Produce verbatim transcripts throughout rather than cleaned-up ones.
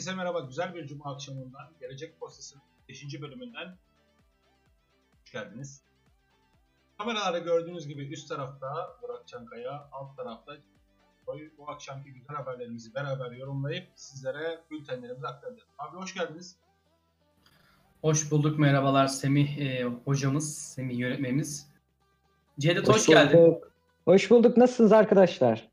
Herkese merhaba. Güzel bir cuma akşamından Gelecek Postası'nın beşinci bölümünden hoş geldiniz. Kameralarda gördüğünüz gibi üst tarafta Burak Çankaya, alt tarafta bu akşamki güzel haberlerimizi beraber yorumlayıp sizlere bültenlerimizi aktaracağız. Abi hoş geldiniz. Hoş bulduk. Merhabalar Semih e, hocamız, Semih yönetmenimiz. Cevdet hoş, Hoş geldin. bulduk. Hoş bulduk. Nasılsınız arkadaşlar?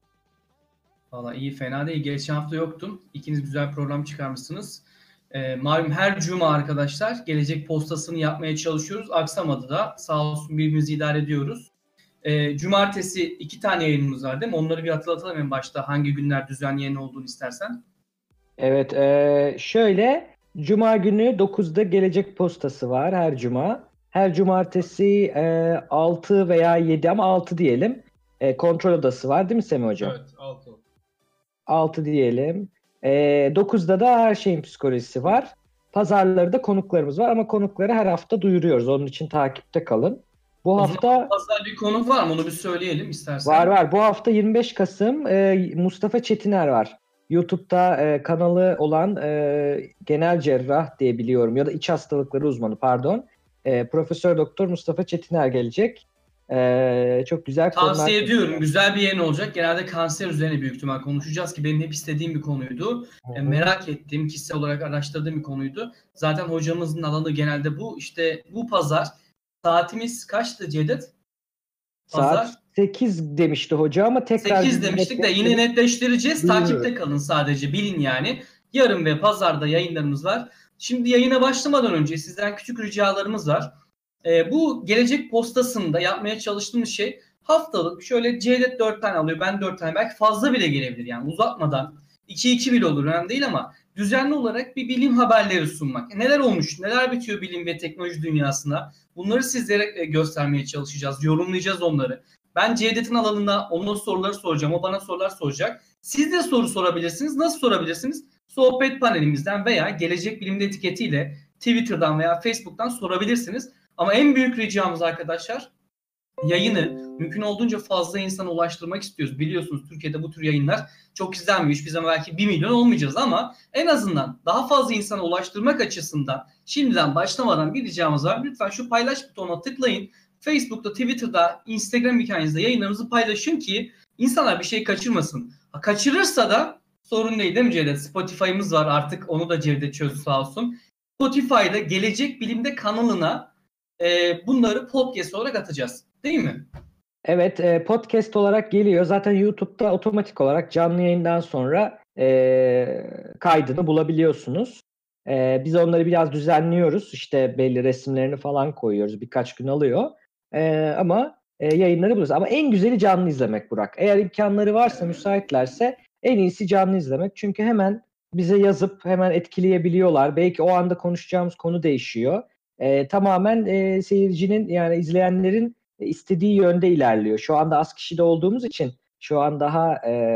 Valla iyi, fena değil. Geçen hafta yoktum. İkiniz güzel program çıkarmışsınız. E, malum her cuma arkadaşlar Gelecek Postası'nı yapmaya çalışıyoruz. Aksamadı da. Sağ olsun birbirimizi idare ediyoruz. E, cumartesi iki tane yayınımız var değil mi? Onları bir hatırlatalım en başta. Hangi günler düzenli yayın olduğunu istersen. Evet. E, şöyle Cuma günü dokuzda Gelecek Postası var her cuma. Her cumartesi e, altı veya yedi ama altı diyelim. E, kontrol odası var değil mi Semih Hocam? Evet, altı. altı diyelim. E, dokuzda da her şeyin psikolojisi var. Pazarları da konuklarımız var ama konukları her hafta duyuruyoruz. Onun için takipte kalın. Bu O hafta zaman pazar bir konuk var mı? Onu bir söyleyelim istersen. var var. Bu hafta yirmi beş Kasım e, Mustafa Çetiner var. YouTube'da e, kanalı olan e, genel cerrah diye biliyorum ya da iç hastalıkları uzmanı pardon. E, Profesör Doktor Mustafa Çetiner gelecek. E, çok güzel konular. Tavsiye ediyorum. Güzel bir yayın olacak. Genelde kanser üzerine büyük ihtimal konuşacağız ki benim hep istediğim bir konuydu. E, merak ettiğim, kişisel olarak araştırdığım bir konuydu. Zaten hocamızın alanı genelde bu. İşte bu pazar saatimiz kaçtı Cevdet? Pazar Saat sekiz demişti hoca ama tekrar sekiz demiştik de yine netleştireceğiz. Bilmiyorum. Takipte kalın sadece. Bilin yani. Yarın ve pazarda yayınlarımız var. Şimdi yayına başlamadan önce sizden küçük ricalarımız var. Ee, bu Gelecek Postası'nda yapmaya çalıştığımız şey haftalık şöyle Cevdet dört tane alıyor, ben dört tane, belki fazla bile gelebilir yani uzatmadan. iki iki bile olur, önemli değil ama düzenli olarak bir bilim haberleri sunmak. E, neler olmuş, neler bitiyor bilim ve teknoloji dünyasında, bunları sizlere göstermeye çalışacağız, yorumlayacağız onları. Ben Cevdet'in alanında ona soruları soracağım, o bana sorular soracak. Siz de soru sorabilirsiniz. Nasıl sorabilirsiniz? Sohbet panelimizden veya Gelecek Bilim'de etiketiyle Twitter'dan veya Facebook'tan sorabilirsiniz. Ama en büyük ricamız arkadaşlar, yayını mümkün olduğunca fazla insana ulaştırmak istiyoruz. Biliyorsunuz Türkiye'de bu tür yayınlar çok izlenmiyor. Hiçbir zaman belki bir milyon olmayacağız ama en azından daha fazla insana ulaştırmak açısından şimdiden başlamadan bir ricamız var. Lütfen şu paylaş butonuna tıklayın. Facebook'ta, Twitter'da, Instagram hikayenizde yayınlarımızı paylaşın ki insanlar bir şey kaçırmasın. Ha, kaçırırsa da sorun değil değil mi Cevdet? Spotify'ımız var artık, onu da Cevdet çözdü sağ olsun. Spotify'da Gelecek Bilim'de kanalına e, bunları podcast olarak atacağız. Değil mi? Evet, e, podcast olarak geliyor. Zaten YouTube'da otomatik olarak canlı yayından sonra e, kaydını bulabiliyorsunuz. E, biz onları biraz düzenliyoruz. İşte belli resimlerini falan koyuyoruz. Birkaç gün alıyor. E, ama e, yayınları buluyoruz. Ama en güzeli canlı izlemek Burak. Eğer imkanları varsa, müsaitlerse en iyisi canlı izlemek. Çünkü hemen bize yazıp hemen etkileyebiliyorlar. Belki o anda konuşacağımız konu değişiyor. E, tamamen e, seyircinin yani izleyenlerin istediği yönde ilerliyor. Şu anda az kişide olduğumuz için şu an daha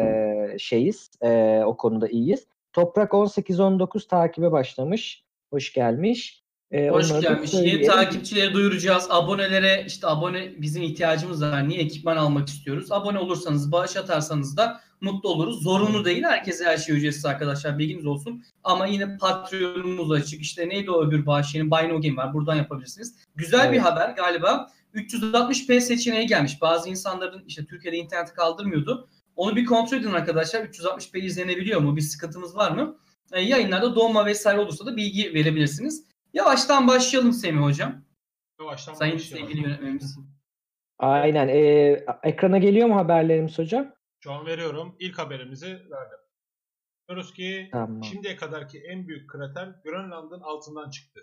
e, şeyiz, e, o konuda iyiyiz. Toprak on sekiz on dokuz takibe başlamış. Hoş gelmiş. E, Hoş gelmiş. Yeni takipçileri duyuracağız. Abonelere, işte abone bizim ihtiyacımız var. Niye? Ekipman almak istiyoruz. Abone olursanız, bağış atarsanız da mutlu oluruz. Zorunlu değil. Herkese her şey ücretsiz arkadaşlar. Bilginiz olsun. Ama yine Patreon'umuz açık. İşte neydi o öbür bağış yerinin? Buy No Game var. Buradan yapabilirsiniz. Güzel evet. Bir haber galiba. üç yüz altmış p seçeneği gelmiş. Bazı insanların işte Türkiye'de interneti kaldırmıyordu. Onu bir kontrol edin arkadaşlar. üç yüz altmış p izlenebiliyor mu? Bir sıkıntımız var mı? E, yayınlarda doğma vesaire olursa da bilgi verebilirsiniz. Yavaştan başlayalım Semih Hocam. Yavaştan Sayın başlayalım. sevgili yönetmenimiz. Aynen. E, ekrana geliyor mu haberlerimiz hocam? Şu an veriyorum. İlk haberimizi verdim. Diyoruz ki tamam. Şimdiye kadarki en büyük krater Grönland'ın altından çıktı.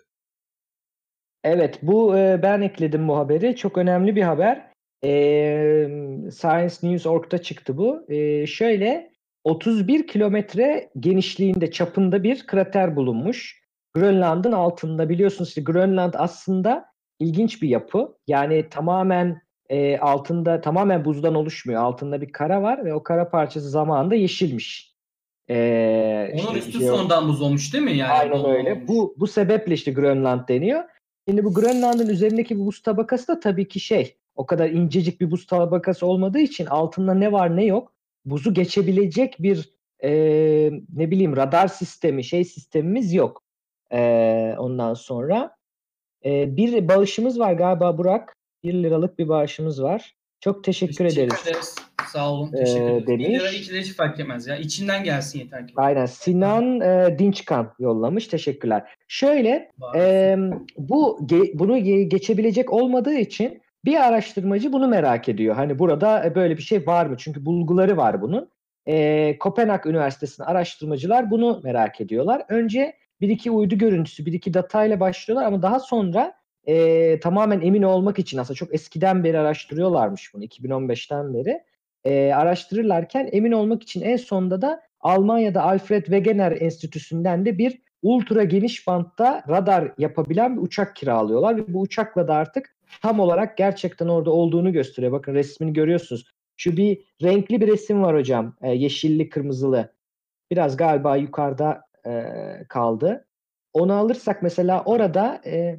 Evet, bu e, ben ekledim bu haberi. Çok önemli bir haber. E, Science News nokta org'da çıktı bu. E, şöyle otuz bir kilometre genişliğinde, çapında bir krater bulunmuş. Grönland'ın altında. Biliyorsunuz işte Grönland aslında ilginç bir yapı. Yani tamamen e, altında, tamamen buzdan oluşmuyor. Altında bir kara var ve o kara parçası zamanında yeşilmiş. Ee, Onun işte, üstü şey, sonradan buz olmuş değil mi? Yani aynen öyle. Olmuş. Bu bu sebeple işte Grönland deniyor. Şimdi bu Grönland'ın üzerindeki bu buz tabakası da tabii ki şey, o kadar incecik bir buz tabakası olmadığı için altında ne var ne yok, buzu geçebilecek bir e, ne bileyim radar sistemi, şey sistemimiz yok. E, ondan sonra e, bir bağışımız var galiba Burak. Bir liralık bir bağışımız var. Çok teşekkür, Teşekkür ederiz. ederiz. Sağ olun. Ee, Teşekkür ederiz. demiş. Bir lira iki lira hiç fark etmez ya. İçinden gelsin yeter ki. Aynen. Sinan e, Dinçkan yollamış. Teşekkürler. Şöyle e, bu ge, bunu ge, geçebilecek olmadığı için bir araştırmacı bunu merak ediyor. Hani burada e, böyle bir şey var mı? Çünkü bulguları var bunun. E, Kopenhag Üniversitesi'nin araştırmacılar bunu merak ediyorlar. Önce bir iki uydu görüntüsü, bir iki datayla başlıyorlar ama daha sonra e, tamamen emin olmak için aslında çok eskiden beri araştırıyorlarmış bunu. iki bin on beşten beri. E, araştırırlarken emin olmak için en sonunda da Almanya'da Alfred Wegener Enstitüsü'nden de bir ultra geniş bantta radar yapabilen bir uçak kiralıyorlar ve bu uçakla da artık tam olarak gerçekten orada olduğunu gösteriyor. Bakın resmini görüyorsunuz. Şu bir renkli bir resim var hocam. E, yeşilli, kırmızılı. Biraz galiba yukarıda e, kaldı. Onu alırsak mesela orada e,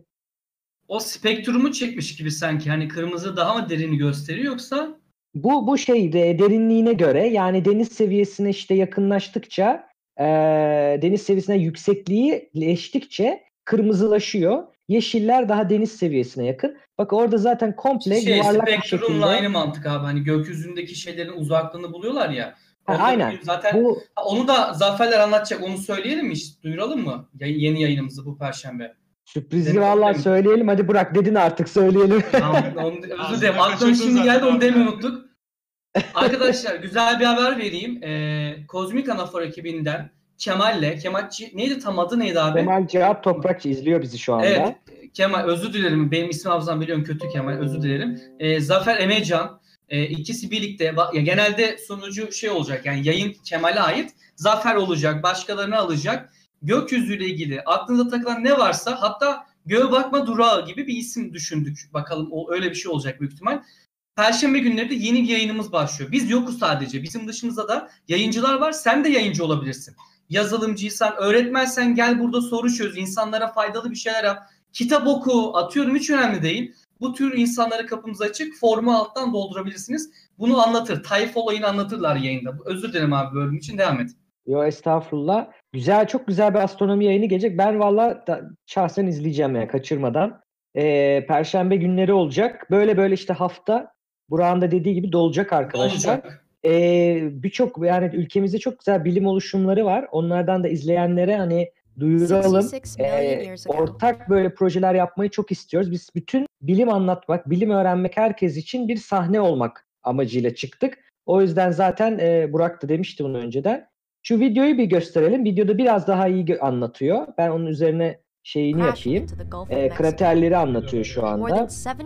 o spektrumu çekmiş gibi sanki. Hani kırmızı daha mı derini gösteriyor yoksa? Bu bu şey de derinliğine göre yani deniz seviyesine işte yakınlaştıkça e, deniz seviyesine yüksekliği leştikçe kırmızılaşıyor. Yeşiller daha deniz seviyesine yakın. Bak orada zaten komple Şey, yuvarlak bir spektrumla şekilde. aynı mantık abi. Hani gökyüzündeki şeylerin uzaklığını buluyorlar ya. Ha, Onda aynen. Zaten Bu Ha, onu da Zaferler anlatacak. Onu söyleyelim mi? Hiç duyuralım mı? Yay- yeni yayınımızı bu perşembe. sürprizi Demin vallahi demedim. söyleyelim. Hadi Burak dedin artık söyleyelim. Tamam, onu, özür Aslında dilerim. Aklıma kaçırdın şimdi zaten geldi, onu abi demeyi ya. unuttuk. Arkadaşlar güzel bir haber vereyim. Ee, Kozmik Anafor ekibinden Kemal'le, Kemalci neydi tam adı neydi abi? Kemal Cihat Toprakçı izliyor bizi şu anda. Evet, Kemal, özür dilerim. Benim ismi hafızam biliyorum kötü Kemal, özür dilerim. Ee, Zafer Emecan, e, ikisi birlikte ya genelde sunucu şey olacak yani yayın Kemal'e ait, Zafer olacak, başkalarını alacak. Gökyüzüyle ilgili aklınıza takılan ne varsa, hatta göğe bakma durağı gibi bir isim düşündük. Bakalım o öyle bir şey olacak büyük ihtimal. Perşembe günleri de yeni bir yayınımız başlıyor. Biz yokuz sadece. Bizim dışımızda da yayıncılar var. Sen de yayıncı olabilirsin. Yazılımcıysan, öğretmensen gel burada soru çöz. İnsanlara faydalı bir şeyler yap. Kitap oku. Atıyorum, hiç önemli değil. Bu tür insanlara kapımız açık. Formu alttan doldurabilirsiniz. Bunu anlatır. Tayfa olayını anlatırlar yayında. Özür dilerim abi, bölüm için devam et. Yo estağfurullah. Güzel, çok güzel bir astronomi yayını gelecek. Ben valla da, şahsen izleyeceğim yani kaçırmadan. Ee, Perşembe günleri olacak. Böyle böyle işte hafta Burak'ın da dediği gibi dolacak arkadaşlar. Olacak. Ee, Birçok yani ülkemizde çok güzel bilim oluşumları var. Onlardan da izleyenlere hani duyuralım. Ee, ortak böyle projeler yapmayı çok istiyoruz. Biz bütün bilim anlatmak, bilim öğrenmek herkes için bir sahne olmak amacıyla çıktık. O yüzden zaten e, Burak da demişti bunu önceden. Şu videoyu bir gösterelim. Videoda biraz daha iyi gö- anlatıyor. Ben onun üzerine şeyini yapayım. E, kraterleri anlatıyor şu anda.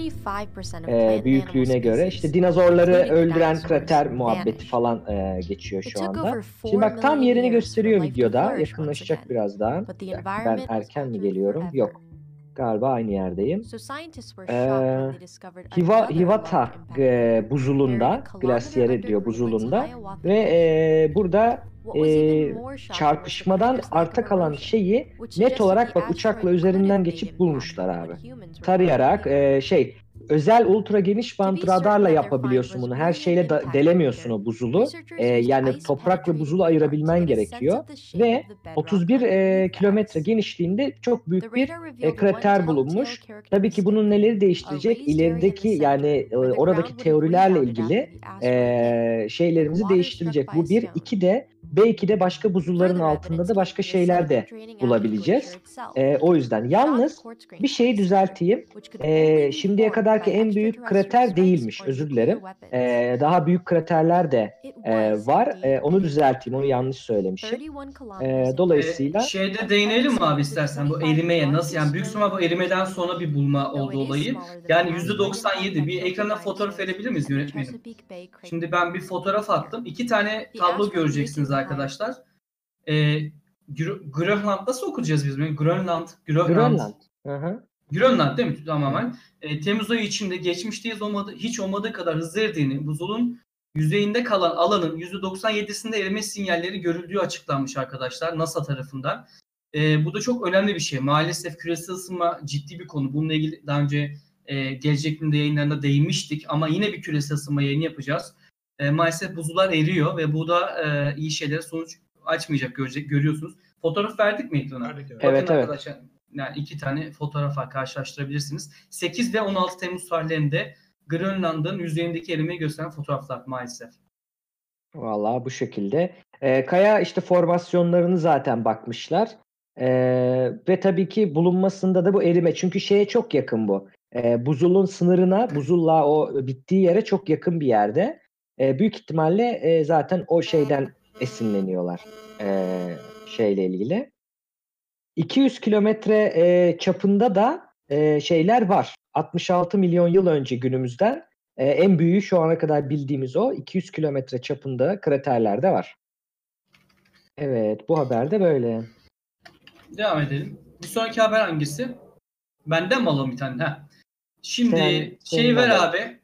E, büyüklüğüne göre. İşte dinozorları öldüren krater muhabbeti falan e, geçiyor şu anda. Şimdi bak tam yerini gösteriyor videoda. Yakınlaşacak birazdan. Ya, ben erken mi geliyorum? Yok. Galiba aynı yerdeyim. Ee, Hiva, Hivata e, buzulunda, glasyeri diyor buzulunda ve e, burada e, çarpışmadan arta kalan şeyi net olarak bak uçakla üzerinden geçip bulmuşlar abi. Tarayarak e, şey özel ultra geniş bant radarla yapabiliyorsun bunu. Her şeyle da, delemiyorsun o buzulu. E, yani toprakla buzulu ayırabilmen gerekiyor. Ve otuz bir e, kilometre genişliğinde çok büyük bir e, krater bulunmuş. Tabii ki bunun neleri değiştirecek? İlerideki yani e, oradaki teorilerle ilgili e, şeylerimizi değiştirecek. Bu bir. İki de belki de başka buzulların altında da başka şeyler de bulabileceğiz. E, o yüzden yalnız bir şeyi düzelteyim. E, şimdiye kadarki en büyük krater değilmiş. Özür dilerim. E, daha büyük kraterler de e, var. E, onu düzelteyim. Onu yanlış söylemişim. E, dolayısıyla Ee, şeyde değinelim mi abi istersen bu erimeye nasıl, yani büyük ihtimal bu erimeden sonra bir bulma oldu olayı. Yani yüzde doksan yedi bir ekrana fotoğraf verebilir miyiz yönetmenim? Şimdi ben bir fotoğraf attım. İki tane tablo göreceksiniz arkadaşlar. Ee, Grönland nasıl okuyacağız biz? Grönland. Grönland. Grönland. Hı-hı. Grönland değil mi tamamen? E, Temmuz ayı içinde geçmişteyiz olmadı, hiç olmadığı kadar hızlı eridiğini, buzulun yüzeyinde kalan alanın yüzde doksan yedisinde erime sinyalleri görüldüğü açıklanmış arkadaşlar NASA tarafından. E, bu da çok önemli bir şey. Maalesef küresel ısınma ciddi bir konu. Bununla ilgili daha önce e, gelecek günde yayınlarında değinmiştik ama yine bir küresel ısınma yayını yapacağız. E, maalesef buzullar eriyor ve bu da e, iyi şeylere sonuç açmayacak, görecek, görüyorsunuz. Fotoğraf verdik mi ekrana? Verdik, evet. Bakın Evet, evet. arkadaşlar, yani iki tane fotoğraf var, karşılaştırabilirsiniz. sekiz ve on altı Temmuz tarihlerinde Grönland'ın yüzeyindeki erimeyi gösteren fotoğraflar maalesef. Vallahi bu şekilde. Ee, Kaya işte formasyonlarını zaten bakmışlar. Ee, ve tabii ki bulunmasında da bu erime. Çünkü şeye çok yakın bu. Ee, buzulun sınırına, buzulla o bittiği yere çok yakın bir yerde. Ee, büyük ihtimalle e, zaten o şeyden esinleniyorlar. Ee, şeyle ilgili. iki yüz kilometre e, çapında da e, şeyler var. altmış altı milyon yıl önce günümüzden e, en büyüğü şu ana kadar bildiğimiz o. iki yüz kilometre çapında kraterler de var. Evet, bu haber de böyle. Devam edelim. Bir sonraki haber hangisi? Benden mi alalım bir tane? Heh. Şimdi Sen- şey senin ver haber. abi. Ben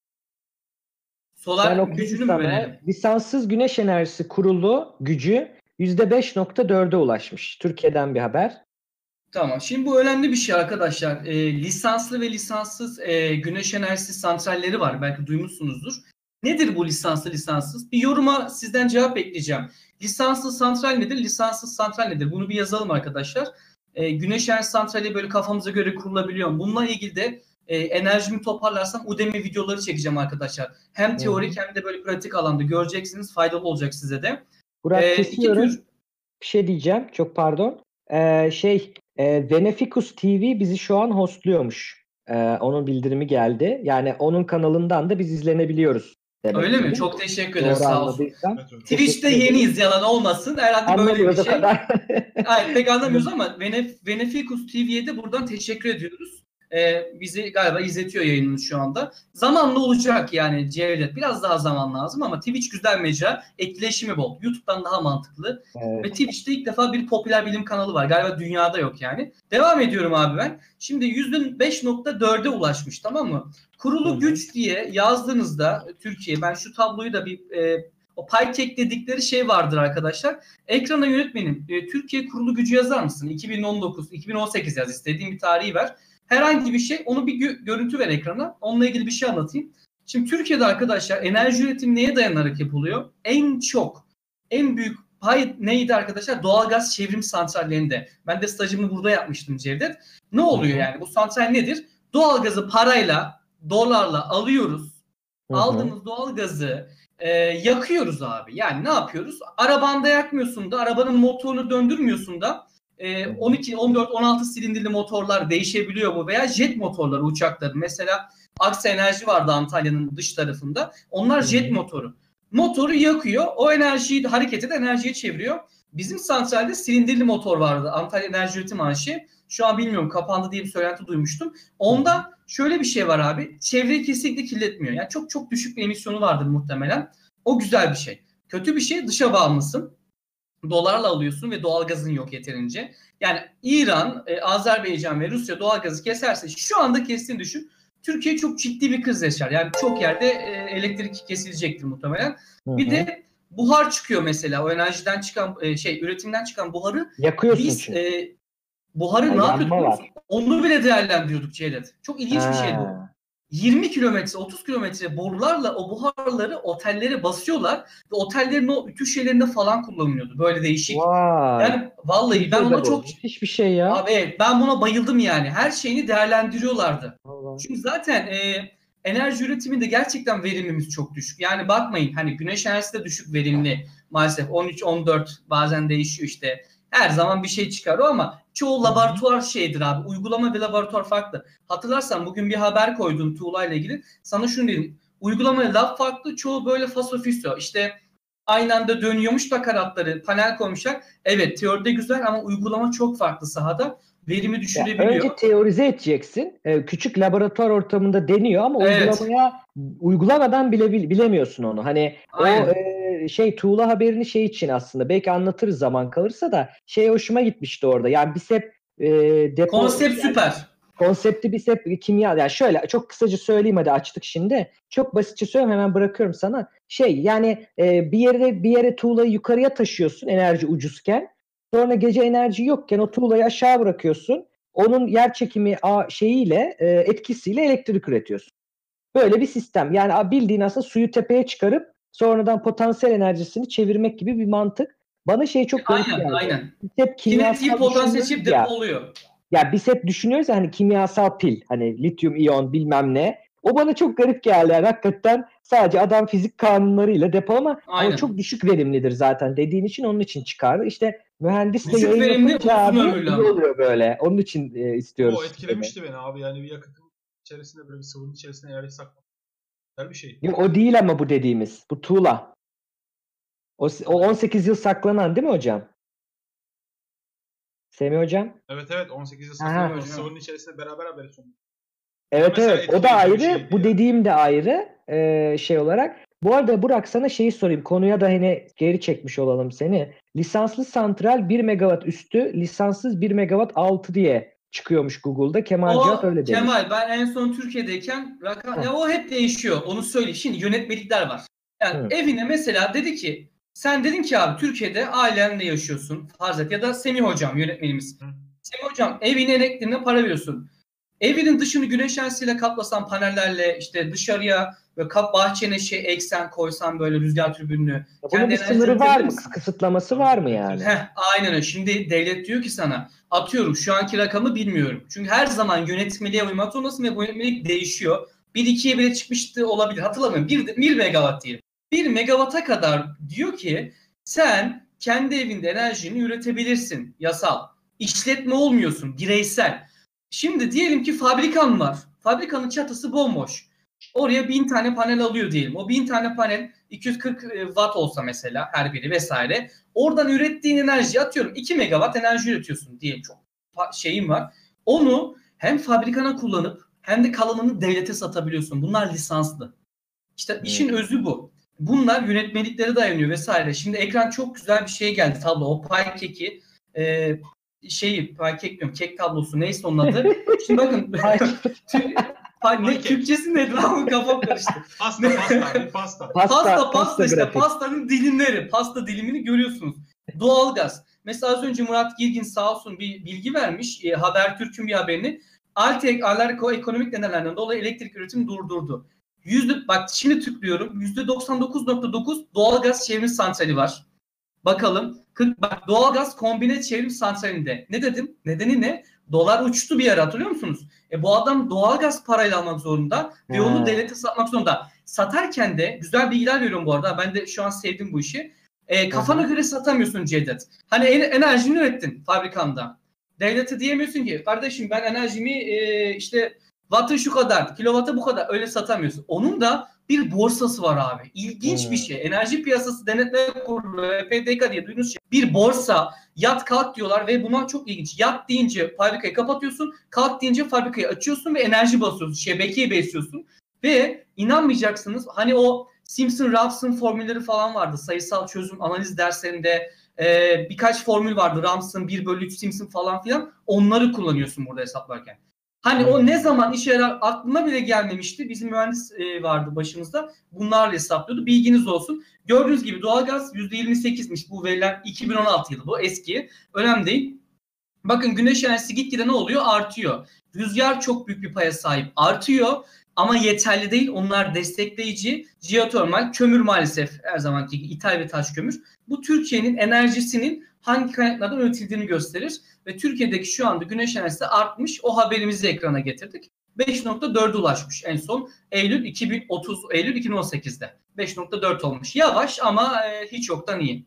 Solar okuyayım gücünü mü sana. verelim? Lisanssız güneş enerjisi kurulu gücü yüzde beş nokta dörde ulaşmış. Türkiye'den bir haber. Tamam. Şimdi bu önemli bir şey arkadaşlar. E, lisanslı ve lisanssız e, güneş enerjisi santralleri var. Belki duymuşsunuzdur. Nedir bu lisanslı lisanssız? Bir yoruma sizden cevap bekleyeceğim. Lisanslı santral nedir? Lisanssız santral nedir? Bunu bir yazalım arkadaşlar. E, güneş enerjisi santrali böyle kafamıza göre kurulabiliyor. Bununla ilgili de e, enerjimi toparlarsam Udemy videoları çekeceğim arkadaşlar. Hem teorik hem de böyle pratik alanda göreceksiniz. Faydalı olacak size de. Burak E, iki kesiyorum. tür Bir şey diyeceğim. Çok pardon. Ee, şey e, Veneficus T V bizi şu an hostluyormuş. Ee, onun bildirimi geldi. Yani onun kanalından da biz izlenebiliyoruz. Demek öyle ki, mi? değil Çok mi? teşekkür ederiz. Doğru Sağ olsun. anladıysam. Evet, evet. Twitch'te Teşekkür yeniyiz, yalan olmasın. Herhalde böyle bir Anlamıyoruz o şey. kadar. Hayır, pek anlamıyoruz ama Venef Veneficus T V'ye de buradan teşekkür ediyoruz. Ee, bizi galiba izletiyor yayınımız şu anda. Zamanlı olacak yani Cevdet. Biraz daha zaman lazım ama Twitch güzel mecra. Etkileşimi bol. YouTube'dan daha mantıklı. Evet. Ve Twitch'te ilk defa bir popüler bilim kanalı var. Galiba dünyada yok yani. Devam ediyorum abi ben. Şimdi yüzde beş nokta dörde ulaşmış, tamam mı? Kurulu Hı hı. güç diye yazdığınızda Türkiye, ben şu tabloyu da bir e, o PyTech dedikleri şey vardır arkadaşlar. Ekrana yönetmenim e, Türkiye kurulu gücü yazar mısın? iki bin on dokuz, iki bin on sekiz yaz, istediğin bir tarihi ver. Herhangi bir şey, onu bir gö- görüntü ver ekrana. Onunla ilgili bir şey anlatayım. Şimdi Türkiye'de arkadaşlar enerji üretimi neye dayanarak yapılıyor? En çok, en büyük pay neydi arkadaşlar? Doğalgaz çevrim santrallerinde. Ben de stajımı burada yapmıştım Cevdet. Ne oluyor Hı hı. yani? Bu santral nedir? Doğalgazı parayla, dolarla alıyoruz. Hı hı. Aldığımız doğalgazı e, yakıyoruz abi. Yani ne yapıyoruz? Arabanda yakmıyorsun da, arabanın motorunu döndürmüyorsun da e, on iki, on dört, on altı silindirli motorlar değişebiliyor bu, veya jet motorları uçakların. Mesela Aksa Enerji vardı Antalya'nın dış tarafında. Onlar jet motoru. Motoru yakıyor. O enerjiyi hareket eden enerjiye çeviriyor. Bizim santralde silindirli motor vardı. Antalya Enerji Üretim A Ş. Şu an bilmiyorum, kapandı diye bir söylenti duymuştum. Onda şöyle bir şey var abi. Çevreyi kesinlikle kirletmiyor. Yani çok çok düşük bir emisyonu vardır muhtemelen. O güzel bir şey. Kötü bir şey, dışa bağımlısın. Dolarla alıyorsun ve doğalgazın yok yeterince. Yani İran, e, Azerbaycan ve Rusya doğalgazı keserse, şu anda kestiğini düşün, Türkiye çok ciddi bir kriz yaşar. Yani çok yerde e, elektrik kesilecektir muhtemelen. Hı Bir hı. de buhar çıkıyor mesela. O enerjiden çıkan e, şey, üretimden çıkan buharı Yakıyorsun biz çünkü. e, buharı Ha, ne yapıyorduk yanma biliyor var. musun? Onu bile değerlendiriyorduk Cevdet. Çok ilginç bir şeydi o. Ha. yirmi kilometre, otuz kilometre borularla o buharları otellere basıyorlar ve otellerin o ütü şeylerinde falan kullanılıyordu. Böyle değişik. Vay. Yani vallahi ben Türkiye'de ona bu. çok Müthiş bir şey ya. abi evet, ben buna bayıldım yani. Her şeyini değerlendiriyorlardı. Vallahi. Çünkü zaten e, enerji üretiminde gerçekten verimimiz çok düşük. Yani bakmayın, hani güneş enerjisi de düşük verimli maalesef. on üç on dört bazen değişiyor işte. Her zaman bir şey çıkar o, ama çoğu laboratuvar şeydir abi. Uygulama ve laboratuvar farklı. Hatırlarsan bugün bir haber koydum Tuğla ile ilgili. Sana şunu dedim. Uygulama ve lab farklı. Çoğu böyle fasofisto. İşte aynı anda dönüyormuş nakaratları, panel koymuşlar. Evet, teoride güzel ama uygulama çok farklı sahada. Verimi Ya düşürebiliyor. önce teorize edeceksin. Ee, küçük laboratuvar ortamında deniyor ama Evet. uygulamaya uygulamadan bile bil- bilemiyorsun onu. Hani Aynen. o e, şey tuğla haberini şey için aslında belki anlatırız zaman kalırsa da şey hoşuma gitmişti orada. Yani biz hep e, depo Konsept yani süper. konsepti biz hep kimya, yani şöyle çok kısaca söyleyeyim, hadi açtık şimdi. Çok basitçe söyleyeyim, hemen bırakıyorum sana. Şey yani e, bir yere bir yere tuğlayı yukarıya taşıyorsun enerji ucuzken. Sonra gece enerji yokken o tuğlayı aşağı bırakıyorsun. Onun yer çekimi a- şeyiyle e, etkisiyle elektrik üretiyorsun. Böyle bir sistem. Yani bildiğin aslında suyu tepeye çıkarıp sonradan potansiyel enerjisini çevirmek gibi bir mantık. Bana şey çok garip Aynen geldi. aynen. Biz hep Kinetiği kimyasal potansiyel düşünüyoruz çip ya. depoluyor. Ya biz hep düşünüyoruz ya hani kimyasal pil, hani lityum iyon bilmem ne. O bana çok garip geldi. Yani hakikaten sadece adam fizik kanunlarıyla depolama ama Aynen. çok düşük verimlidir zaten dediğin için, onun için çıkardı. İşte mühendisle Düşük yayın verimli, yapınca uzun abi ömürlü iyi ama. oluyor böyle. Onun için e, istiyoruz. O etkilemişti beni abi. Yani bir yakıtın içerisinde, böyle bir sıvının içerisinde yer saklamak güzel bir şey. Yok, o değil ama bu dediğimiz. Bu tuğla. O, o on sekiz yıl saklanan değil mi hocam? Semih hocam? Evet evet, on sekiz yıl Aha. saklanan o sıvının içerisinde beraber haberi sonu. Evet Mesela evet, o da etkileyici bir ayrı, şeydi bu yani. dediğim de ayrı e, şey olarak. Bu arada Burak, sana şeyi sorayım, konuya da hani geri çekmiş olalım seni. Lisanslı santral bir megawatt üstü, lisanssız bir megawatt altı diye çıkıyormuş Google'da. Kemal Cihat O öyle demiş. Kemal, ben en son Türkiye'deyken rakam, Hı. ya o hep değişiyor. Onu söyleyeyim. Şimdi yönetmelikler var. Yani Hı. evine mesela dedi ki, sen dedin ki abi Türkiye'de ailenle yaşıyorsun farz et, ya da Semih hocam yönetmenimiz. Hı. Semih hocam evine elektriğine para veriyorsun. Evinin dışını güneş enerjisiyle kaplasan, panellerle işte dışarıya ve kap bahçene şey eksen koysan, böyle rüzgar türbünlü. Bunun Kendi bir enerjini sınırı var üretebilir mı? misin? Kısıtlaması var mı yani? Heh, aynen öyle. Şimdi devlet diyor ki sana, atıyorum şu anki rakamı bilmiyorum. Çünkü her zaman yönetmeliğe uymak zorundasın ve bu yönetmelik değişiyor. bir ikiye bile çıkmıştı olabilir. Hatırlamıyorum. bir, bir megawatt diyelim. bir megawatt'a kadar diyor ki sen kendi evinde enerjini üretebilirsin. Yasal. İşletme olmuyorsun. Bireysel. Şimdi diyelim ki fabrikan var. Fabrikanın çatısı bomboş. Oraya bin tane panel alıyor diyelim. O bin tane panel iki yüz kırk watt olsa mesela her biri vesaire. Oradan ürettiğin enerji, atıyorum iki megawatt enerji üretiyorsun diyelim, çok şeyim var. Onu hem fabrikana kullanıp hem de kalanını devlete satabiliyorsun. Bunlar lisanslı. İşte Hmm. işin özü bu. Bunlar yönetmeliklere dayanıyor vesaire. Şimdi ekran çok güzel bir şey geldi, tablo. O pay keki e, şeyi, pay kek diyorum, kek tablosu neyse onun adı. Şimdi bakın Pay, ne Türkçesi neydi lan, kafam karıştı. Pasta pasta abi, pasta. Pasta pasta, pasta işte grafik. pastanın dilimleri, pasta dilimini görüyorsunuz. Doğalgaz. Mesela az önce Murat Girgin sağ olsun bir bilgi vermiş. E, Habertürk'ün bir haberini. Altek Alarko ekonomik nedenlerden dolayı elektrik üretimi durdurdu. Yüzde, bak şimdi tıklıyorum. yüzde doksan dokuz nokta dokuz doğalgaz çevrim santrali var. Bakalım. kırk, bak doğalgaz kombine çevrim santralinde. Ne dedim? Nedeni ne? Dolar uçtu bir ara, hatırlıyor musunuz? E bu adam doğalgaz parayla almak zorunda ve onu devlete satmak zorunda. Satarken de güzel bilgiler veriyorum bu arada. Ben de şu an sevdim bu işi. E, kafana Hı-hı. göre satamıyorsun Cevdet. Hani enerjini ürettin fabrikanda. Devlete diyemiyorsun ki kardeşim ben enerjimi e, işte wattı şu kadar, kilovatı bu kadar, öyle satamıyorsun. Onun da bir borsası var abi. İlginç hmm. bir şey. Enerji Piyasası Denetleme Kurulu, P D K diye duyduğunuz şey. Bir borsa, yat kalk diyorlar ve bunlar çok ilginç. Yat deyince fabrikayı kapatıyorsun, kalk deyince fabrikayı açıyorsun ve enerji basıyorsun, şebekeyi besliyorsun. Ve inanmayacaksınız, hani o Simpson-Raphson formülleri falan vardı. Sayısal çözüm analiz derslerinde e, birkaç formül vardı. Ramson, bir bölü üç Simpson falan filan. Onları kullanıyorsun burada hesaplarken. Hani hmm. o ne zaman işe yarar aklıma bile gelmemişti. Bizim mühendis e, vardı başımızda. Bunlarla hesaplıyordu. Bilginiz olsun. Gördüğünüz gibi doğalgaz yüzde yirmi sekizmiş. Bu verilen iki bin on altı yılı, bu eski. Önemli değil. Bakın güneş enerjisi gitgide ne oluyor? Artıyor. Rüzgar çok büyük bir paya sahip. Artıyor. Ama yeterli değil. Onlar destekleyici. Jeotermal, kömür maalesef her zamanki gibi ithal ve taş kömür. Bu Türkiye'nin enerjisinin hangi kaynaklardan üretildiğini gösterir. Ve Türkiye'deki şu anda güneş enerjisi artmış. O haberimizi ekrana getirdik. beş nokta dörde ulaşmış en son Eylül iki bin otuz, Eylül iki bin on sekizde. beş nokta dört olmuş. Yavaş ama e, hiç yoktan iyi.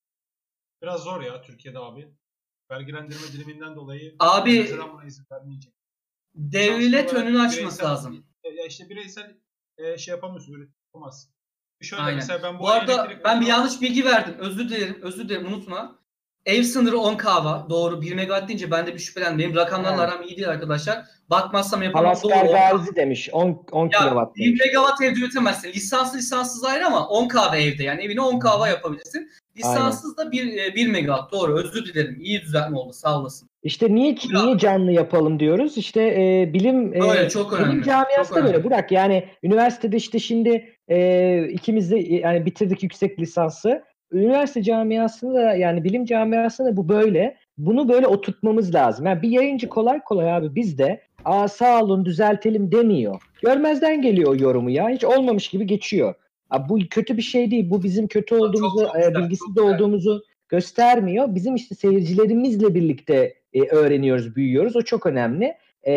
Biraz zor ya Türkiye'de abi. Vergilendirme diliminden dolayı abi mesela buna izin vermeyecek. Devlet önünü açması bireysel, lazım. Ya işte bireysel e, şey yapamıyorsun, üretim yapamazsın. Şöyle Aynen. mesela ben bu, bu arada ben bir yanlış bilgi verdim. Özür dilerim. Özür dilerim, unutma. Ev sınırı on kilowatt. Doğru. bir megawatt deyince ben de bir şüphelendim. Benim rakamlarla evet. aram iyi değil arkadaşlar. Bakmazsam yapamam. Alaskar Gazi demiş. on, on kilowatt demiş. bir megawatt evde üretemezsin. Lisanslı lisanssız ayrı ama on kilowatt evde. Yani evine on kilowatt yapabilirsin. Lisanssız da bir megawatt. Doğru. Özür dilerim. İyi düzeltme oldu. Sağ olasın. İşte niye ya. niye canlı yapalım diyoruz? İşte e, bilim Öyle, çok bilim önemli. camiası çok da böyle. önemli. Burak, yani üniversitede işte şimdi e, ikimiz de yani bitirdik yüksek lisansı. Üniversite camiasında da, yani bilim camiasında da bu böyle. Bunu böyle oturtmamız lazım. Yani bir yayıncı kolay kolay abi bizde aa sağ olun düzeltelim demiyor. Görmezden geliyor o yorumu ya. Hiç olmamış gibi geçiyor. Abi bu kötü bir şey değil. Bu bizim kötü olduğumuzu, çok, çok güzel, bilgisiz olduğumuzu göstermiyor. Bizim işte seyircilerimizle birlikte e, öğreniyoruz, büyüyoruz. O çok önemli.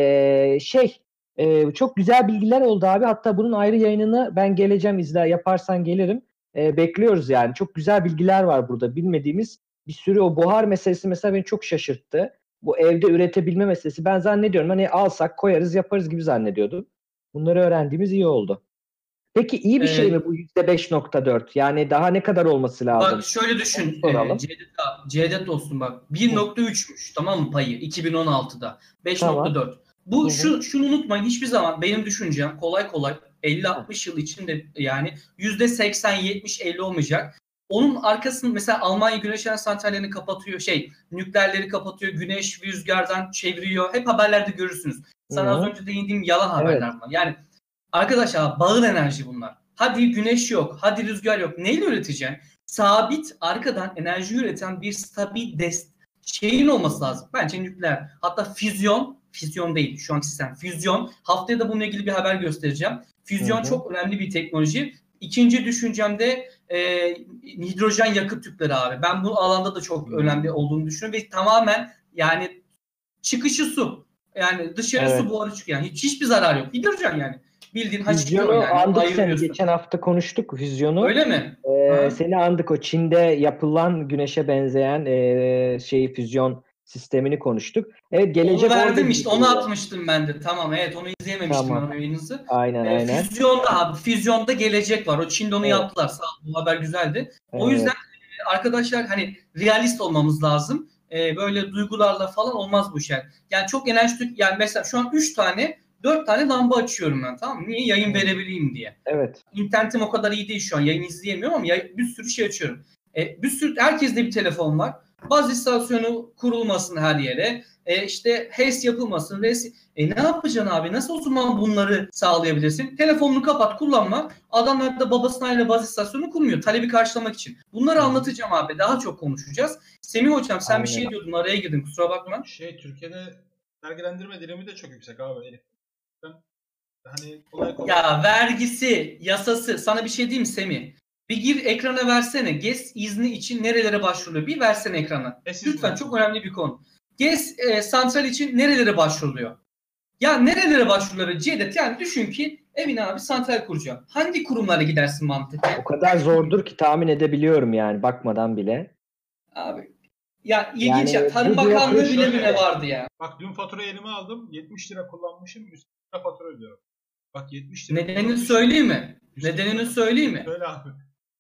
E, şey e, çok güzel bilgiler oldu abi. Hatta bunun ayrı yayınını ben geleceğim, izler yaparsan gelirim. E, bekliyoruz yani. Çok güzel bilgiler var burada. Bilmediğimiz bir sürü, o buhar meselesi mesela beni çok şaşırttı. Bu evde üretebilme meselesi. Ben zannediyorum hani alsak koyarız yaparız gibi zannediyordum. Bunları öğrendiğimiz iyi oldu. Peki iyi bir şey Ee, mi bu yüzde beş nokta dört? Yani daha ne kadar olması lazım? Bak şöyle düşün. Onu E, soralım. Cevdet, Cevdet dostum bak bir nokta üçmüş tamam mı payı iki bin on altıda beş nokta dört. Tamam. Bu Hı hı. şu şunu unutmayın, hiçbir zaman benim düşüncem kolay kolay elli altmış yıl içinde yani yüzde seksen yetmiş elli olmayacak. Onun arkasında mesela Almanya güneş enerji santrallerini kapatıyor, şey nükleerleri kapatıyor, güneş rüzgardan çeviriyor. Hep haberlerde görürsünüz. Sana Hı. az önce değindiğim yalan haberler Evet. bunlar. Yani arkadaşlar bağıl enerji bunlar. Hadi güneş yok, hadi rüzgar yok. Neyle üreteceksin? Sabit arkadan enerji üreten bir stabil dest şeyin olması lazım. Bence nükleer. Hatta füzyon, füzyon değil şu anki sistem. Füzyon. Haftaya da bununla ilgili bir haber göstereceğim. Füzyon Hı hı. çok önemli bir teknoloji. İkinci düşüncem de e, hidrojen yakıt tüpleri abi. Ben bu alanda da çok Hı. önemli olduğunu düşünüyorum ve tamamen yani çıkışı su. Yani dışarı Evet. su buharı çıkıyor. Yani hiç, hiçbir zarar yok. Hidrojen yani. Bildiğin H iki O Füzyonu yani. Onu andık seni. ayırmıyorsun. Geçen hafta konuştuk füzyonu. Öyle mi? Ee, Ha? seni andık, o Çin'de yapılan güneşe benzeyen e, şeyi, füzyon sistemini konuştuk. Evet, Onu gelecek orada verdim gibi işte. Onu duruyor. atmıştım ben de. Tamam evet onu izleyememiştim ben Tamam. o yayınınızı. Aynen E, aynen. füzyonda abi. Füzyonda gelecek var. O Çin'de onu Evet. yaptılar. Sağ olun, bu haber güzeldi. O yüzden Evet. arkadaşlar hani realist olmamız lazım. E, böyle duygularla falan olmaz bu işler. Yani çok enerji tük yani mesela şu an üç tane dört tane lamba açıyorum ben, tamam mı? Niye? Yayın Hı. verebileyim diye. Evet. İnternetim o kadar iyi değil şu an. Yayın izleyemiyorum ama yay- bir sürü şey açıyorum. E, bir sürü herkeste bir telefon var. Baz istasyonu kurulmasın her yere. E, işte H E S yapılmasın. R E S... E ne yapacaksın abi? Nasıl o zaman bunları sağlayabilirsin? Telefonunu kapat, kullanma. Adamlar da babasına baz istasyonu kurmuyor. Talebi karşılamak için. Bunları Hı hı. anlatacağım abi. Daha çok konuşacağız. Semih hocam sen bir Aynen. şey diyordun. Araya girdim. Kusura bakma. Şey Türkiye'de vergilendirme dilimi de çok yüksek abi. Elif. Ben- Hani kolay kolay. Ya vergisi, yasası. Sana bir şey diyeyim mi Semih? Bir gir ekrana versene. GES izni için nerelere başvuruluyor? Bir versene ekrana. HES izni Lütfen için. çok önemli bir konu. GES e, santral için nerelere başvuruluyor? Ya nerelere başvuruluyor Cevdet? Yani düşün ki evine abi santral kuracağım. Hangi kurumlara gidersin mantıklı? O kadar zordur ki tahmin edebiliyorum yani bakmadan bile. Abi ya ilginç Yani ya. Tarım bu Bakanlığı bürokrasi- bile mi ne vardı ya? Bak dün faturayı elime aldım. yetmiş lira kullanmışım. yüz lira fatura ödüyorum. Bak yetmiş lira. Nedenini kullanmışım, söyleyeyim mi? yüz lira Nedenini fatura. söyleyeyim mi? Söyle abi.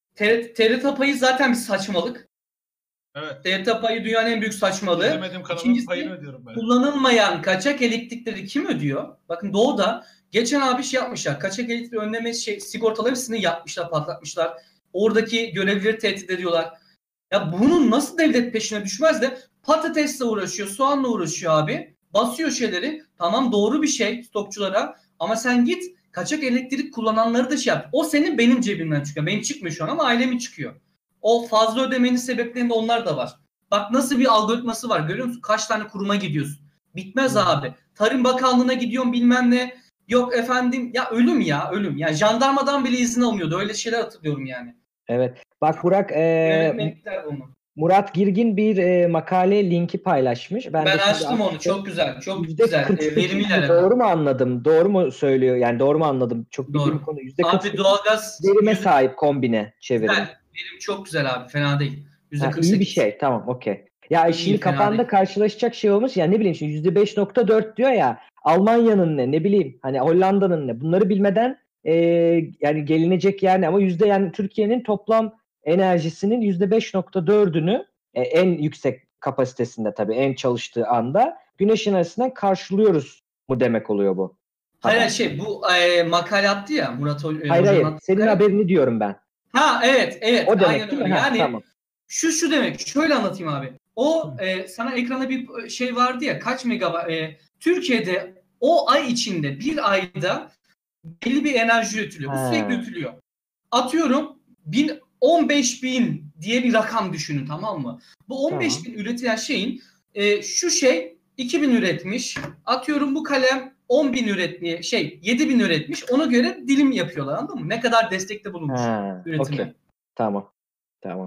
T R T payı zaten bir saçmalık. Evet. T R T payı dünyanın en büyük saçmalığı. İzlemediğim kanalın İkincisi, payını ödüyorum ben. kullanılmayan kaçak elektrikleri kim ödüyor? Bakın Doğu'da geçen abi şey yapmışlar. Kaçak elektrik önleme şey, sigortaları hepsini yapmışlar, patlatmışlar. Oradaki görevlileri tehdit ediyorlar. Ya bunun nasıl devlet peşine düşmez de patatesle uğraşıyor, soğanla uğraşıyor abi. Basıyor şeyleri. Tamam doğru bir şey stokçulara ama sen git kaçak elektrik kullananları da şey yap. O senin benim cebimden çıkıyor. Benim çıkmıyor şu an ama ailemin çıkıyor. O fazla ödemenin sebeplerinde onlar da var. Bak nasıl bir algoritması var görüyor musun? Kaç tane kuruma gidiyorsun? Bitmez Hı. abi. Tarım Bakanlığı'na gidiyorsun bilmem ne. Yok efendim ya ölüm ya ölüm. Ya jandarmadan bile izin almıyordu. Öyle şeyler hatırlıyorum yani. Evet. Bak Burak, e, Yönetmelikler bunu. Murat Girgin bir e, makale linki paylaşmış. Ben, Ben de şimdi açtım onu. açtım. Çok güzel. Çok Yüzde güzel. kırk E, sekiz verimli mi? alakalı. Doğru mu anladım? Doğru mu söylüyor? Yani doğru mu anladım? Çok bildiğim Doğru. konu. Yüzde kırk Abi sekiz doğalgaz verime yüzde- sahip kombine çevirim. güzel. Verim çok güzel abi. Fena değil. yüzde Ha, kırk iyi sekiz. bir şey. Tamam, okey. Ya İyi, şimdi fena kafanda değil. karşılaşacak şey olmuş. Yani ne bileyim şimdi yüzde beş nokta dört diyor ya. Almanya'nın ne, ne bileyim hani Hollanda'nın ne. Bunları bilmeden e, yani gelinecek yani ama yüzde yani Türkiye'nin toplam enerjisinin yüzde beş nokta dördünü e, en yüksek kapasitesinde tabii en çalıştığı anda güneş enerjisinden karşılıyoruz mu demek oluyor bu? Hayır Haber. şey bu e, makale attı ya Murat Ho- e, Hayır Hoca'nın hayır. attığı Senin makale. haberini diyorum ben. Ha evet evet O demek aynen değil mi? öyle. Ha, Yani tamam. şu şu demek. Şöyle anlatayım abi. O e, sana ekrana bir şey vardı ya kaç megabayt e, Türkiye'de o ay içinde bir ayda belli bir enerji üretiliyor. Bu Ha. sürekli üretiliyor. Atıyorum bin, on beş bin diye bir rakam düşünün tamam mı? Bu on beş Tamam. bin üretilen şeyin e, şu şey iki bin üretmiş. Atıyorum bu kalem on bin üretmeye şey yedi bin üretmiş. Ona göre dilim yapıyorlar anladın mı? Ne kadar destekte bulunmuş Ha, üretime. okey. Tamam. Tamam.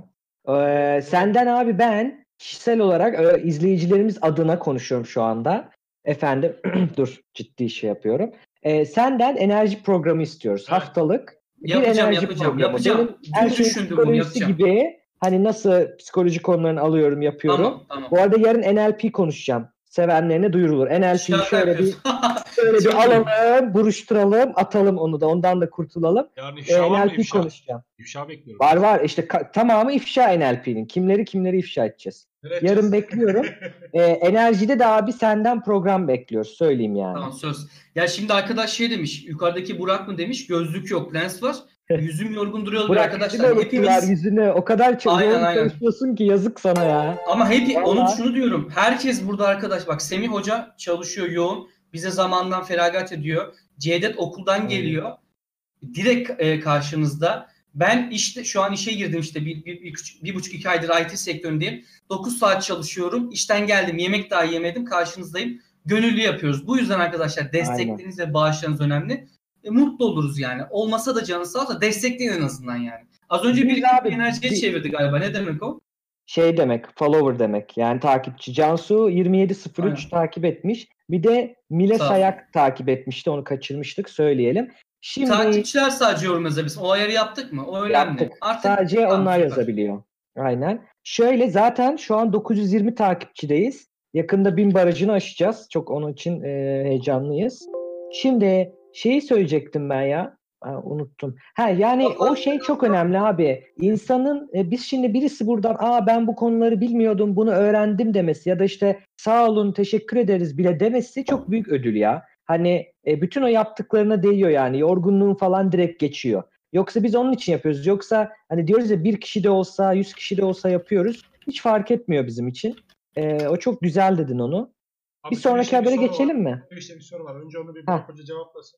Ee, senden abi ben kişisel olarak e, izleyicilerimiz adına konuşuyorum şu anda. Efendim dur ciddi şey yapıyorum. Ee, senden enerji programı istiyoruz. Evet. Haftalık bir Yapacağım, enerji yapacağım, programı. yapacağım. Benim Dün her şeyin düşündüm bunu, psikolojisi yapacağım. gibi hani nasıl psikoloji konularını alıyorum yapıyorum. Tamam, tamam. Bu arada yarın N L P konuşacağım. Sevenlerine duyurulur. N L P'yi Şaka şöyle bir yapıyorsun. şöyle bir Çok iyi. alalım, buruşturalım, atalım onu da. Ondan da kurtulalım. Yani Ee, ifşa var N mı L P ifşa? konuşacağım. İfşa bekliyorum. Var var işte ka- tamamı ifşa N L P'nin. Kimleri kimleri ifşa edeceğiz. Nereye Yarın edeceğiz? bekliyorum. Ee, enerjide de abi senden program bekliyoruz. Söyleyeyim yani. Tamam, söz. Ya şimdi arkadaş şey demiş. Yukarıdaki Burak mı demiş? Gözlük yok, lens var. Yüzüm yorgun duruyor Burak arkadaşlar. yüzünü unuttular Hepimiz yüzünü. O kadar çok Aynen, yoğun aynen. çalışıyorsun ki yazık sana ya. ama hep Vallahi. onun şunu diyorum. Herkes burada arkadaş. Bak Semih Hoca çalışıyor yoğun. Bize zamandan feragat ediyor. Cevdet okuldan Hmm. geliyor. Direkt e, karşınızda. Ben işte şu an işe girdim işte bir, bir, bir, bir, bir buçuk iki aydır I T sektöründeyim. dokuz saat çalışıyorum. İşten geldim. Yemek daha yemedim. Karşınızdayım. Gönüllü yapıyoruz. Bu yüzden arkadaşlar destekleriniz ve bağışlarınız önemli. E, mutlu oluruz yani. Olmasa da canı sağ olsa destekleyin en azından yani. Az önce Biz bir abi, enerjiye bir- çevirdi galiba. Ne demek o? Şey demek follower demek yani takipçi. Cansu yirmi yedi sıfır üç Aynen. takip etmiş. Bir de Mile Sağ ol. Sayak takip etmişti. Onu kaçırmıştık söyleyelim. Şimdi Takipçiler sadece yorum yazabilir. O ayarı yaptık mı? O önemli. yaptık. Artık Sadece tamam, onlar süper. yazabiliyor. Aynen. Şöyle zaten şu an dokuz yüz yirmi takipçideyiz. Yakında bin barajını aşacağız. Çok onun için e, heyecanlıyız. Şimdi şeyi söyleyecektim ben ya. Ha, unuttum. Ha yani o şey çok önemli abi. İnsanın e, biz şimdi birisi buradan aa ben bu konuları bilmiyordum bunu öğrendim demesi ya da işte sağ olun teşekkür ederiz bile demesi çok büyük ödül ya. Hani e, bütün o yaptıklarına değiyor yani. Yorgunluğun falan direkt geçiyor. Yoksa biz onun için yapıyoruz. Yoksa hani diyoruz ya bir kişi de olsa yüz kişi de olsa yapıyoruz. Hiç fark etmiyor bizim için. E, o çok güzel dedin onu. Abi Bir sonraki Twitch'te habere soru geçelim var. mi? Twitch'te bir soru var. Önce onu bir Heh. Burak Hoca cevaplasın.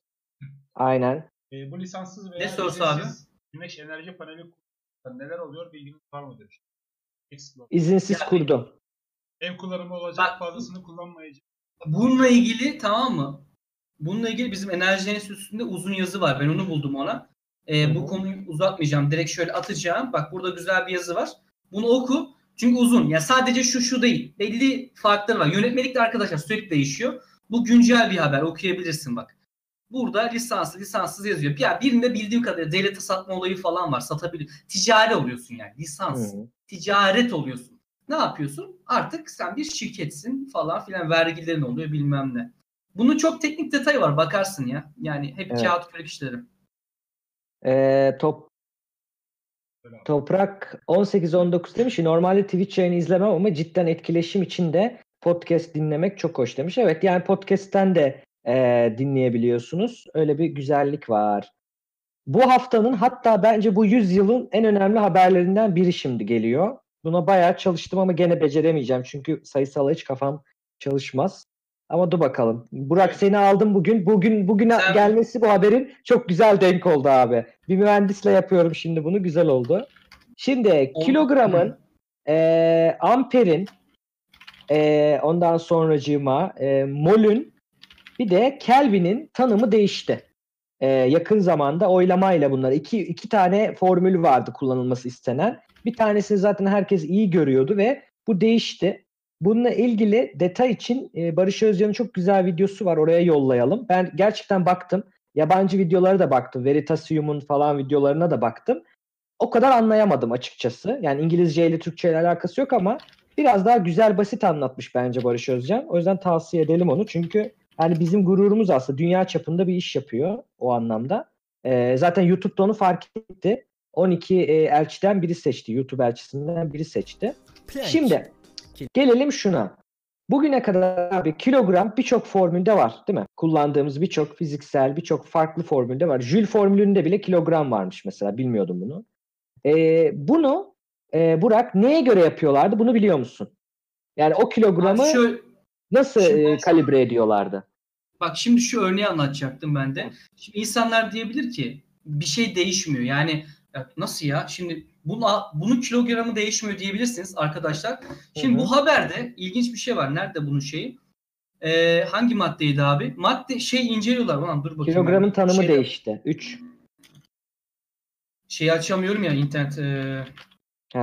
Aynen. E, bu lisanssız veya Ne sorusu abi? izinsiz güneş enerji paneli kullanımında neler oluyor bilginiz var mı demiş. Explore. İzinsiz Yani- kurdum. Ev kullanımı olacak, Bak- fazlasını kullanmayacak. Bununla ilgili tamam mı? Bununla ilgili bizim Enerji Enstitüsü'nde uzun yazı var. Ben onu buldum ona. Ee, Hı bu hı. konuyu uzatmayacağım. Direkt şöyle atacağım. Bak burada güzel bir yazı var. Bunu oku. Çünkü uzun. Ya sadece şu şu değil. Belli farkları var. Yönetmelik de arkadaşlar sürekli değişiyor. Bu güncel bir haber. Okuyabilirsin bak. Burada lisanslı lisanssız yazıyor. Ya birinde bildiğim kadarıyla devlete satma olayı falan var. Satabilir. Ticari oluyorsun yani. Lisans. Hı. Ticaret oluyorsun. Ne yapıyorsun? Artık sen bir şirketsin falan filan. Vergilerin oluyor bilmem ne. Bunun çok teknik detayı var. Bakarsın ya. Yani hep Evet. kağıt kürek işleri. Ee, top, Böyle abi. Toprak on sekiz on dokuz demiş ki normalde Twitch yayını izlemem ama cidden etkileşim için de podcast dinlemek çok hoş demiş. Evet yani podcast'ten de e, dinleyebiliyorsunuz. Öyle bir güzellik var. Bu haftanın hatta bence bu yüzyılın en önemli haberlerinden biri şimdi geliyor. Buna bayağı çalıştım ama gene beceremeyeceğim. Çünkü sayısala hiç kafam çalışmaz. Ama dur bakalım. Burak Evet. seni aldım bugün. Bugün bugüne Sen- gelmesi bu haberin çok güzel denk oldu abi. Bir mühendisle yapıyorum şimdi bunu. Güzel oldu. Şimdi Oldu. kilogramın, e, amperin, e, ondan sonracığıma e, molün bir de Kelvin'in tanımı değişti. Ee, yakın zamanda oylamayla bunlar. İki, iki tane formül vardı kullanılması istenen. Bir tanesini zaten herkes iyi görüyordu ve bu değişti. Bununla ilgili detay için e, Barış Özcan'ın çok güzel videosu var. Oraya yollayalım. Ben gerçekten baktım. Yabancı videolara da baktım. Veritasium'un falan videolarına da baktım. O kadar anlayamadım açıkçası. Yani İngilizce ile Türkçe ile alakası yok ama biraz daha güzel basit anlatmış bence Barış Özcan. O yüzden tavsiye edelim onu. Çünkü yani bizim gururumuz aslında dünya çapında bir iş yapıyor o anlamda. Ee, zaten YouTube'da onu fark etti. on iki e, elçiden biri seçti. YouTube elçisinden biri seçti. Plank. Şimdi gelelim şuna. Bugüne kadar abi kilogram birçok formülde var değil mi? Kullandığımız birçok fiziksel birçok farklı formülde var. Joule formülünde bile kilogram varmış mesela. Bilmiyordum bunu. Ee, bunu e, Burak neye göre yapıyorlardı? Bunu biliyor musun? Yani o kilogramı Abi şöyle, nasıl Şimdi- e, kalibre ediyorlardı? bak şimdi şu örneği anlatacaktım ben de. Şimdi insanlar diyebilir ki bir şey değişmiyor. Yani ya nasıl ya? Şimdi bunu, bunun kilogramı değişmiyor diyebilirsiniz arkadaşlar. Şimdi Hı hı. bu haberde ilginç bir şey var. Nerede bunun şeyi? Ee, hangi maddeydi abi? Madde şey inceliyorlar. Ulan dur bakayım. Kilogramın ben. tanımı Şeyde- değişti. üç. Şeyi açamıyorum ya internet. E, Ha.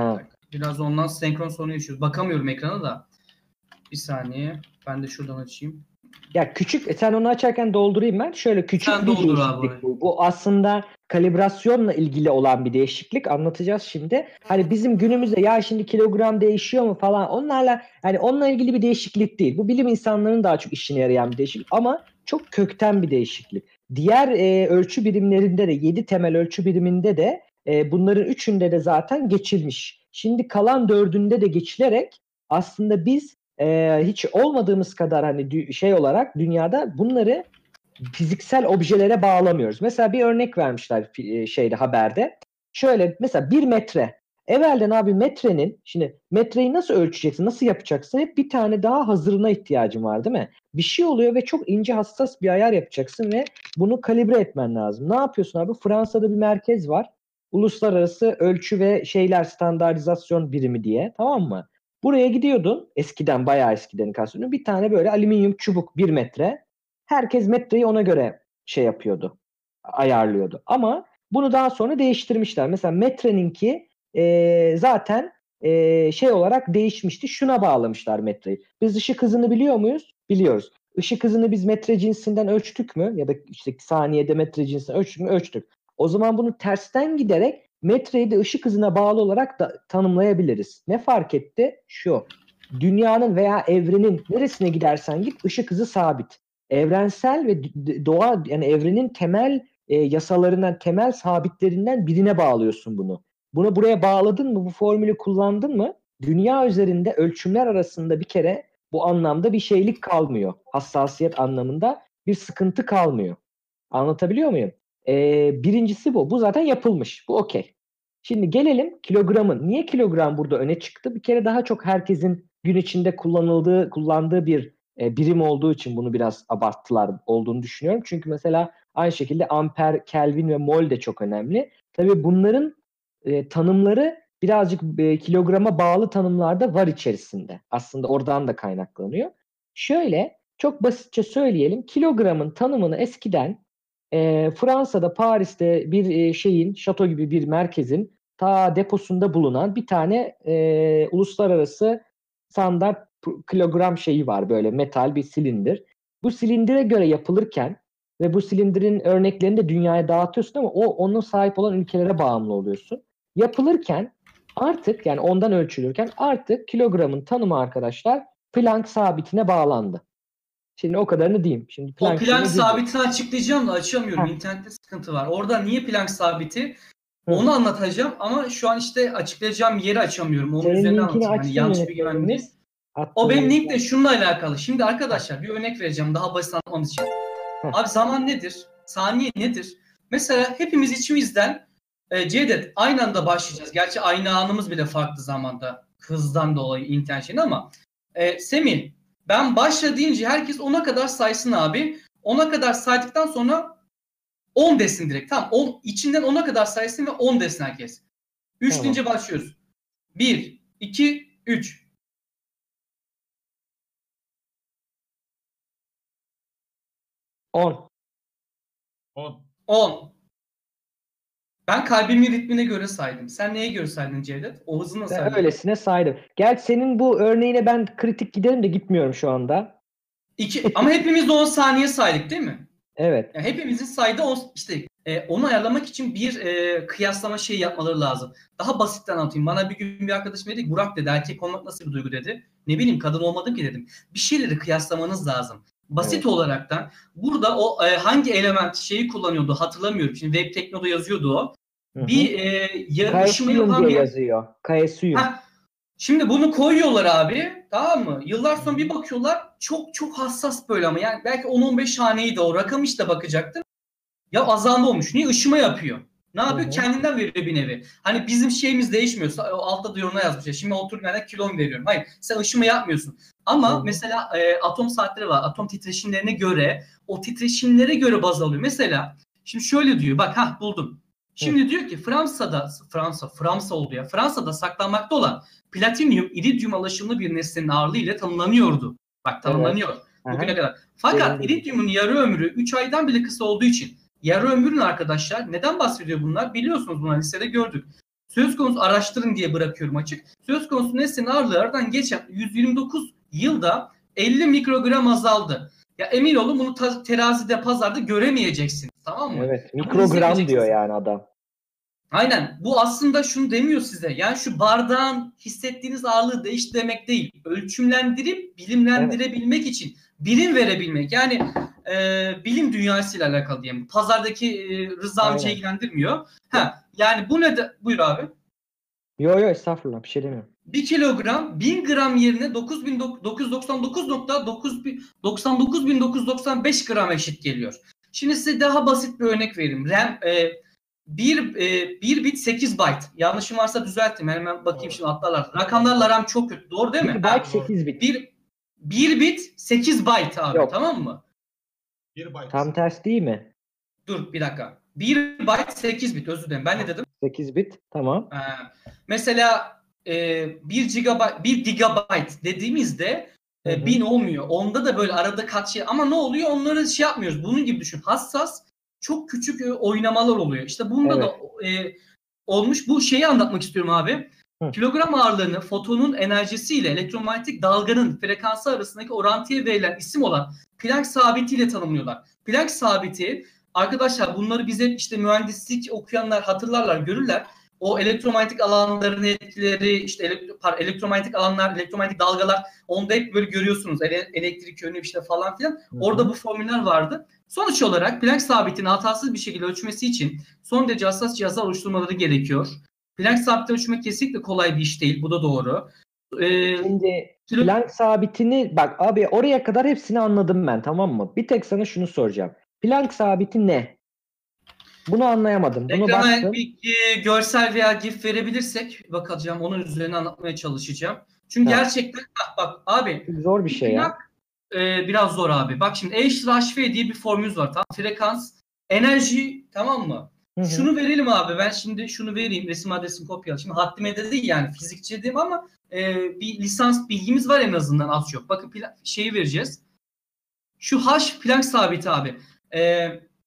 Biraz ondan senkron sorunu yaşıyoruz. Bakamıyorum ekrana da. Bir saniye. Ben de şuradan açayım. Ya küçük, sen onu açarken doldurayım ben. Şöyle küçük Sen bir doldur değişiklik abi. bu. Bu aslında kalibrasyonla ilgili olan bir değişiklik. Anlatacağız şimdi. Hani bizim günümüzde ya şimdi kilogram değişiyor mu falan, onlarla yani onunla ilgili bir değişiklik değil. Bu bilim insanlarının daha çok işine yarayan bir değişiklik ama çok kökten bir değişiklik. Diğer e, ölçü birimlerinde de, yedi temel ölçü biriminde de e, bunların üçünde de zaten geçilmiş. Şimdi kalan dördünde de geçilerek aslında biz Ee, hiç olmadığımız kadar hani şey olarak dünyada bunları fiziksel objelere bağlamıyoruz. Mesela bir örnek vermişler şeyde, haberde. Şöyle mesela bir metre. Evvelden abi metrenin, şimdi metreyi nasıl ölçeceksin, nasıl yapacaksın? Hep bir tane daha hazırına ihtiyacın var değil mi? Bir şey oluyor ve çok ince, hassas bir ayar yapacaksın ve bunu kalibre etmen lazım. Ne yapıyorsun abi? Fransa'da bir merkez var. Uluslararası Ölçü ve Şeyler Standartizasyon Birimi diye, tamam mı? Buraya gidiyordun, eskiden, bayağı eskiden kastediyorum. Bir tane böyle alüminyum çubuk, bir metre. Herkes metreyi ona göre şey yapıyordu, ayarlıyordu. Ama bunu daha sonra değiştirmişler. Mesela metreninki e, zaten e, şey olarak değişmişti. Şuna bağlamışlar metreyi. Biz ışık hızını biliyor muyuz? Biliyoruz. Işık hızını biz metre cinsinden ölçtük mü? Ya da işte saniyede metre cinsinden ölçtük mü? Ölçtük. O zaman bunu tersten giderek metreyi de ışık hızına bağlı olarak da tanımlayabiliriz. Ne fark etti? Şu. Dünyanın veya evrenin neresine gidersen git ışık hızı sabit. Evrensel ve doğa, yani evrenin temel e, yasalarından, temel sabitlerinden birine bağlıyorsun bunu. Bunu buraya bağladın mı? Bu formülü kullandın mı? Dünya üzerinde ölçümler arasında bir kere bu anlamda bir şeylik kalmıyor. Hassasiyet anlamında bir sıkıntı kalmıyor. Anlatabiliyor muyum? Ee, birincisi bu. Bu zaten yapılmış. Bu okey. Şimdi gelelim kilogramın. Niye kilogram burada öne çıktı? Bir kere daha çok herkesin gün içinde kullanıldığı, kullandığı bir e, birim olduğu için bunu biraz abarttılar olduğunu düşünüyorum. Çünkü mesela aynı şekilde amper, kelvin ve mol de çok önemli. Tabii bunların e, tanımları birazcık e, kilograma bağlı tanımlar da var içerisinde. Aslında oradan da kaynaklanıyor. Şöyle çok basitçe söyleyelim. Kilogramın tanımını eskiden e, Fransa'da, Paris'te bir e, şeyin, şato gibi bir merkezin ta deposunda bulunan bir tane e, uluslararası standart kilogram şeyi var, böyle metal bir silindir. Bu silindire göre yapılırken ve bu silindirin örneklerini de dünyaya dağıtıyorsun ama o onun sahip olan ülkelere bağımlı oluyorsun. Yapılırken artık, yani ondan ölçülürken artık kilogramın tanımı arkadaşlar Planck sabitine bağlandı. Şimdi o kadarını diyeyim. Şimdi O Planck, Planck sabitini açıklayacağım da açamıyorum. Heh. İnternette sıkıntı var. Orada niye Planck sabiti? Hı. Onu anlatacağım ama şu an işte açıklayacağım yeri açamıyorum. Onun Senin üzerinden linkini anlatayım. Hani yanlış bir güven değil. O benim link de şununla alakalı. Şimdi arkadaşlar bir örnek vereceğim daha basit anlatmamız için. Heh. Abi zaman nedir? Saniye nedir? Mesela hepimiz içimizden e, Cevdet aynı anda başlayacağız. Gerçi aynı anımız bile farklı zamanda. Hızdan dolayı internet şeyin ama e, Semih ben başla deyince herkes ona kadar saysın abi. Ona kadar saydıktan sonra on desin direkt. Tamam. on, içinden ona kadar saysın ve on desin herkes. üç tamam. Deyince başlıyoruz. bir, iki, üç. on. on. on. Ben kalbimin ritmine göre saydım. Sen neye göre saydın Cevdet? O hızı nasıl saydın? Öylesine saydım. Gerçi senin bu örneğine ben kritik giderim de gitmiyorum şu anda. İki, ama hepimiz de on saniye saydık değil mi? Evet. Yani hepimizin saydığı on, işte e, onu ayarlamak için bir e, kıyaslama şeyi yapmaları lazım. Daha basitten anlatayım. Bana bir gün bir arkadaşım dedi ki Burak dedi erkek olmak nasıl bir duygu dedi. Ne bileyim kadın olmadım ki dedim. Bir şeyleri kıyaslamanız lazım. Basit evet. olaraktan burada o e, hangi element şeyi kullanıyordu hatırlamıyorum. Şimdi web teknoda yazıyordu o. Hı-hı. Bir e, yarı ışıma yapan diye bir... yazıyor. Kaesiyum. Şimdi bunu koyuyorlar abi, tamam mı? Yıllar sonra bir bakıyorlar çok çok hassas böyle ama yani belki on on beş haneydi o rakam işte bakacaktın. Ya azalma olmuş. Niye? Işıma yapıyor. Ne yapıyor? Hı-hı. Kendinden veriyor bir nevi. Hani bizim şeyimiz değişmiyor. Altta da yorumuna yazmış. Şimdi oturup yani kilom veriyorum. Hayır. Sen ışıma yapmıyorsun. Ama Hı-hı. mesela e, atom saatleri var. Atom titreşimlerine göre o titreşimlere göre baz alıyor. Mesela şimdi şöyle diyor. Bak ha buldum. Şimdi Hı. diyor ki Fransa'da Fransa Fransa oldu ya. Fransa'da saklanmakta olan platinyum, iridyum alaşımlı bir nesnenin ağırlığı ile tanımlanıyordu. Bak tanımlanıyor. Evet. Bugüne Aha. kadar. Fakat Benim iridyumun yarı ömrü üç aydan bile kısa olduğu için yarı ömrün arkadaşlar neden bahsediyor bunlar? Biliyorsunuz bunları lisede gördük. Söz konusu araştırın diye bırakıyorum açık. Söz konusu nesnenin ağırlığı aradan geçen yüz yirmi dokuz yılda elli mikrogram azaldı. Ya emin olun bunu ta- terazide, pazarda göremeyeceksiniz. Tamam mı? Evet. Ama Mikrogram hissedeceksiniz. diyor yani adam. Aynen. Bu aslında şunu demiyor size. Yani şu bardağın hissettiğiniz ağırlığı değiş demek değil. Ölçümlendirip bilimlendirebilmek için bilim verebilmek. Yani e, bilim dünyasıyla alakalı diyelim. Pazardaki e, Rıza amca Aynen. ilgilendirmiyor. Ha, yani bu ne de... Buyur abi. Yo yo estağfurullah bir şey demiyorum. bir kilogram bin gram yerine dokuz bin dokuz yüz doksan dokuz nokta doksan dokuz bin dokuz yüz doksan beş gram eşit geliyor. Şimdi size daha basit bir örnek vereyim. RAM e, bir, e, bir bit sekiz byte. Yanlışım varsa düzeltin. Hemen bakayım şimdi atlarlar. Rakamlarla RAM çok kötü. Doğru değil mi? bir Ha, byte sekiz bit. bir, bir bit sekiz byte abi. Yok. Tamam mı? bir byte. Tam ters değil mi? Dur bir dakika. bir byte sekiz bit. Özür dilerim. Ben ne dedim? sekiz bit. Tamam. Ha, mesela e, bir gigabyte bir gigabyte dediğimizde e, Hı hı. bin olmuyor. Onda da böyle arada kat şey ama ne oluyor? Onları şey yapmıyoruz. Bunun gibi düşün. Hassas çok küçük e, oynamalar oluyor. İşte bunda Evet. da e, olmuş. Bu şeyi anlatmak istiyorum abi. Hı. Kilogram ağırlığını fotonun enerjisiyle elektromanyetik dalganın frekansı arasındaki orantıya verilen isim olan Planck sabitiyle tanımlıyorlar. Planck sabiti arkadaşlar bunları bize işte mühendislik okuyanlar hatırlarlar, görürler. O elektromanyetik alanların etkileri, işte elektro, pardon, elektromanyetik alanlar, elektromanyetik dalgalar, onda hep böyle görüyorsunuz. Ele, elektrik yönü işte falan filan. Hı hı. Orada bu formüller vardı. Sonuç olarak Planck sabitini hatasız bir şekilde ölçmesi için son derece hassas cihazlar oluşturmaları gerekiyor. Planck sabiti ölçmek kesinlikle kolay bir iş değil. Bu da doğru. Ee, Şimdi kilo- Planck sabitini bak abi oraya kadar hepsini anladım ben, tamam mı? Bir tek sana şunu soracağım. Planck sabiti ne? Bunu anlayamadım. Bunu Ekrana baktım. bir e, görsel veya gif verebilirsek bakacağım. Onun üzerine anlatmaya çalışacağım. Çünkü Ha. gerçekten bak, bak abi Çok zor bir şey ya. e, biraz zor abi. Bak şimdi E eşittir H V diye bir formülümüz var. Tamam. Frekans, enerji, tamam mı? Hı hı. Şunu verelim abi. Ben şimdi şunu vereyim. Resim adresini kopyalayayım. Şimdi haddime de değil yani fizikçi dedim ama e, bir lisans bilgimiz var en azından az çok. Bakın pla- şeyi vereceğiz. Şu H Planck sabiti abi. E,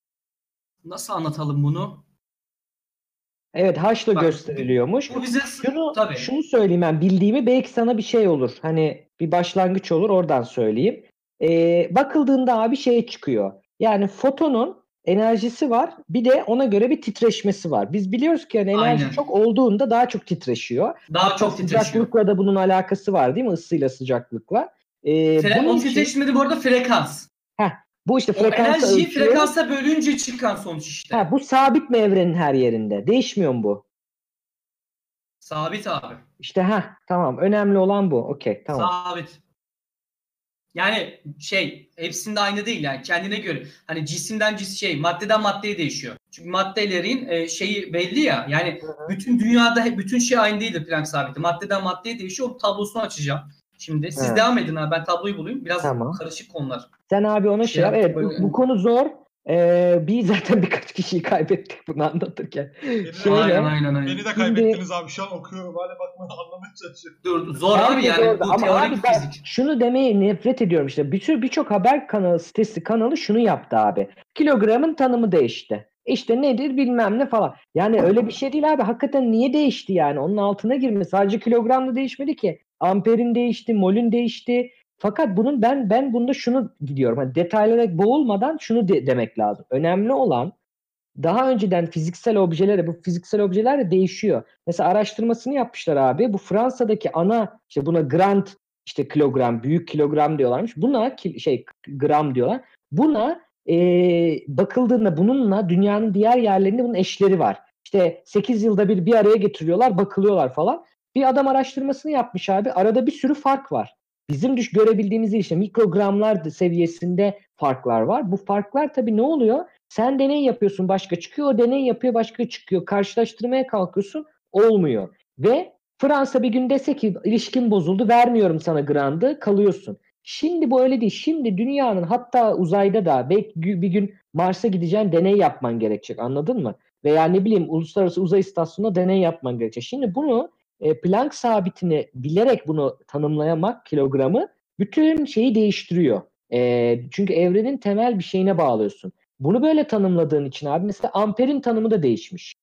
nasıl anlatalım bunu? Evet, H'la Bak, gösteriliyormuş. Bu bize Şunu tabii. şunu söyleyeyim, ben bildiğimi belki sana bir şey olur. Hani bir başlangıç olur, oradan söyleyeyim. Ee, bakıldığında abi şey çıkıyor. Yani fotonun enerjisi var. Bir de ona göre bir titreşmesi var. Biz biliyoruz ki yani enerji Aynen. çok olduğunda daha çok titreşiyor. Daha Hatta çok titreşiyor. sıcaklıkla da bunun alakası var değil mi? Isıyla sıcaklıkla. Ee, Fre- bunun o için titreşimde de bu arada frekans. bu işte O frekansı enerjiyi ölçüyor. frekansa bölünce çıkan sonuç işte. Ha, bu sabit mi evrenin her yerinde? Değişmiyor mu bu? Sabit abi. İşte ha tamam, önemli olan bu. Okey, tamam. Sabit. Yani şey hepsinde aynı değil yani kendine göre. Hani cisimden cis şey maddeden maddeye değişiyor. Çünkü maddelerin e, şeyi belli ya. Yani bütün dünyada hep bütün şey aynı değildir Planck sabiti. Maddeden maddeye değişiyor. O tablosunu açacağım. Şimdi siz Ha. devam edin abi. Ben tabloyu bulayım. Biraz Tamam. karışık konular. Sen abi ona Şey şey yap. yaptık Evet, bu, böyle. bu konu zor. Ee, bir zaten birkaç kişiyi kaybettik bunu anlatırken. Şöyle. Aynen aynen aynen. Beni de Şimdi- kaybettiniz abi. Şu an okuyorum. Hala bakmadan anlamaya çalışıyorum. Dur zor Herkes abi yani orada. bu Ama teorik abi ben fizik. şunu demeye nefret ediyorum işte. Bir sürü birçok haber kanalı, sitesi, kanalı şunu yaptı abi. Kilogramın tanımı değişti. İşte nedir bilmem ne falan. Yani öyle bir şey değil abi. Hakikaten niye değişti yani? Onun altına girme. Sadece kilogramda değişmedi ki. Amperin değişti, molün değişti. Fakat bunun ben ben bunda şunu gidiyorum. Hani detaylara boğulmadan şunu de- demek lazım. Önemli olan daha önceden fiziksel objelere, bu fiziksel objeler de değişiyor. Mesela araştırmasını yapmışlar abi. Bu Fransa'daki ana işte buna grand işte kilogram, büyük kilogram diyorlarmış. Buna ki, şey gram diyorlar. Buna e, bakıldığında bununla dünyanın diğer yerlerinde bunun eşleri var. İşte sekiz yılda bir bir araya getiriyorlar, bakılıyorlar falan. Bir adam araştırmasını yapmış abi. Arada bir sürü fark var. Bizim düş görebildiğimiz işte mikrogramlar seviyesinde farklar var. Bu farklar tabii ne oluyor? Sen deney yapıyorsun, başka çıkıyor. O deney yapıyor, başka çıkıyor. Karşılaştırmaya kalkıyorsun, olmuyor. Ve Fransa bir gün dese ki ilişkin bozuldu, vermiyorum sana grandı, kalıyorsun. Şimdi bu öyle değil. Şimdi dünyanın hatta uzayda da belki bir gün Mars'a gideceğin, deney yapman gerekecek. Anladın mı? Veya ne bileyim uluslararası uzay istasyonunda deney yapman gerekecek. Şimdi bunu e, Planck sabitini bilerek bunu tanımlayamak, kilogramı bütün şeyi değiştiriyor. E, çünkü evrenin temel bir şeyine bağlıyorsun. Bunu böyle tanımladığın için abi mesela amperin tanımı da değişmiş.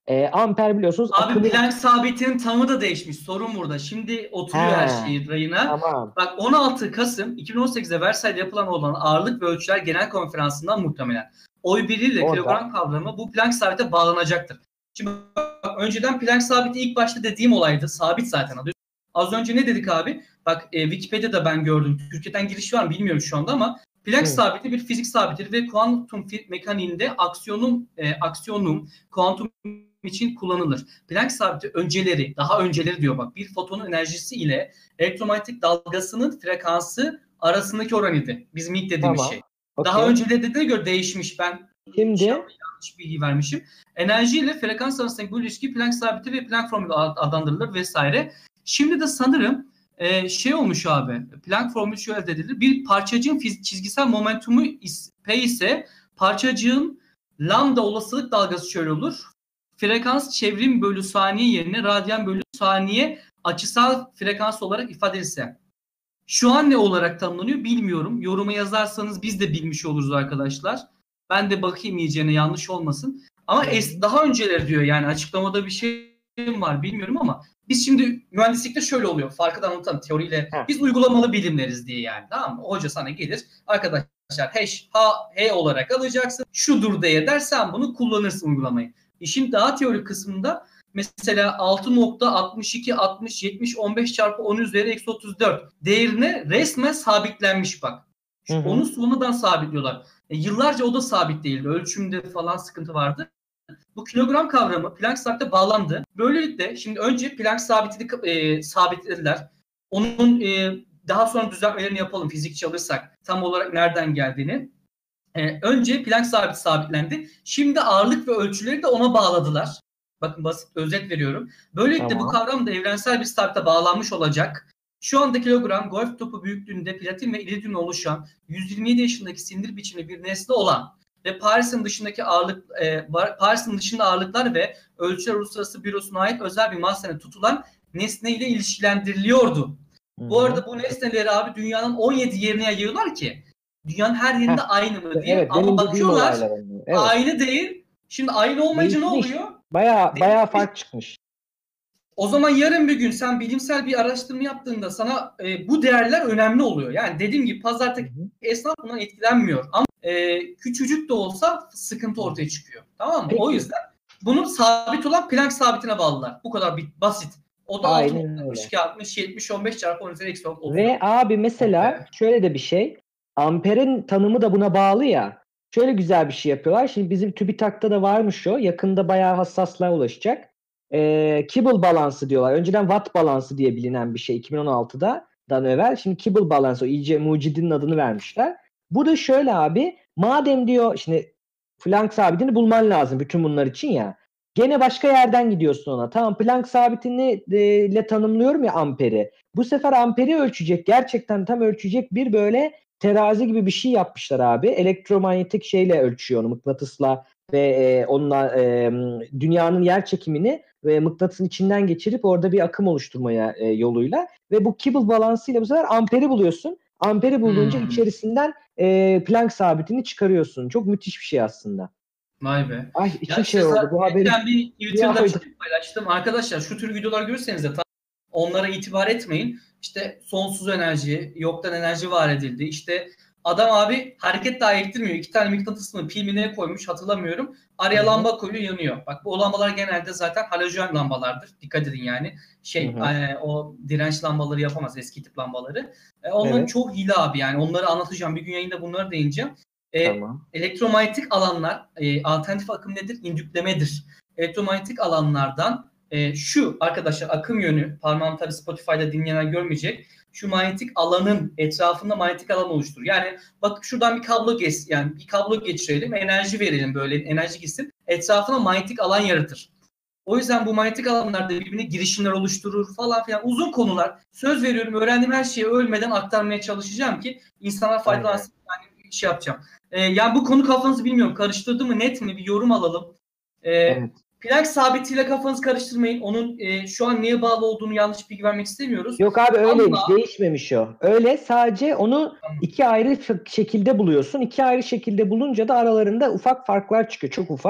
E, amper biliyorsunuz Abi akımı... Planck sabitinin tanımı da değişmiş. Sorun burada. Şimdi oturuyor He, her şey rayına. Tamam. Bak on altı Kasım iki bin on sekizde Versailles'de yapılan olan Ağırlık ve Ölçüler Genel Konferansı'ndan muhtemelen oy birliğiyle Orada. kilogram kavramı bu Planck sabite bağlanacaktır. Şimdi bak, önceden Planck sabiti ilk başta dediğim olaydı. Sabit zaten adı. Az önce ne dedik abi? Bak e, Wikipedia'da ben gördüm. Türkiye'den giriş var mı bilmiyorum şu anda ama Planck Hı. sabiti bir fizik sabitidir ve kuantum mekaniğinde aksiyonum e, aksiyonum kuantum için kullanılır. Planck sabiti önceleri, daha önceleri diyor bak, bir fotonun enerjisi ile elektromanyetik dalgasının frekansı arasındaki oran idi. Bizim ilk dediğimiz Tamam. şey. Okay. Daha önce dediğine göre değişmiş. Ben Şimdi yanlış bilgi vermişim. Enerji ile frekans arasındaki bu ilişki Planck sabiti ve Planck formülü adlandırılır vesaire. Şimdi de sanırım e, şey olmuş abi. Planck formülü şöyle elde edilir. Bir parçacığın çizgisel momentumu P ise parçacığın lambda olasılık dalgası şöyle olur. Frekans çevrim bölü saniye yerine radyan bölü saniye açısal frekans olarak ifade edilse. Şu an ne olarak tanımlanıyor bilmiyorum. Yoruma yazarsanız biz de bilmiş oluruz arkadaşlar. Ben de bakayım iyicene yanlış olmasın. Ama es, daha önceleri diyor yani açıklamada bir şey var bilmiyorum ama biz şimdi mühendislikte şöyle oluyor. Farkı da anlatan teoriyle biz uygulamalı bilimleriz diye yani, tamam mı? Hoca sana gelir arkadaşlar H, H, H olarak alacaksın. Şudur diye dersen bunu kullanırsın uygulamayı. İşin daha teorik kısmında mesela altı nokta altmış iki altmış yetmiş on beş çarpı on üzeri eksi otuz dört değerine resmen sabitlenmiş bak. Hı hı. Onu sonradan sabitliyorlar. E, yıllarca o da sabit değildi. Ölçümde falan sıkıntı vardı. Bu kilogram kavramı Planck sabite bağlandı. Böylelikle şimdi önce Planck sabitini e, sabitlediler. Onun e, daha sonra düzeltmelerini yapalım fizikçi alırsak tam olarak nereden geldiğini. Ee, önce Planck sabiti sabitlendi. Şimdi ağırlık ve ölçüleri de ona bağladılar. Bakın basit özet veriyorum. Böylelikle tamam. Bu kavram da evrensel bir sabite bağlanmış olacak. Şu anda kilogram golf topu büyüklüğünde platin ve iridyumla oluşan yüz yirmi yedi yaşındaki silindir biçimli bir nesne olan ve Paris'in dışındaki ağırlık e, Paris'in dışında ağırlıklar ve ölçüler uluslararası bürosuna ait özel bir mahzene tutulan nesne ile ilişkilendiriliyordu. Hı-hı. Bu arada bu nesneleri abi dünyanın on yedi yerine yayıyorlar ki dünyanın her yerinde Heh. aynı mı diye. Evet, ama bakıyorlar evet. aynı değil. Şimdi aynı olmayınca Değişmiş. Ne oluyor? Bayağı bayağı fark çıkmış. O zaman yarın bir gün sen bilimsel bir araştırma yaptığında sana e, bu değerler önemli oluyor. Yani dediğim gibi pazardaki esnaf bundan etkilenmiyor. Ama e, küçücük de olsa sıkıntı ortaya çıkıyor. Tamam mı? Peki. O yüzden bunun sabit olan Planck sabitine bağlılar. Bu kadar basit. O da altı nokta altmış iki altmış yetmiş on beş çarpı on üzeri eksi otuz. Ve abi mesela evet. Şöyle de bir şey. Amperin tanımı da buna bağlı ya. Şöyle güzel bir şey yapıyorlar. Şimdi bizim TÜBİTAK'ta da varmış o. Yakında bayağı hassaslığa ulaşacak. Ee, Kibble balansı diyorlar. Önceden Watt balansı diye bilinen bir şey iki bin on altıdan evvel. Şimdi Kibble balansı, o iyice mucidinin adını vermişler. Bu da şöyle abi. Madem diyor şimdi Planck sabitini bulman lazım bütün bunlar için ya. Gene başka yerden gidiyorsun ona. Tamam, Planck sabitini e, ile tanımlıyorum ya amperi. Bu sefer amperi ölçecek. Gerçekten tam ölçecek bir böyle terazi gibi bir şey yapmışlar abi. Elektromanyetik şeyle ölçüyor onu, mıknatısla ve e, onunla e, dünyanın yer çekimini ve mıknatısın içinden geçirip orada bir akım oluşturmaya e, yoluyla ve bu Kibble balansıyla bu sefer amperi buluyorsun. Amperi bulunca hmm. içerisinden e, Planck sabitini çıkarıyorsun. Çok müthiş bir şey aslında. Vay be. Ay içim şey oldu bu haberi. Ben bir YouTube'da bir şey paylaştım. Arkadaşlar şu tür videolar görürseniz de onlara itibar etmeyin. İşte sonsuz enerji, yoktan enerji var edildi. İşte adam abi hareket dahi ettirmiyor. İki tane mıknatısını pil mi ne koymuş hatırlamıyorum. Araya Hı-hı. lamba koyuyor, yanıyor. Bak bu lambalar genelde zaten halojen lambalardır. Dikkat edin yani. Şey e, o direnç lambaları yapamaz, eski tip lambaları. E, onların evet. Çok hile abi yani. Onları anlatacağım. Bir gün yayında bunları değineceğim. E, tamam. Elektromanyetik alanlar, e, alternatif akım nedir? İndüklemedir. Elektromanyetik alanlardan e, şu arkadaşlar akım yönü, parmağım tabii Spotify'da dinleyenler görmeyecek. Şu manyetik alanın etrafında manyetik alan oluşturur. Yani bak şuradan bir kablo geç, yani bir kablo geçirelim, enerji verelim, böyle enerji gitsin. Etrafına manyetik alan yaratır. O yüzden bu manyetik alanlarda birbirine girişimler oluşturur falan filan. Uzun konular. Söz veriyorum, öğrendiğim her şeyi ölmeden aktarmaya çalışacağım ki insanlar faydalansın. Yani şey yapacağım. Ee, yani bu konu kafanızı bilmiyorum. Karıştırdı mı, net mi? Bir yorum alalım. Ee, evet. Planck sabitiyle kafanızı karıştırmayın. Onun e, şu an neye bağlı olduğunu yanlış bilgi vermek istemiyoruz. Yok abi öyleymiş. Ama... Değişmemiş o. Öyle, sadece onu tamam. iki ayrı şekilde buluyorsun. İki ayrı şekilde bulunca da aralarında ufak farklar çıkıyor. Çok ufak.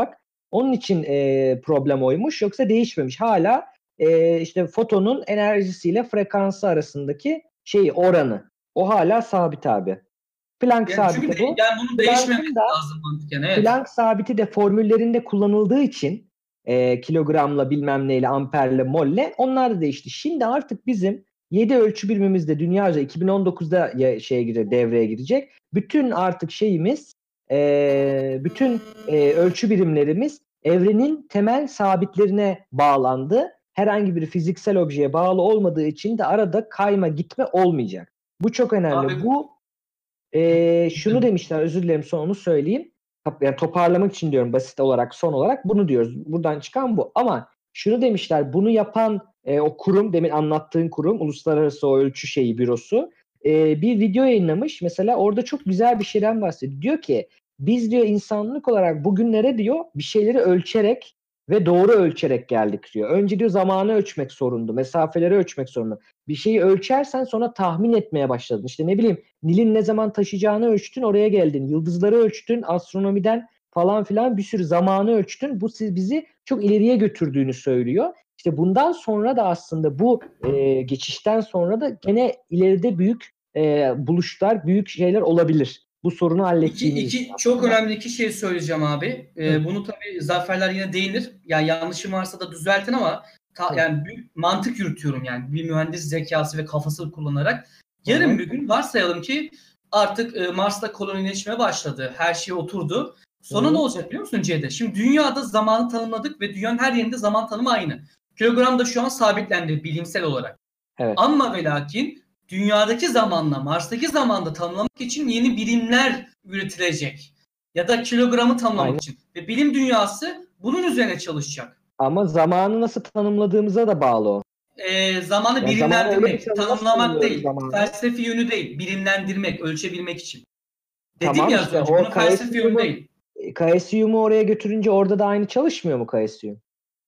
Onun için e, problem oymuş. Yoksa değişmemiş. Hala e, işte fotonun enerjisiyle frekansı arasındaki şey oranı. O hala sabit abi. Planck Yani çünkü sabiti de, bu. yani bunu Planck'ın değişmemek da lazım mantıken. Evet. Planck sabiti de formüllerinde kullanıldığı için e, kilogramla bilmem neyle amperle molle onlar da değişti. Şimdi artık bizim yedi ölçü birimimizde dünyaca iki bin on dokuzda ya, şeye girecek, devreye girecek. Bütün artık şeyimiz e, bütün e, ölçü birimlerimiz evrenin temel sabitlerine bağlandı. Herhangi bir fiziksel objeye bağlı olmadığı için de arada kayma gitme olmayacak. Bu çok önemli. Abi, Bu e, şunu demişler, özür dilerim, son onu söyleyeyim. Yani toparlamak için diyorum, basit olarak son olarak bunu diyoruz. Buradan çıkan bu. Ama şunu demişler, bunu yapan e, o kurum, demin anlattığın kurum, Uluslararası o Ölçü Şeyi Bürosu e, bir video yayınlamış. Mesela orada çok güzel bir şeyden bahsediyor. Diyor ki biz diyor insanlık olarak bugünlere diyor bir şeyleri ölçerek ve doğru ölçerek geldik diyor. Önce diyor zamanı ölçmek sorundu, mesafeleri ölçmek sorundu. Bir şeyi ölçersen sonra tahmin etmeye başladın. İşte ne bileyim Nil'in ne zaman taşıyacağını ölçtün, oraya geldin. Yıldızları ölçtün, astronomiden falan filan bir sürü zamanı ölçtün. Bu siz bizi çok ileriye götürdüğünü söylüyor. İşte bundan sonra da aslında bu e, geçişten sonra da gene ileride büyük e, buluşlar, büyük şeyler olabilir. Bu sorunu İki, hallettiğimiz iki için çok aslında. önemli iki şey söyleyeceğim abi. Ee, bunu tabii Zaferler yine değinir. Yani yanlışım varsa da düzeltin ama ta, yani büyük mantık yürütüyorum yani. Bir mühendis zekası ve kafasını kullanarak. Yarın Hı-hı. bir gün varsayalım ki artık e, Mars'ta kolonileşme başladı. Her şey oturdu. Sonra Hı-hı. ne olacak biliyor musun Ceyda? Şimdi dünyada zamanı tanımladık ve dünyanın her yerinde zaman tanımı aynı. Kilogram da şu an sabitlendi bilimsel olarak. Evet. Ama ve lakin dünyadaki zamanla Mars'taki zamanda tanımlamak için yeni birimler üretilecek. Ya da kilogramı tanımlamak Aynen. için. Ve bilim dünyası bunun üzerine çalışacak. Ama zamanı nasıl tanımladığımıza da bağlı o. Ee, zamanı Yani zamanı öyle bir birimlendirmek, tanım, nasıl tanımlamak tanımlıyoruz değil. zamanı? Felsefi yönü değil. Birimlendirmek, ölçebilmek için. Dedim Tamam ya az işte önce. o Bunun felsefi yönü K S U'mu değil. K S U'mu oraya götürünce orada da aynı çalışmıyor mu K S U?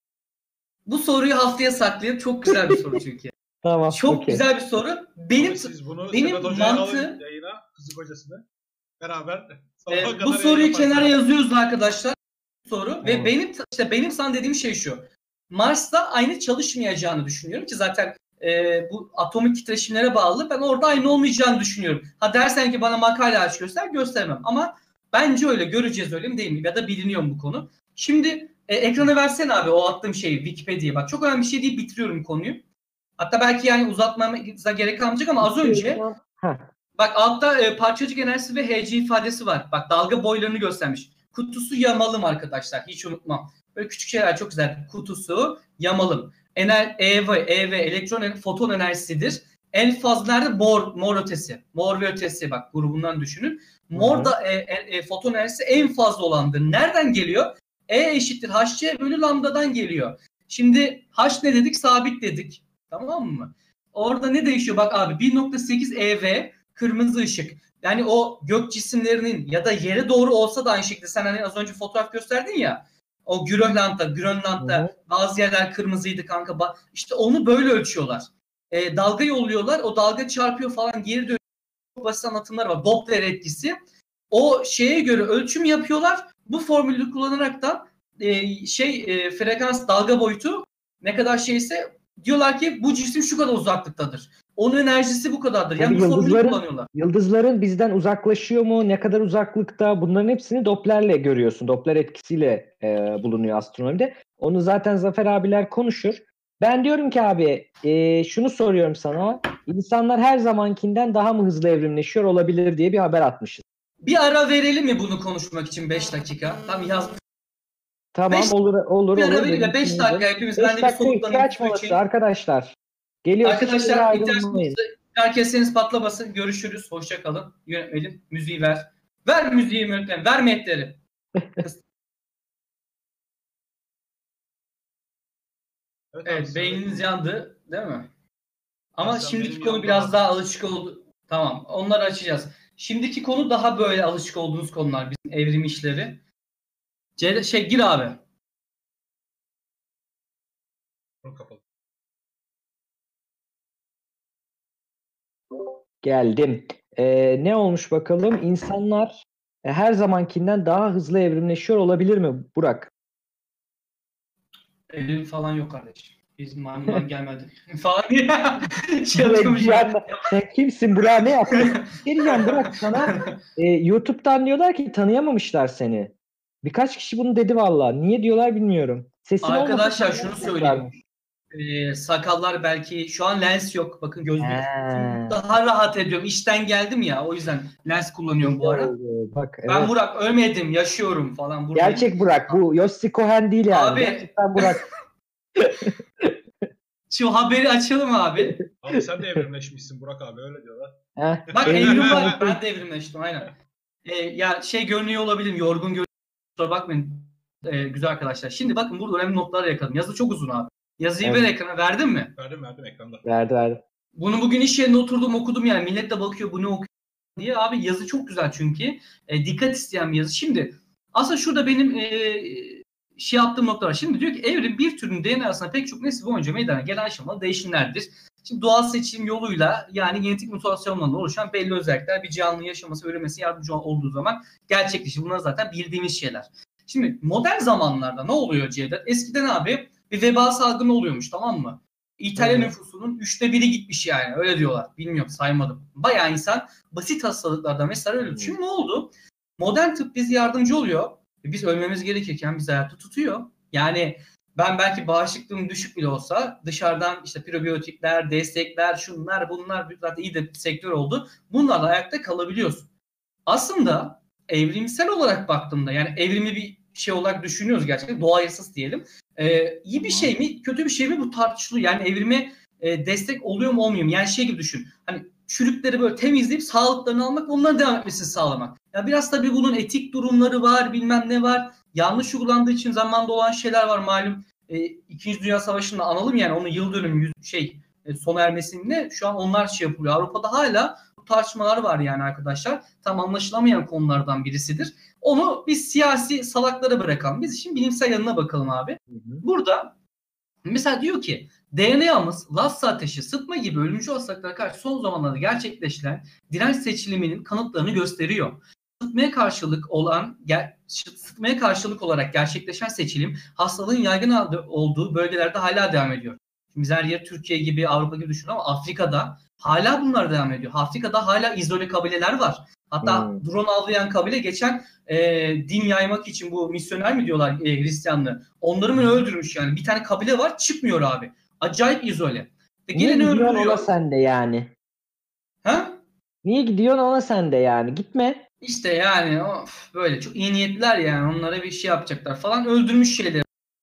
Bu soruyu haftaya saklayıp çok güzel bir soru çünkü. Tamam. Çok Okay. güzel bir soru. Benim Abi siz bunu benim Sedat Hoca'ya alın mantığım yayına, fizik hocasını. Beraber e, sabaha bu kadar soruyu yayın kenara yaparsınız. yazıyoruz arkadaşlar. Soru Tamam. ve benim işte benim sana dediğim şey şu. Mars'ta aynı çalışmayacağını düşünüyorum ki zaten e, bu atomik titreşimlere bağlı. Ben orada aynı olmayacağını düşünüyorum. Ha dersen ki bana makale aç göster, göstermem. Ama bence öyle. Göreceğiz, öyle mi değil mi? Ya da biliniyor mu bu konu? Şimdi e, ekrana versene abi o attığım şeyi Wikipedia'ya. Bak çok önemli bir şey deyip bitiriyorum konuyu. Hatta belki yani uzatmama gerek kalmayacak ama az önce Heh. bak altta e, parçacık enerjisi ve Hc ifadesi var. Bak dalga boylarını göstermiş. Kutusu yamalım arkadaşlar. Hiç unutmam. Böyle küçük şeyler çok güzel. Kutusu yamalım. Ener, E V, E V elektron foton enerjisidir. En fazla nerede? Mor, mor ötesi. Mor ve ötesi bak grubundan düşünün. Mor da e, e, e, foton enerjisi en fazla olandır. Nereden geliyor? E eşittir Hc bölü lambdadan geliyor. Şimdi H ne dedik? Sabit dedik. Tamam mı? Orada ne değişiyor? Bak abi bir nokta sekiz E V kırmızı ışık. Yani o gök cisimlerinin ya da yere doğru olsa da aynı şekilde sen hani az önce fotoğraf gösterdin ya. O Grönland'da, Grönland'da Hı hı. bazı yerler kırmızıydı kanka. İşte onu böyle ölçüyorlar. E, dalga yolluyorlar. O dalga çarpıyor falan geri dönüyor. Çok basit anlatımlar var. Doppler etkisi. O şeye göre ölçüm yapıyorlar. Bu formülü kullanarak da e, şey e, frekans dalga boyutu ne kadar şeyse diyorlar ki bu cisim şu kadar uzaklıktadır. Onun enerjisi bu kadardır. Yani Tabii bu formülü yıldızların, kullanıyorlar. yıldızların bizden uzaklaşıyor mu? Ne kadar uzaklıkta? Bunların hepsini Doppler'le görüyorsun. Doppler etkisiyle e, bulunuyor astronomide. Onu zaten Zafer abiler konuşur. Ben diyorum ki abi e, şunu soruyorum sana. İnsanlar her zamankinden daha mı hızlı evrimleşiyor olabilir diye bir haber atmışız. Bir ara verelim mi bunu konuşmak için beş dakika? Tam yaz. Tamam Beş- olur olur Bir olur. ara verelim. Benim beş için dakika uygun. hepimiz. Beş Ben de bir dakika soluklanayım. ihtiyaç Su molası içeyim. arkadaşlar. Geliyoruz. Hiçbir yere Arkadaşlar ayrılmayın. ihtiyaç herkesiniz patla basın. Görüşürüz. Hoşça kalın. Yönetmelim. Müziği ver. Ver müziği yönetmenim. Ver metleri. Evet, Evet, abi, beyniniz söyle. yandı, değil mi? Ama Dersen şimdiki benim konu yandı biraz abi. daha alışık oldu. Tamam, onları açacağız. Şimdiki konu daha böyle alışık olduğunuz konular, bizim evrim işleri. C şey gir abi. Çok kapalı. Geldim. Ee, ne olmuş bakalım? İnsanlar e, her zamankinden daha hızlı evrimleşiyor olabilir mi Burak? Evrim falan yok kardeşim. Biz maymundan gelmedik falan diye şey yapıyormuş. Sen kimsin Burak, ne yaptın? Geleceğim Burak sana. E, YouTube'dan diyorlar ki tanıyamamışlar seni. Birkaç kişi bunu dedi valla. Niye diyorlar bilmiyorum. Sesin Arkadaşlar olmasa şunu söyleyeyim. Ee, sakallar belki şu an lens yok. Bakın gözlük He. daha rahat ediyorum. İşten geldim ya, o yüzden lens kullanıyorum bu ara. Bak, evet. Ben Burak ölmedim, yaşıyorum falan. Buradayım. Gerçek Burak. Bu Yossi Cohen değil yani. Abi. Gerçekten Burak. Şu haberi açalım abi. Abi sen de evrimleşmişsin Burak abi, öyle diyorlar. Heh. Bak evrim var. Ben de evrimleştim aynen. Ee, ya şey görünüyor olabilirim. Yorgun görünüyor. Kusura bakmayın. Ee, güzel arkadaşlar. Şimdi bakın burada önemli noktalar yakalım. Yazı çok uzun abi. Yazıyı Evet. ver ekrana. Verdin mi? Verdim verdim ekranda. Verdi verdi. Bunu bugün iş yerinde oturdum okudum yani. Millet de bakıyor bu ne okuyor diye. Abi yazı çok güzel çünkü. E, dikkat isteyen bir yazı. Şimdi aslında şurada benim e, şey yaptığım nokta var. Şimdi diyor ki evrim bir türün D N A'sında pek çok nesil boyunca meydana gelen aşamalı değişimlerdir. Şimdi doğal seçim yoluyla yani genetik mutasyonlarla oluşan belli özellikler bir canlı yaşaması, üremesi yardımcı olduğu zaman gerçekleşir. Bunlar zaten bildiğimiz şeyler. Şimdi modern zamanlarda ne oluyor Cevdet? Eskiden abi bir veba salgını oluyormuş, tamam mı? İtalya Evet. nüfusunun üçte biri gitmiş yani. Öyle diyorlar. Bilmiyorum, saymadım. Bayağı insan basit hastalıklardan mesela ölüyor. Hmm. Şimdi ne oldu? Modern tıp bize yardımcı oluyor. Biz ölmemiz gerekirken bizi hayatta tutuyor. Yani ben belki bağışıklığım düşük bile olsa dışarıdan işte probiyotikler, destekler, şunlar bunlar zaten iyi de bir sektör oldu. Bunlarla ayakta kalabiliyorsun. Aslında evrimsel olarak baktığımda yani evrimi bir şey olarak düşünüyoruz gerçekten. Doğa yasası diyelim. Ee, iyi bir şey mi, kötü bir şey mi bu tartışılıyor. Yani evrime e, destek oluyor mu olmuyor mu? Yani şey gibi düşün. Hani çürükleri böyle temizleyip sağlıklarını almak, onların devam etmesini sağlamak. Ya biraz tabii bunun etik durumları var, bilmem ne var. Yanlış uygulandığı için zamanda olan şeyler var malum. E, İkinci Dünya Savaşı'nda analım yani onun yıl dönümü yüz, şey e, sona ermesinde şu an onlar şey yapılıyor. Avrupa'da hala bu tartışmalar var yani arkadaşlar. Tam anlaşılamayan konulardan birisidir. Onu biz siyasi salaklara bırakalım. Biz şimdi bilimsel yanına bakalım abi. Hı hı. Burada mesela diyor ki D N A'mız Lassa ateşi, sıtma gibi ölümcül hastalıklara karşı son zamanlarda gerçekleştiren direnç seçiliminin kanıtlarını gösteriyor. Sıtmaya karşılık olan sıtmaya karşılık olarak gerçekleşen seçilim hastalığın yaygın olduğu bölgelerde hala devam ediyor. Şimdi biz her yer Türkiye gibi, Avrupa gibi düşünüyoruz ama Afrika'da hala bunlar devam ediyor. Afrika'da hala izole kabileler var. Hatta Hmm. drone avlayan kabile geçen e, din yaymak için bu misyoner mi diyorlar e, Hristiyanlığı. Onları mı öldürmüş yani. Bir tane kabile var, çıkmıyor abi. Acayip izole. Ve Niye geleni gidiyorsun öldürüyor. ona sen de yani? Ha? Niye gidiyorsun ona sen de yani? Gitme. İşte yani of, böyle çok iyi niyetliler yani. Onlara bir şey yapacaklar falan. Öldürmüş şeyleri.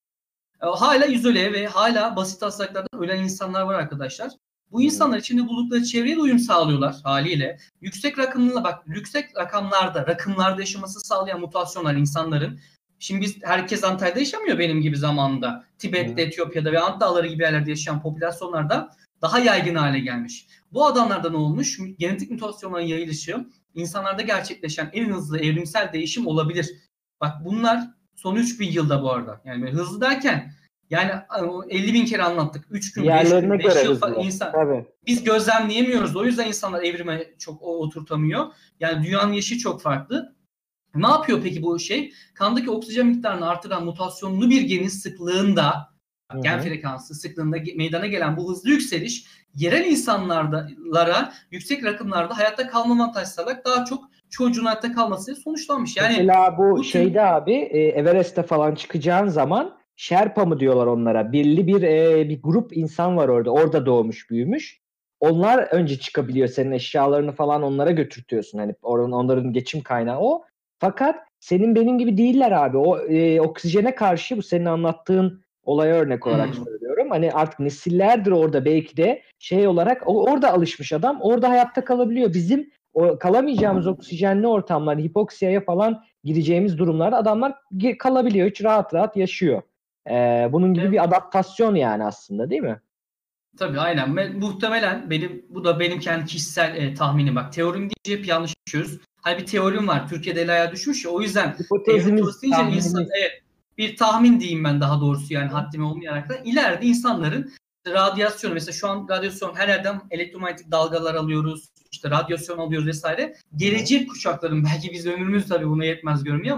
E, hala izole ve hala basit hastalıklardan ölen insanlar var arkadaşlar. Bu insanlar içinde buldukları çevreye de uyum sağlıyorlar haliyle. Yüksek rakamlarla bak yüksek rakamlarda, rakımlarda yaşaması sağlayan mutasyonlar insanların. Şimdi biz herkes Antalya'da yaşamıyor benim gibi zamanında. Tibet'te, Hı. Etiyopya'da ve Ant Dağları gibi yerlerde yaşayan popülasyonlarda daha yaygın hale gelmiş. Bu adamlarda ne olmuş? Genetik mutasyonların yayılışı insanlarda gerçekleşen en hızlı evrimsel değişim olabilir. Bak bunlar son üç bin yılda bu arada. Yani hızlı derken yani elli bin kere anlattık. üç gün, beş gün, beş yıl falan insan. Tabii. Biz gözlemleyemiyoruz. O yüzden insanlar evrime çok oturtamıyor. Yani dünyanın yaşı çok farklı. Ne yapıyor peki bu şey? Kandaki oksijen miktarını artıran mutasyonlu bir genin sıklığında, Hı hı. gen frekansı sıklığında meydana gelen bu hızlı yükseliş yerel insanlara yüksek rakımlarda hayatta kalma avantajı sağlayarak daha çok çocuğun hayatta kalması sonuçlanmış. Yani mesela bu, bu şeyde tür... abi e, Everest'te falan çıkacağın zaman Sherpa mı diyorlar onlara? Belli bir e, bir grup insan var orada. Orada doğmuş, büyümüş. Onlar önce çıkabiliyor. Senin eşyalarını falan onlara götürtüyorsun. Hani onların, onların geçim kaynağı o. Fakat senin benim gibi değiller abi. O e, oksijene karşı bu senin anlattığın olaya örnek olarak Hmm. söylüyorum. Hani artık nesillerdir orada belki de şey olarak o, orada alışmış adam. Orada hayatta kalabiliyor. Bizim o kalamayacağımız oksijenli ortamlar, hipoksiyaya falan gireceğimiz durumlarda adamlar kalabiliyor. Hiç rahat rahat yaşıyor. Ee, bunun gibi Evet. bir adaptasyon yani aslında, değil mi? Tabii aynen. Ben, muhtemelen benim bu da benim kendi kişisel e, tahminim. Bak teorim deyince hep yanlış düşüyoruz. Hani bir teorim var. Türkiye'de el ayağa düşmüş ya. O yüzden Hipotezimiz, deyince tahminimiz. insan, evet, bir tahmin diyeyim ben daha doğrusu yani haddime olmayarak da ileride insanların radyasyonu mesela şu an radyasyon her yerden elektromanyetik dalgalar alıyoruz. İşte radyasyon alıyoruz vesaire. Gelecek kuşakların belki biz ömrümüz tabii buna yetmez görmüyor ama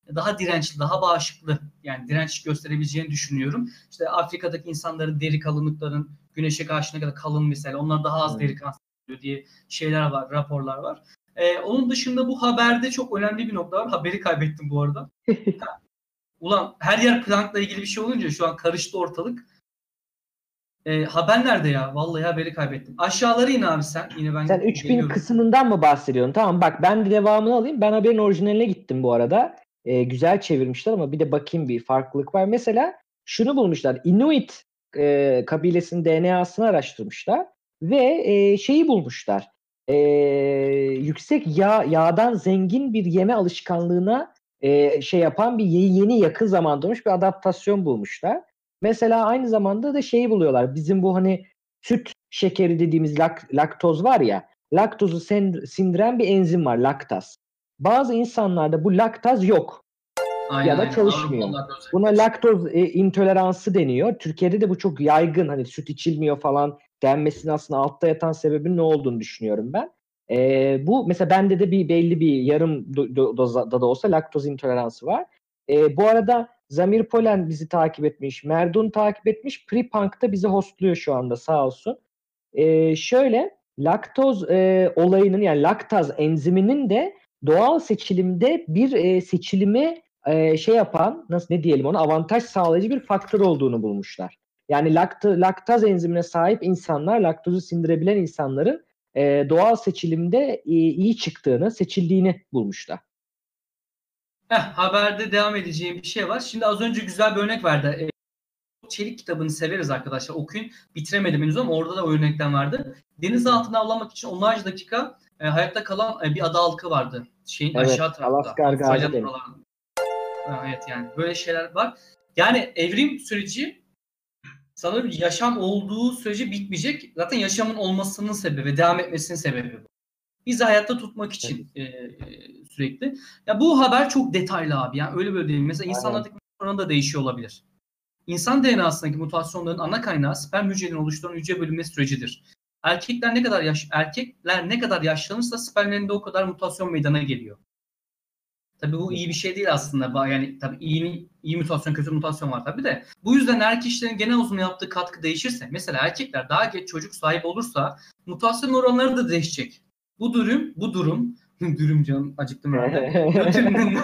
daha dirençli, daha bağışıklı, yani direnç gösterebileceğini düşünüyorum. İşte Afrika'daki insanların deri kalınlıkların güneşe karşı ne kadar kalın mesela, onlar daha az deri kanseri oluyor diye şeyler var, raporlar var. Ee, onun dışında bu haberde çok önemli bir nokta var. Haberi kaybettim bu arada. Ulan her yer plankla ilgili bir şey olunca şu an karıştı ortalık. Ee, haber nerede ya? Vallahi haberi kaybettim. Aşağıları in abi sen. Yine ben Sen üç bin geliyorum. kısmından mı bahsediyorsun? Tamam bak, ben de devamını alayım. Ben haberin orijinaline gittim bu arada. Ee, güzel çevirmişler ama bir de bakayım, bir farklılık var. Mesela şunu bulmuşlar. Inuit e, kabilesinin D N A'sını araştırmışlar ve e, şeyi bulmuşlar. E, yüksek yağ yağdan zengin bir yeme alışkanlığına e, şey yapan bir yeni yakın zamanda olmuş bir adaptasyon bulmuşlar. Mesela aynı zamanda da şeyi buluyorlar. Bizim bu hani süt şekeri dediğimiz lak, laktoz var ya, laktozu sen, sindiren bir enzim var, laktaz. Bazı insanlarda bu laktaz yok Aynen, ya da aynen. çalışmıyor. Avrupalılarda özellikle. Buna laktoz e, intoleransı deniyor. Türkiye'de de bu çok yaygın, hani süt içilmiyor falan denmesinin aslında altta yatan sebebin ne olduğunu düşünüyorum ben. E, bu mesela bende de bir belli bir yarım do- do- dozda da olsa laktoz intoleransı var. E, bu arada Zamir Polen bizi takip etmiş, Merdun takip etmiş, Pripunk da bizi hostluyor şu anda, sağ olsun. Ee, şöyle laktoz e, olayının, yani laktaz enziminin de doğal seçilimde bir e, seçilimi e, şey yapan, nasıl, ne diyelim ona, avantaj sağlayıcı bir faktör olduğunu bulmuşlar. Yani lakt laktaz enzimine sahip insanlar, laktozu sindirebilen insanların e, doğal seçilimde e, iyi çıktığını, seçildiğini bulmuşlar. Heh, haberde devam edeceğim bir şey var. Şimdi az önce güzel bir örnek verdi. Çelik kitabını severiz arkadaşlar. Okuyun. Bitiremedim henüz ama orada da o örnekten vardı. Deniz altına avlanmak için onlarca dakika e, hayatta kalan e, bir ada halkı vardı. Şeyin Evet, aşağı tarafta. Alaska Gazi Avustralya'nın Deniz. oralarında. Evet, yani böyle şeyler var. Yani evrim süreci sanırım yaşam olduğu sürece bitmeyecek. Zaten yaşamın olmasının sebebi, devam etmesinin sebebi bu. Bizi hayatta tutmak için e, e, sürekli. Ya bu haber çok detaylı abi. Yani öyle böyle değil. Mesela insanlardaki oranı da değişiyor olabilir. İnsan D N A'sındaki mutasyonların ana kaynağı sperm hücrelerinin oluşturan hücre bölünme sürecidir. Erkekler ne kadar yaş erkekler ne kadar yaşlanırsa spermlerinde o kadar mutasyon meydana geliyor. Tabii bu iyi bir şey değil aslında. Yani tabii iyi iyi mutasyon, kötü mutasyon var tabii de. Bu yüzden eğer kişilerin genel uzunluğuna yaptığı katkı değişirse, mesela erkekler daha geç çocuk sahibi olursa mutasyon oranları da değişecek. Bu durum, bu durum Dürüm canım, acıktım herhalde. nötr,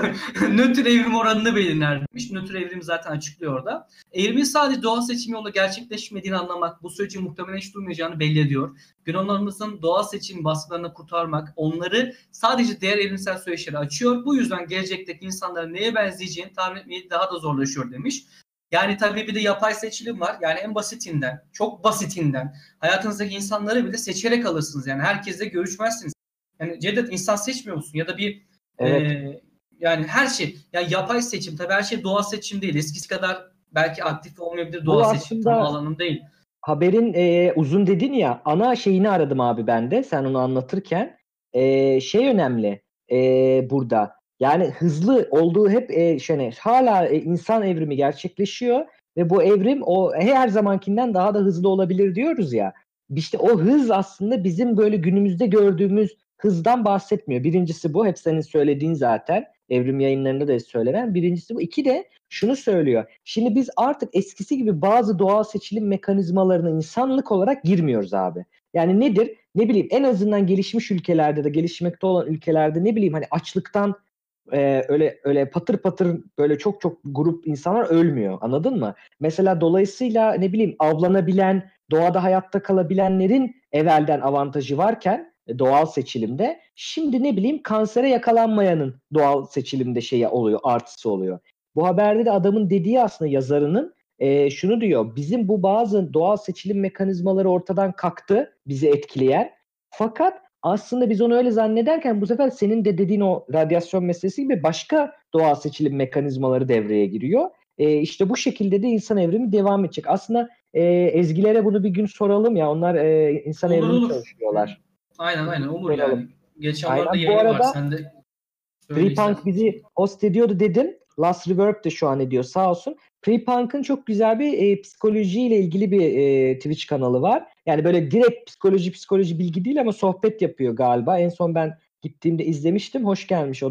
nötr evrim oranını belirler demiş. Nötr evrim zaten açıklıyor orada. Evrimin sadece doğal seçim yoluyla gerçekleşmediğini anlamak, bu sürecin muhtemelen hiç durmayacağını belli ediyor. Genonlarımızın doğal seçim baskılarını kurtarmak, onları sadece diğer evrimsel süreçleri açıyor. Bu yüzden gelecekteki insanların neye benzeyeceğini tahmin etmeyi daha da zorlaşıyor demiş. Yani tabii bir de yapay seçilim var. Yani en basitinden, çok basitinden hayatınızdaki insanları bile seçerek alırsınız. Yani herkesle görüşmezsiniz. Yani Cevdet, insan seçmiyor musun? Ya da bir evet. e, yani her şey, yani yapay seçim, tabii her şey doğal seçim değil. Eskisi kadar belki aktif olmayabilir doğal seçim. Tam alanım değil. Haberin e, uzun dedin ya, ana şeyini aradım abi ben de sen onu anlatırken. E, şey önemli e, burada. Yani hızlı olduğu hep e, şöyle, hala e, insan evrimi gerçekleşiyor ve bu evrim o her zamankinden daha da hızlı olabilir diyoruz ya. İşte o hız aslında bizim böyle günümüzde gördüğümüz hızdan bahsetmiyor. Birincisi bu, hep senin söylediğin zaten. Evrim yayınlarında da söylenen. Birincisi bu. İki de şunu söylüyor. Şimdi biz artık eskisi gibi bazı doğal seçilim mekanizmalarına insanlık olarak girmiyoruz abi. Yani nedir? Ne bileyim, en azından gelişmiş ülkelerde de, gelişmekte olan ülkelerde, ne bileyim, hani açlıktan e, öyle öyle patır patır böyle çok çok grup insanlar ölmüyor. Anladın mı? Mesela dolayısıyla ne bileyim, avlanabilen, doğada hayatta kalabilenlerin evvelden avantajı varken doğal seçilimde, şimdi ne bileyim kansere yakalanmayanın doğal seçilimde şeyi oluyor, artısı oluyor. Bu haberde de adamın dediği, aslında yazarının e, şunu diyor: bizim bu bazı doğal seçilim mekanizmaları ortadan kalktı, bizi etkileyen. Fakat aslında biz onu öyle zannederken bu sefer senin de dediğin o radyasyon meselesi gibi başka doğal seçilim mekanizmaları devreye giriyor. E, işte bu şekilde de insan evrimi devam edecek. Aslında e, Ezgilere bunu bir gün soralım ya, onlar e, insan olur, evrimi olur. çalışıyorlar. Aynen aynen olur soralım. yani. Geçenlerde Aynen. yayını Bu arada, var. Sen de Prepunk bizi host ediyordu dedim. Last Reverb de şu an ediyor, sağ olsun. Prepunk'ın çok güzel bir e, psikolojiyle ilgili bir e, Twitch kanalı var. Yani böyle direkt psikoloji psikoloji bilgi değil ama sohbet yapıyor galiba. En son ben gittiğimde izlemiştim. Hoş gelmiş o da.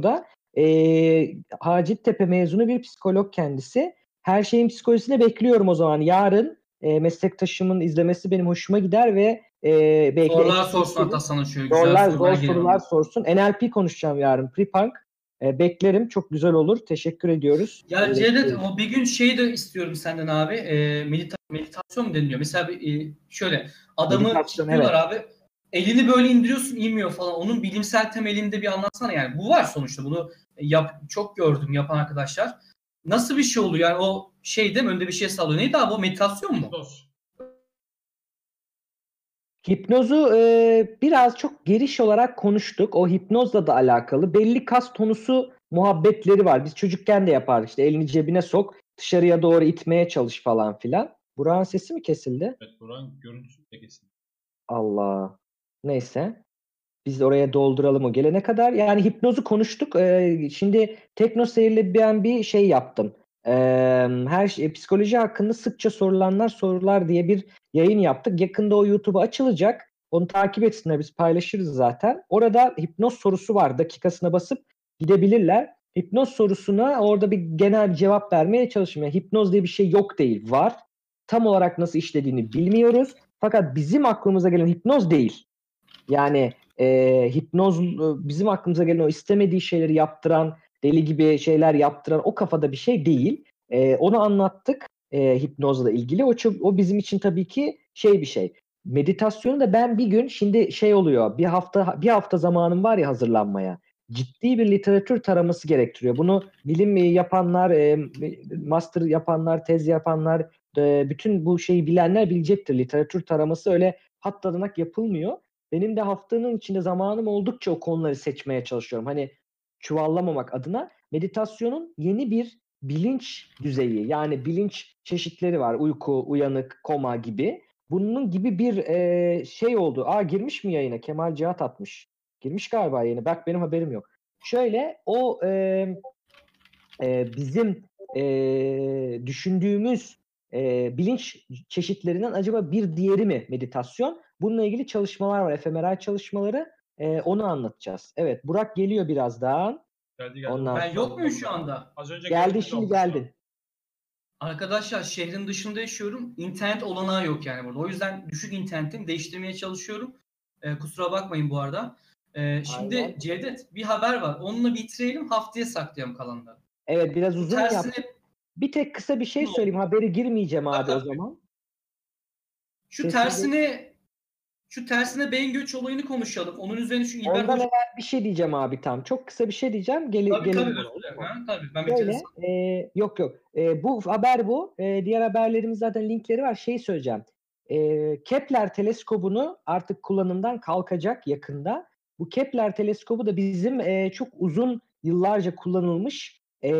E, Hacettepe mezunu bir psikolog kendisi. Her şeyin psikolojisine bekliyorum o zaman. Yarın e, meslektaşımın izlemesi benim hoşuma gider ve e, belki de Sorular sorsun etkileşiriz. hatta sana şöyle güzel Zorlar, sorular zor gelir sorular ona. sorsun. N L P konuşacağım yarın. Pre-Punk. E, beklerim. Çok güzel olur. Teşekkür ediyoruz. Ya E, Cevdet, bekliyoruz. o bir gün şey de istiyorum senden abi. E, medita meditasyon mu deniliyor? Mesela bir, e, şöyle adamı Meditasyon, kilitliyorlar evet. abi. Elini böyle indiriyorsun, inmiyor falan. Onun bilimsel temelinde bir anlatsana yani. Bu var sonuçta. Bunu yap, çok gördüm yapan arkadaşlar. Nasıl bir şey oluyor? Yani o şey değil mi? Önde bir şey sallıyor. Neydi abi o, meditasyon mu? Hipnoz. Hipnozu e, biraz çok geniş olarak konuştuk. O hipnozla da alakalı. Belli kas tonusu muhabbetleri var. Biz çocukken de yapardık. İşte elini cebine sok, dışarıya doğru itmeye çalış falan filan. Burak'ın sesi mi kesildi? Evet, Burak'ın görüntüsü de kesin. Allah. Neyse. Biz oraya dolduralım o gelene kadar. Yani hipnozu konuştuk. Ee, şimdi Tekno Seyir'le ben bir şey yaptım. Ee, her şey, psikoloji hakkında sıkça sorulanlar sorular diye bir yayın yaptık. Yakında o YouTube'a açılacak. Onu takip etsinler. Biz paylaşırız zaten. Orada hipnoz sorusu var. Dakikasına basıp gidebilirler. Hipnoz sorusuna orada bir genel bir cevap vermeye çalışıyorum. Yani hipnoz diye bir şey yok değil. Var. Tam olarak nasıl işlediğini bilmiyoruz. Fakat bizim aklımıza gelen hipnoz değil. Yani e, hipnoz e, bizim aklımıza gelen o istemediği şeyleri yaptıran, deli gibi şeyler yaptıran o kafada bir şey değil. E, onu anlattık e, hipnozla ilgili. O, çok, o bizim için tabii ki şey bir şey. Meditasyonu da ben bir gün şimdi şey oluyor. Bir hafta bir hafta zamanım var ya hazırlanmaya. Ciddi bir literatür taraması gerektiriyor. Bunu bilim yapanlar, e, master yapanlar, tez yapanlar, e, bütün bu şeyi bilenler bilecektir. Literatür taraması öyle hattadanak yapılmıyor. Benim de haftanın içinde zamanım oldukça o konuları seçmeye çalışıyorum. Hani çuvallamamak adına meditasyonun yeni bir bilinç düzeyi, yani bilinç çeşitleri var. Uyku, uyanık, koma gibi. Bunun gibi bir e, şey oldu. Aa, girmiş mi yayına? Kemal Cihat atmış. Girmiş galiba yayına. Bak benim haberim yok. Şöyle o e, e, bizim e, düşündüğümüz e, bilinç çeşitlerinden acaba bir diğeri mi meditasyon? Bununla ilgili çalışmalar var, efemeral çalışmaları. E, onu anlatacağız. Evet, Burak geliyor birazdan. Geldi geldi. Ondan Ben Burak sonra yok muyum burada. şu anda? Az önce geldin, görüntülü şimdi olmuştu. geldin. Arkadaşlar şehrin dışında yaşıyorum. İnternet olanağı yok yani burada. O yüzden düşük internetim, değiştirmeye çalışıyorum. Ee, kusura bakmayın bu arada. Ee, şimdi Aynen. Cevdet bir haber var. Onunla bitirelim, haftaya saklayalım kalanları. Evet, biraz Bu uzun tersine yaptık. Bir tek kısa bir şey ne oldu? söyleyeyim. Haberi girmeyeceğim abi o Tabii, tabii. zaman. Şu Sesini de- tersine şu tersine beyin göç olayını konuşalım. Onun üzerine şu İlber Ondan Hoca... evvel bir şey diyeceğim abi tam. Çok kısa bir şey diyeceğim. Gele, Tabii tabii, gelelim özür ona, olur dilerim. mu? Ha, tabii ben bitirdim. Şöyle, e, yok yok. E, bu haber bu. E, diğer haberlerimiz zaten linkleri var. Şey söyleyeceğim. E, Kepler teleskobunu artık kullanımdan kalkacak yakında. Bu Kepler teleskobu da bizim e, çok uzun yıllarca kullanılmış. E,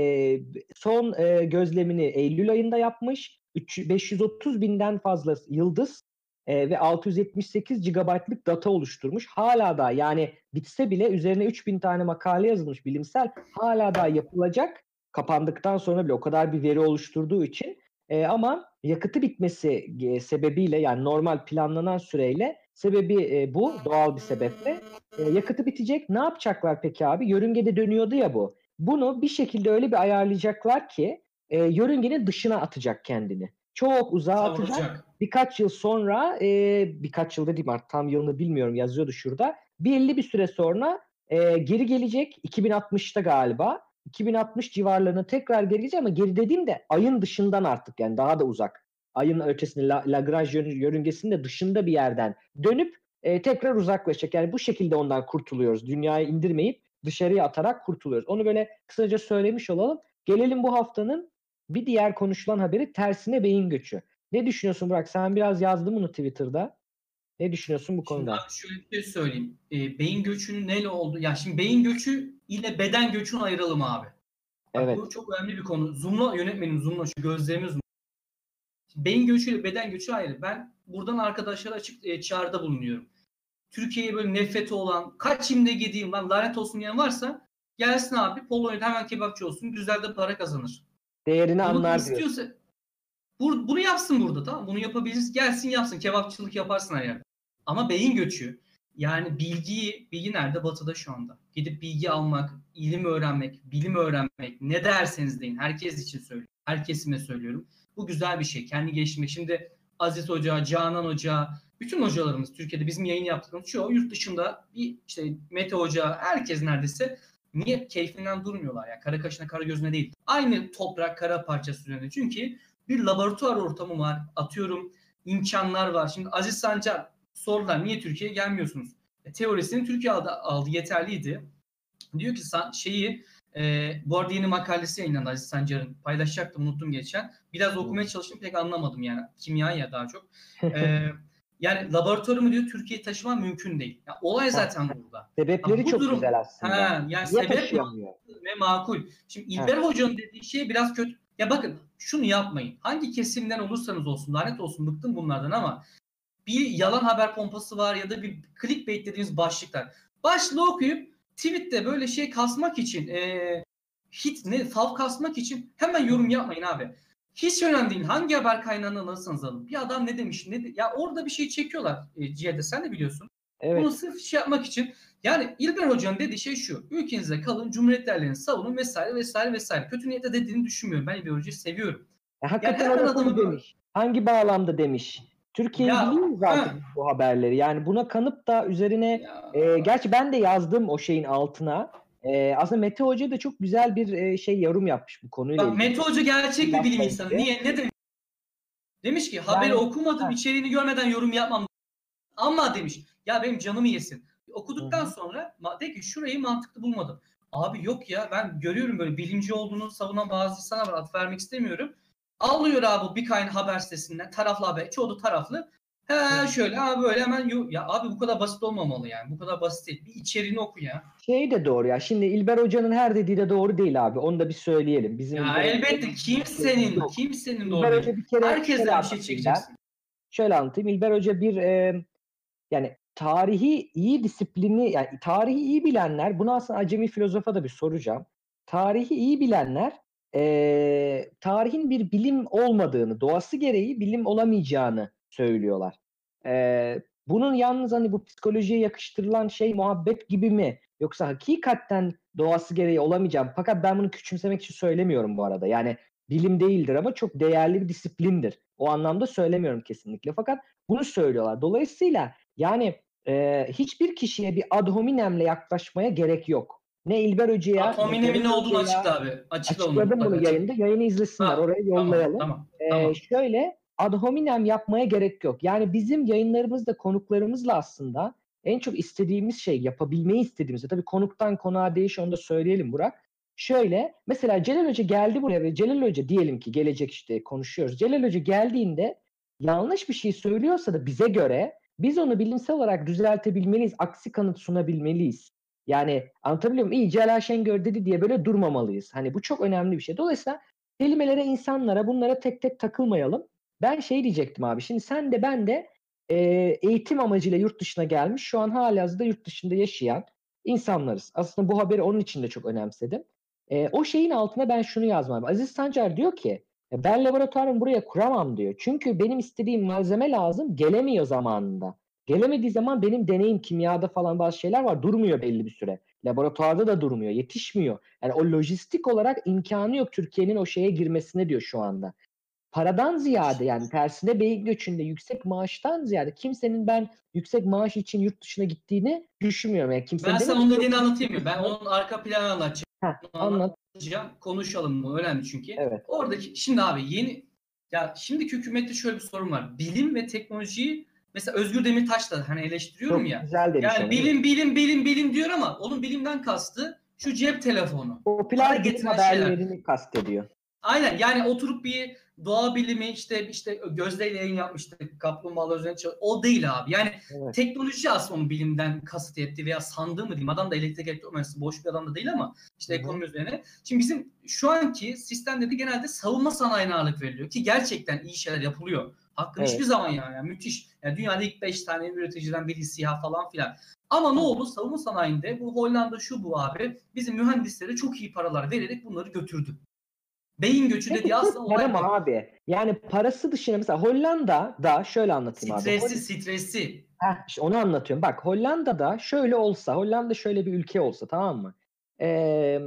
son e, gözlemini Eylül ayında yapmış. beş yüz otuz binden fazla yıldız e, ve altı yüz yetmiş sekiz gigabaytlık data oluşturmuş. Hala da yani bitse bile üzerine üç bin tane makale yazılmış bilimsel. Hala da yapılacak. Kapandıktan sonra bile o kadar bir veri oluşturduğu için. E, ama yakıtı bitmesi e, sebebiyle, yani normal planlanan süreyle, sebebi e, bu doğal bir sebeple. E, yakıtı bitecek. Ne yapacaklar peki abi? Yörüngede dönüyordu ya bu. Bunu bir şekilde öyle bir ayarlayacaklar ki e, yörüngenin dışına atacak kendini. Çok uzağa atacak. Savuracak. Birkaç yıl sonra, e, birkaç yıl dediğim artık tam yılını bilmiyorum, yazıyordu şurada. Belli bir süre sonra e, geri gelecek. iki bin altmışta galiba. iki bin altmış civarlarına tekrar geri gelecek ama geri dediğim de ayın dışından artık, yani daha da uzak. Ayın ötesinde La- Lagrange yörüngesinin de dışında bir yerden dönüp e, tekrar uzaklaşacak. Yani bu şekilde ondan kurtuluyoruz. Dünyaya indirmeyip dışarıya atarak kurtuluyoruz. Onu böyle kısaca söylemiş olalım. Gelelim bu haftanın bir diğer konuşulan haberi, tersine beyin göçü. Ne düşünüyorsun Burak? Sen biraz yazdın bunu Twitter'da. Ne düşünüyorsun bu Şimdi konuda? abi şöyle bir şey söyleyeyim. E, beyin göçünün neyle oldu? Ya şimdi beyin göçü ile beden göçünü ayıralım abi. Bak, Evet. bu çok önemli bir konu. Zoom'la yönetmenim, zoom'la şu gözlerimiz zoom. Beyin göçü ile beden göçü ayrı. Ben buradan arkadaşlara açık e, çağrıda bulunuyorum. Türkiye'ye böyle nefreti olan, kaçayım da gideyim lan lanet olsun diyen varsa gelsin abi, Polonya'da hemen kebapçı olsun, güzel de para kazanır. Değerini Bunu anlar diyorsun. istiyorsa bur, bunu yapsın burada, tamam. Bunu yapabiliriz. Gelsin yapsın. Kebapçılık yaparsın her yerde. Ama beyin göçü yani bilgiyi, bilgi nerede? Batı'da şu anda. Gidip bilgi almak, ilim öğrenmek, bilim öğrenmek, ne derseniz deyin. Herkes için söylüyorum. Her kesime söylüyorum. Bu güzel bir şey. Kendi geliştirmek. Şimdi Aziz Hoca, Canan Hoca, bütün hocalarımız Türkiye'de bizim yayın yaptığımız çoğu yurt dışında bir işte Mete Hoca, herkes neredeyse niye keyfinden durmuyorlar ya. Yani kara kaşına kara gözüne değil. Aynı toprak kara parçası üzerinde. Çünkü bir laboratuvar ortamı var. Atıyorum imkanlar var. Şimdi Aziz Sancar sordular niye Türkiye'ye gelmiyorsunuz? E, teorisini Türkiye aldı, aldı yeterliydi. Diyor ki şeyi e, bu arada yeni makalesi yayınlandı Aziz Sancar'ın. Paylaşacaktım unuttum geçen. Biraz okumaya çalıştım pek anlamadım yani. Kimya ya daha çok. E, yani laboratuvarımı diyor Türkiye'ye taşıma mümkün değil. Yani olay zaten burada. Sebepleri bu çok durum, güzel aslında. He, yani Niye sebep taşıyamıyor? ve makul. Şimdi İlber He. Hoca'nın dediği şey biraz kötü. Ya bakın şunu yapmayın. Hangi kesimden olursanız olsun lanet olsun bıktım bunlardan ama bir yalan haber pompası var ya da bir clickbait dediğimiz başlıklar. Başlığı okuyup tweette böyle şey kasmak için e, hit ne fav kasmak için hemen yorum yapmayın abi. Hiç önemli değil. Hangi haber kaynağından alırsanız alın. Bir adam ne demiş? Ne de, ya orada bir şey çekiyorlar. E, Cihat'e sen de biliyorsun. Evet. Bunu sırf şey yapmak için. Yani İlber Hoca'nın dediği şey şu. Ülkenize kalın, cumhuriyet değerlerini savunun vesaire vesaire vesaire. Kötü niyetle dediğini düşünmüyorum. Ben İlber Hoca'yı seviyorum. Ya, hakikaten yani orada mı demiş? Hangi bağlamda demiş? Türkiye'yi biliyoruz artık ha. bu haberleri. Yani buna kanıp da üzerine e, gerçi ben de yazdım o şeyin altına. E, aslında Mete Hoca da çok güzel bir e, şey yorum yapmış bu konuyla Bak, ilgili. Mete Hoca gerçek bir bilim insanı. Niye? Ne demiş? Demiş ki haberi yani, okumadım, ha. içeriğini görmeden yorum yapmam. Ama demiş ya benim canımı yesin. Okuduktan Hı-hı. sonra de ki şurayı mantıklı bulmadım. Abi yok ya ben görüyorum böyle bilimci olduğunu savunan bazı insanlar var. Ad vermek istemiyorum. Alıyor abi bir kaynağı haber sitesinden. Taraflı haber. Çoğu da taraflı. He şöyle ha böyle hemen ya abi bu kadar basit olmamalı yani. Bu kadar basit değil. Bir içeriğini oku ya. Şey de doğru ya. Şimdi İlber Hoca'nın her dediği de doğru değil abi. Onu da bir söyleyelim. Bizim ya İlber elbette Hoca, kimsenin yok. kimsenin doğru İlber değil. Hoca bir kere herkesten bir şey çekeceksin. Şöyle anlatayım. İlber Hoca bir e, yani tarihi iyi disiplini yani tarihi iyi bilenler bunu aslında acemi filozofa da bir soracağım. Tarihi iyi bilenler e, tarihin bir bilim olmadığını, doğası gereği bilim olamayacağını söylüyorlar. E, bunun yalnız hani bu psikolojiye yakıştırılan şey muhabbet gibi mi? Yoksa hakikaten doğası gereği olamayacağım. Fakat ben bunu küçümsemek için söylemiyorum bu arada. Yani bilim değildir ama çok değerli bir disiplindir. O anlamda söylemiyorum kesinlikle. Fakat bunu söylüyorlar. Dolayısıyla yani e, hiçbir kişiye bir ad hominemle yaklaşmaya gerek yok. Ne İlber Hoca'ya... Ad hominemin ne olduğunu açıkla abi. Açıkla açıkladım bunu yayında. Yayını izlesinler. Ha, oraya yollayalım. Tamam, Ee, tamam. Şöyle ad hominem yapmaya gerek yok. Yani bizim yayınlarımızda konuklarımızla aslında en çok istediğimiz şey, yapabilmeyi istediğimiz, tabii konuktan konuğa değişiyor, onu da söyleyelim Burak. Şöyle mesela Celal Hoca geldi buraya ve Celal Hoca diyelim ki gelecek işte konuşuyoruz. Celal Hoca geldiğinde yanlış bir şey söylüyorsa da bize göre biz onu bilimsel olarak düzeltebilmeliyiz. Aksi kanıt sunabilmeliyiz. Yani anlatabiliyor muyum? İyi Celal Şengör dedi diye böyle durmamalıyız. Hani bu çok önemli bir şey. Dolayısıyla kelimelere, insanlara, bunlara tek tek takılmayalım. Ben şey diyecektim abi. Şimdi sen de ben de e, eğitim amacıyla yurt dışına gelmiş, şu an halihazırda yurt dışında yaşayan insanlarız. Aslında bu haberi onun için de çok önemsedim. E, o şeyin altına ben şunu yazmam. Aziz Sancar diyor ki ben laboratuvarımı buraya kuramam diyor. Çünkü benim istediğim malzeme lazım, gelemiyor zamanında. Gelemediği zaman benim deneyim kimyada falan bazı şeyler var. Durmuyor belli bir süre. Laboratuvarda da durmuyor. Yetişmiyor. Yani o lojistik olarak imkanı yok Türkiye'nin o şeye girmesine diyor şu anda. Paradan ziyade yani tersine beyin göçünde yüksek maaştan ziyade kimsenin ben yüksek maaş için yurt dışına gittiğini düşünmüyorum. Yani ben sana onun dediğini anlatayım mı? Ben onun arka planı anlatacağım. Heh, anlat. Konuşalım mı? Önemli çünkü. Evet. Oradaki şimdi abi yeni ya şimdiki hükümette şöyle bir sorun var. Bilim ve teknolojiyi mesela Özgür Demirtaş da hani eleştiriyorum çok ya. Güzel demiş yani onu, bilim bilim bilim bilim diyor ama onun bilimden kastı şu cep telefonu. Popüler bilim haberlerini şeyler. kastediyor. Aynen yani oturup bir doğa bilimi işte işte Gözde ile yayın yapmıştık. Kaplumbağalar üzerine çalışıyor. O değil abi. Yani evet. teknoloji aslında onu bilimden kasıt etti veya sandığı mı diyeyim. Adam da elektrik elektrik mühendisi boş bir adam da değil ama işte Hı-hı. ekonomi üzerine. Şimdi bizim şu anki sistemde de genelde savunma sanayine ağırlık veriliyor ki gerçekten iyi şeyler yapılıyor. Hakkın evet. hiçbir zaman yani, yani müthiş. Yani dünyada ilk beş tane üreticiden biri SİHA falan filan. Ama ne oldu? Savunma sanayinde bu Hollanda şu bu abi bizim mühendislere çok iyi paralar vererek bunları götürdü. Beyin göçü dediği aslında olay bu. Abi. Yani parası dışında mesela Hollanda'da şöyle anlatayım stresi, abi. Stresi, stresi. Heh, işte onu anlatıyorum. Bak Hollanda'da şöyle olsa, Hollanda şöyle bir ülke olsa, tamam mı? Ee,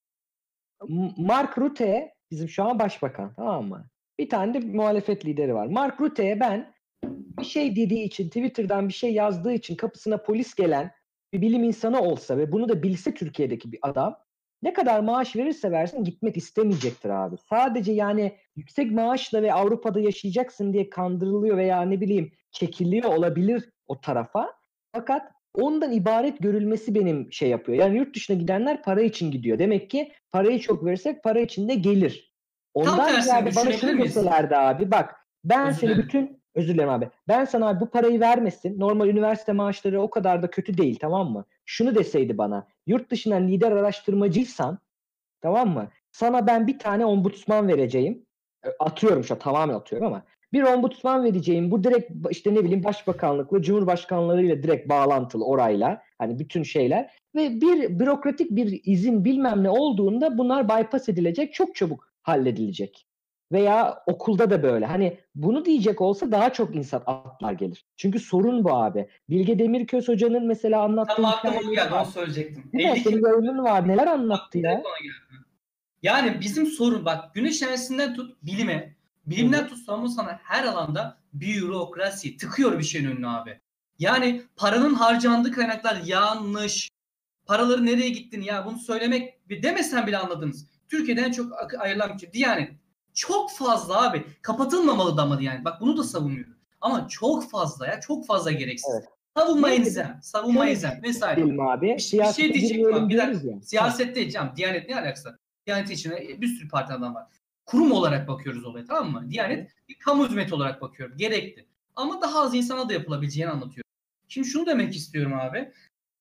Mark Rutte bizim şu an başbakan, tamam mı? Bir tane de muhalefet lideri var. Mark Rutte'ye ben bir şey dediği için, Twitter'dan bir şey yazdığı için kapısına polis gelen bir bilim insanı olsa ve bunu da bilse Türkiye'deki bir adam, ne kadar maaş verirse versin gitmek istemeyecektir abi. Sadece yani yüksek maaşla ve Avrupa'da yaşayacaksın diye kandırılıyor veya ne bileyim çekiliyor olabilir o tarafa. Fakat ondan ibaret görülmesi benim şey yapıyor. Yani yurt dışına gidenler para için gidiyor. Demek ki parayı çok verirsek para için de gelir. Tam Ondan tersini ziyade bana düşünebilir şunu miyiz? deselerdi abi, bak ben Özür seni dilerim. bütün özür dilerim abi. Ben sana abi bu parayı vermesin. Normal üniversite maaşları o kadar da kötü değil, tamam mı? Şunu deseydi bana. Yurt dışından lider araştırmacıysan, tamam mı? Sana ben bir tane ombudsman vereceğim. Atıyorum şu an, tamamen atıyorum ama bir ombudsman vereceğim. Bu direkt işte ne bileyim başbakanlıkla, cumhurbaşkanlarıyla direkt bağlantılı orayla. Hani bütün şeyler. Ve bir bürokratik bir izin bilmem ne olduğunda bunlar bypass edilecek. Çok çabuk halledilecek. Veya okulda da böyle. Hani bunu diyecek olsa daha çok insan atlar gelir. Çünkü sorun bu abi. Bilge Demirköz Hoca'nın mesela anlattığı Tam aklıma o hikayeleri geldi, var. onu söyleyecektim. Değil mi? elli Senin yayının var. Neler anlattı ya? Direkt ona geldi. Yani bizim sorun bak, güneş enerjisinden tut bilime, bilimden tut savunma sanayi, her alanda bürokrasi tıkıyor bir şeyin önüne abi. Yani paranın harcandığı kaynaklar yanlış. Paraları nereye gittiğini ya bunu söylemek demesen bile anladınız. Türkiye'den en çok ayrılan bütçe Diyanet. Çok fazla abi. Kapatılmamalı da ama yani. Bak bunu da savunuyorum. Ama çok fazla ya. Çok fazla gereksiz. Evet. Savunma Neyse, elzem. Savunma şöyle elzem vesaire. diyelim abi. Bir, bir Siyasete şey diyecektim girmeyelim abi. Bir diyoruz dakika. ya. Siyaset değil canım. Diyanet ne alakası var? Diyanet içine bir sürü parti adam var. Kurum olarak bakıyoruz olaya, tamam mı? Diyanet bir kamu hizmeti olarak bakıyorum. Gerekli. Ama daha az insana da yapılabileceğini anlatıyorum. Şimdi şunu demek istiyorum abi.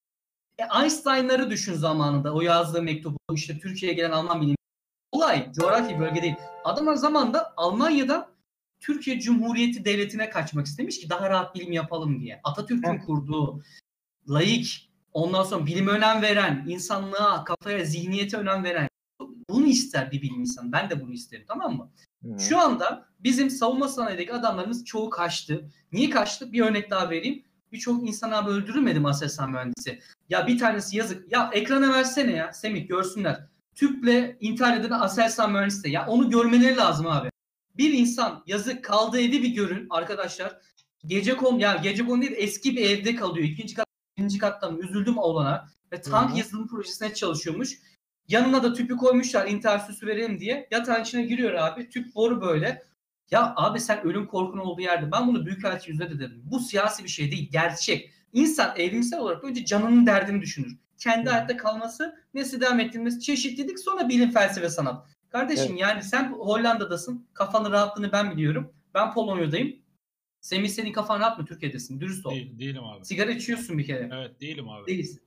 E, Einstein'ları düşün zamanında. O yazdığı mektubu, işte Türkiye'ye gelen Alman bilim. Olay coğrafi bölge değil. Adamlar zamanında Almanya'dan Türkiye Cumhuriyeti Devleti'ne kaçmak istemiş ki daha rahat bilim yapalım diye. Atatürk'ün Heh. kurduğu laik, ondan sonra bilime önem veren, insanlığa, kafaya, zihniyete önem veren, bunu ister bir bilim insanı. Ben de bunu isterim, tamam mı? Hı. Şu anda bizim savunma sanayideki adamlarımız çoğu kaçtı. Niye kaçtı? Bir örnek daha vereyim. Birçok insan abi öldürülmedi mi Aselsan mühendisi? Ya bir tanesi yazık. Ya ekrana versene ya Semih, görsünler. Tüple intihar eden Aselsan mühendisi de. Ya onu görmeleri lazım abi. Bir insan yazık, kaldığı evi bir görün arkadaşlar. Gecekom ya Gecekom değil, eski bir evde kalıyor. İkinci kat, birinci kattan üzüldüm olana ve tank Hı-hı. yazılım projesine çalışıyormuş. Yanına da tüpü koymuşlar intihar süsü verelim diye. Yatağın içine giriyor abi. Tüp boru böyle. Ya abi sen ölüm korkun olduğu yerde. Ben bunu büyükelçi yüzüne de dedim. Bu siyasi bir şey değil. Gerçek. İnsan evrimsel olarak önce canının derdini düşünür. Kendi hayatta kalması, nesli devam ettirilmesi, çeşitlilik, sonra bilim, felsefe, sanat. Kardeşim evet. Yani sen Hollanda'dasın. Kafanın rahatlığını ben biliyorum. Ben Polonya'dayım. Semih senin kafan rahat mı? Türkiye'desin. Dürüst ol. Değil, değilim abi. Sigara içiyorsun bir kere. Evet değilim abi. Değilsin.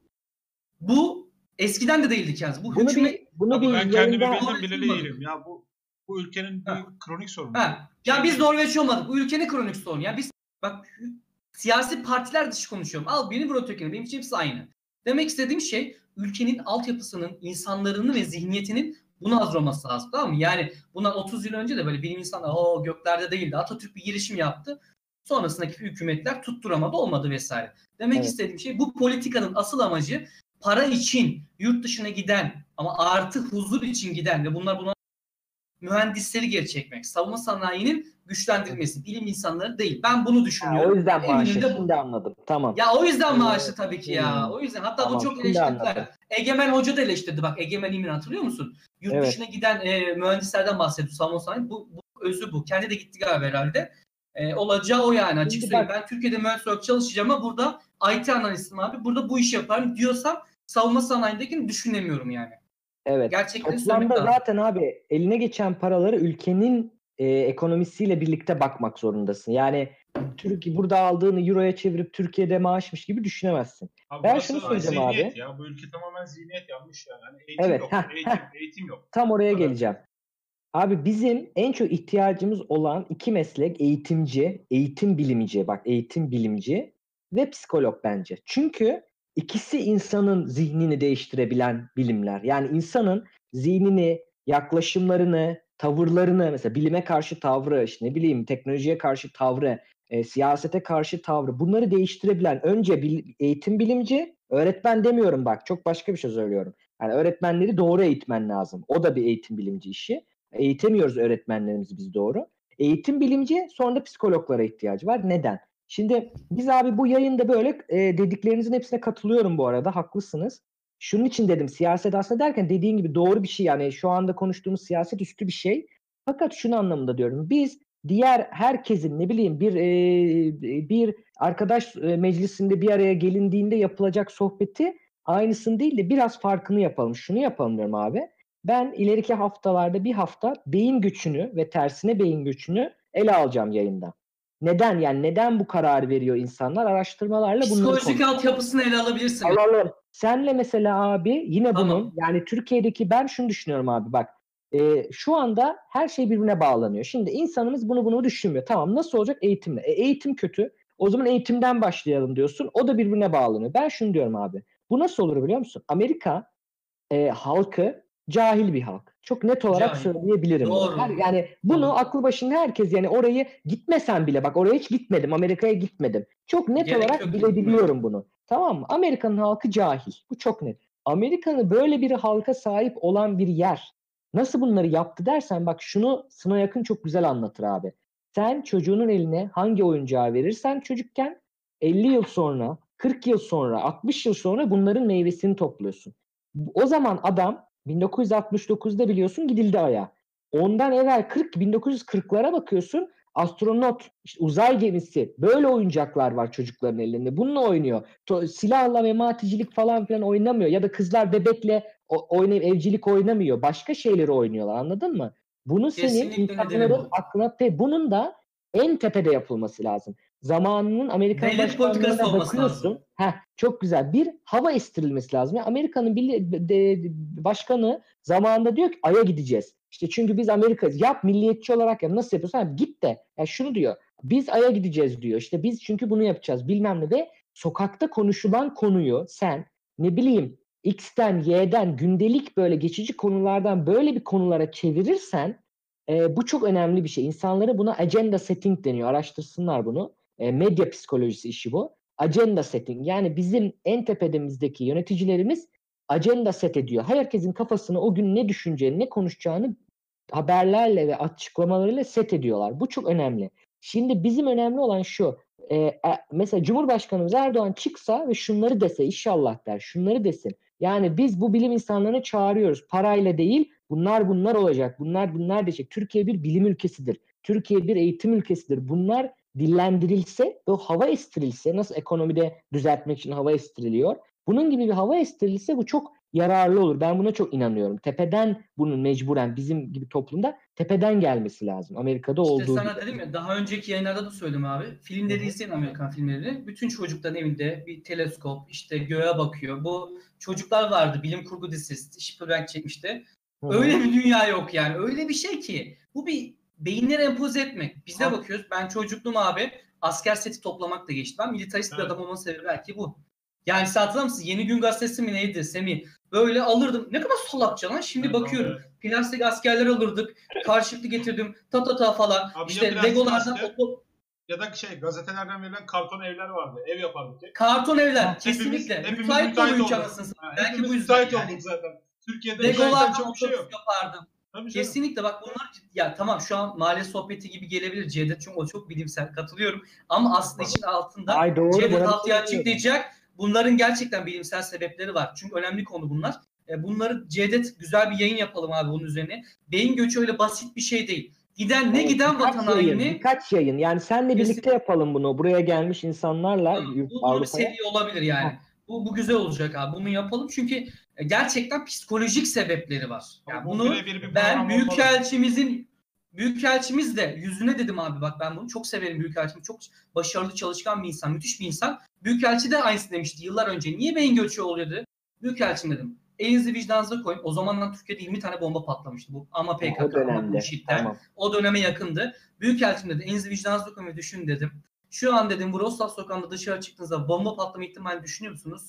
Bu eskiden de değildik yani. Bu bunu hükümet... bir, bunu bir ben kendimi yayında... bildim bileli değilim. Ya bu bu ülkenin bir kronik sorunu. Ha. Ya şey biz Norveç olmadık. Bu ülkenin kronik sorunu. Ya biz bak siyasi partiler dışı konuşuyorum. Al beni bro Türkiye'nin. Benim için hepsi aynı. Demek istediğim şey ülkenin altyapısının, insanların ve zihniyetinin buna hazır olması lazım. Tamam mı? Yani bundan otuz yıl önce de böyle bilim insanları o göklerde değildi. Atatürk bir girişim yaptı. Sonrasındaki hükümetler tutturamadı, olmadı vesaire. Demek evet. istediğim şey bu politikanın asıl amacı para için yurt dışına giden ama artı huzur için giden ve bunlar buna mühendisleri geri çekmek. Savunma sanayinin güçlendirilmesi. Bilim insanları değil. Ben bunu düşünüyorum. Ha, o yüzden maaşı. Bu... Şimdi anladım. Tamam. Ya o yüzden maaşı tabii ki ya. O yüzden. Hatta tamam, bu çok eleştirdiler. Egemen Hoca da eleştirdi. Bak Egemen İmin hatırlıyor musun? Yurt evet. dışına giden e, mühendislerden bahsediyor. Savunma sanayi. Bu, bu özü bu. Kendi de gitti galiba herhalde. E, olacağı o yani. Açık söyleyeyim. Ben Türkiye'de mühendis olarak çalışacağım ama burada I T analistim abi. Burada bu işi yaparım diyorsam savunma sanayindekini düşünemiyorum yani. Evet. Gerçekten toplamda zaten abi eline geçen paraları ülkenin e, ekonomisiyle birlikte bakmak zorundasın. Yani Türkiye burada aldığını euroya çevirip Türkiye'de maaşmış gibi düşünemezsin. Abi ben şunu söyleyeceğim abi. Ya bu ülke tamamen zihniyet yanlış yani. yani eğitim evet. yok. Heh, eğitim, heh. eğitim yok. Tam oraya geleceğim. Abi bizim en çok ihtiyacımız olan iki meslek eğitimci, eğitim bilimci, bak eğitim bilimci ve psikolog bence. Çünkü İkisi insanın zihnini değiştirebilen bilimler. Yani insanın zihnini, yaklaşımlarını, tavırlarını, mesela bilime karşı tavrı, işte ne bileyim teknolojiye karşı tavrı, e, siyasete karşı tavrı, bunları değiştirebilen önce bil, eğitim bilimci, öğretmen demiyorum bak, çok başka bir şey söylüyorum. Yani öğretmenleri doğru eğitmen lazım. O da bir eğitim bilimci işi. Eğitemiyoruz öğretmenlerimizi biz doğru. Eğitim bilimci, sonra da psikologlara ihtiyacı var. Neden? Şimdi biz abi bu yayında böyle e, dediklerinizin hepsine katılıyorum bu arada. Haklısınız. Şunun için dedim siyaset aslında derken dediğin gibi doğru bir şey. Yani şu anda konuştuğumuz siyaset üstü bir şey. Fakat şunu anlamında diyorum. Biz diğer herkesin ne bileyim bir e, bir arkadaş e, meclisinde bir araya gelindiğinde yapılacak sohbeti aynısını değil de biraz farkını yapalım. Şunu yapalım diyorum abi. Ben ileriki haftalarda bir hafta beyin göçünü ve tersine beyin göçünü ele alacağım yayında. Neden? Yani neden bu kararı veriyor insanlar? Araştırmalarla bunları Psikolojik konuşuyoruz. altyapısını ele alabilirsin. Alalım. Senle mesela abi yine Tamam. bunun yani Türkiye'deki ben şunu düşünüyorum abi bak. E, şu anda her şey birbirine bağlanıyor. Şimdi insanımız bunu bunu düşünmüyor. Tamam nasıl olacak? Eğitimle. E, eğitim kötü. O zaman eğitimden başlayalım diyorsun. O da birbirine bağlanıyor. Ben şunu diyorum abi. Bu nasıl olur biliyor musun? Amerika e, halkı cahil bir halk. Çok net olarak Cahil. söyleyebilirim bunu. Doğru. Her, yani bunu Doğru. aklı başında herkes yani orayı gitmesen bile bak oraya hiç gitmedim. Amerika'ya gitmedim. Çok net Gerek olarak yok, bilebiliyorum bunu. Tamam mı? Amerika'nın halkı cahil. Bu çok net. Amerika'nın böyle bir halka sahip olan bir yer nasıl bunları yaptı dersen bak şunu Sına Yakın çok güzel anlatır abi. Sen çocuğunun eline hangi oyuncağı verirsen çocukken elli yıl sonra, kırk yıl sonra, altmış yıl sonra bunların meyvesini topluyorsun. O zaman adam bin dokuz yüz altmış dokuzda biliyorsun gidildi Ay'a. Ondan evvel kırk bin dokuz yüz kırklara bakıyorsun astronot, işte uzay gemisi böyle oyuncaklar var çocukların elinde. Bununla oynuyor. To- silahla mematicilik falan filan oynamıyor. Ya da kızlar bebekle o- oynayıp evcilik oynamıyor. Başka şeyleri oynuyorlar anladın mı? Bunu senin Kesinlikle nedeni insanların bu. aklına ve bunun da en tepede yapılması lazım. Zamanının Amerikan Devlet politikası başkanlığına olması bakıyorsun. lazım. Heh, çok güzel. Bir hava estirilmesi lazım. Yani Amerika'nın bir de, de, başkanı zamanında diyor ki Ay'a gideceğiz. İşte çünkü biz Amerika'yız. Yap milliyetçi olarak ya nasıl yapıyorsun? Abi git de. Yani şunu diyor. Biz Ay'a gideceğiz diyor. İşte biz çünkü bunu yapacağız. Bilmem ne ve sokakta konuşulan konuyu sen ne bileyim X'ten Y'den gündelik böyle geçici konulardan böyle bir konulara çevirirsen e, bu çok önemli bir şey. İnsanlara buna agenda setting deniyor. Araştırsınlar bunu. E, medya psikolojisi işi bu. Agenda setting. Yani bizim en tepedemizdeki yöneticilerimiz agenda set ediyor. Herkesin kafasını o gün ne düşüneceğini, ne konuşacağını haberlerle ve açıklamalarıyla set ediyorlar. Bu çok önemli. Şimdi bizim önemli olan şu. E, e, mesela Cumhurbaşkanımız Erdoğan çıksa ve şunları dese inşallah der. Şunları desin. Yani biz bu bilim insanlarını çağırıyoruz. Parayla değil. Bunlar bunlar olacak. Bunlar bunlar diyecek. Türkiye bir bilim ülkesidir. Türkiye bir eğitim ülkesidir. Bunlar dillendirilse, o hava estirilse, nasıl ekonomide düzeltmek için hava estiriliyor. Bunun gibi bir hava estirilse bu çok yararlı olur. Ben buna çok inanıyorum. Tepeden bunun mecburen bizim gibi toplumda tepeden gelmesi lazım. Amerika'da İşte olduğu sana gibi. dedim ya daha önceki yayınlarda da söyledim abi. Filmleri Hı hı. izleyin Amerikan filmlerini. Bütün çocukların evinde bir teleskop işte göğe bakıyor. Bu çocuklar vardı bilim kurgu dizisi Spielberg çekmişti. Hı hı. Öyle bir dünya yok yani. Öyle bir şey ki bu bir beyinlere empoze etmek. Biz de Abi- bakıyoruz. Ben çocukluğum abi asker seti toplamakla geçti. Ben militarist bir Evet. adam olmanın sebebi belki bu. Yani sen hatırlar mısın? Yeni Gün Gazetesi mi neydi Semih? Böyle alırdım. Ne kadar salakça lan. Şimdi Evet, bakıyorum. evet. Plastik askerler alırdık. Karşılıklı getirdim. Ta ta ta falan. Abi ya işte plastik Legolardan asker- oto- Ya da şey gazetelerden verilen karton evler vardı. Ev yapardık. hep. karton evler. Hepimiz- kesinlikle. hepimiz müteahhit müteahhit olmuş olduk. anasını. Ha, Belki hepimiz bu yüzden müteahhit yani. olduk zaten. Türkiye'de müteahhitten Legolardan çok bir şey otobüs yok. yapardım. Tabii canım. Kesinlikle bak bunlar ya tamam şu an mahalle sohbeti gibi gelebilir Cevdet çünkü o çok bilimsel katılıyorum ama aslında için altında Ay doğru. Cevdet buna bir Altı'ya şey demiyorum. açıklayacak bunların gerçekten bilimsel sebepleri var. Çünkü önemli konu bunlar. E, bunları Cevdet güzel bir yayın yapalım abi bunun üzerine. Beyin göçü öyle basit bir şey değil. Giden ne Evet, giden birkaç vatan yayın, haini birkaç yayın. Yani senle birlikte Kesinlikle. yapalım bunu. Buraya gelmiş insanlarla Tamam, yurt- bu, bunu bir Avrupa'ya. seri olabilir yani. Bu, bu güzel olacak abi. Bunu yapalım çünkü gerçekten psikolojik sebepleri var. Ama Yani bu bunu birebir bir ben program Büyükelçimizin Büyükelçimiz de yüzüne dedim abi bak ben bunu çok severim Büyükelçimi. Çok başarılı çalışkan bir insan, müthiş bir insan. Büyükelçi de aynısını demişti yıllar önce. Niye beyin göçü oluyor dedi. Büyükelçim dedim. Elinizi vicdanınıza koyun. O zamanlar Türkiye'de yirmi tane bomba patlamıştı bu. Ama P K O K, ama dönemde. Murşitler. Tamam. O döneme yakındı. Büyükelçim dedi. Elinizi vicdanınıza koyun ve düşünün dedim. Şu an dedim Wrocław sokağında dışarı çıktığınızda bomba patlama ihtimali düşünüyor musunuz?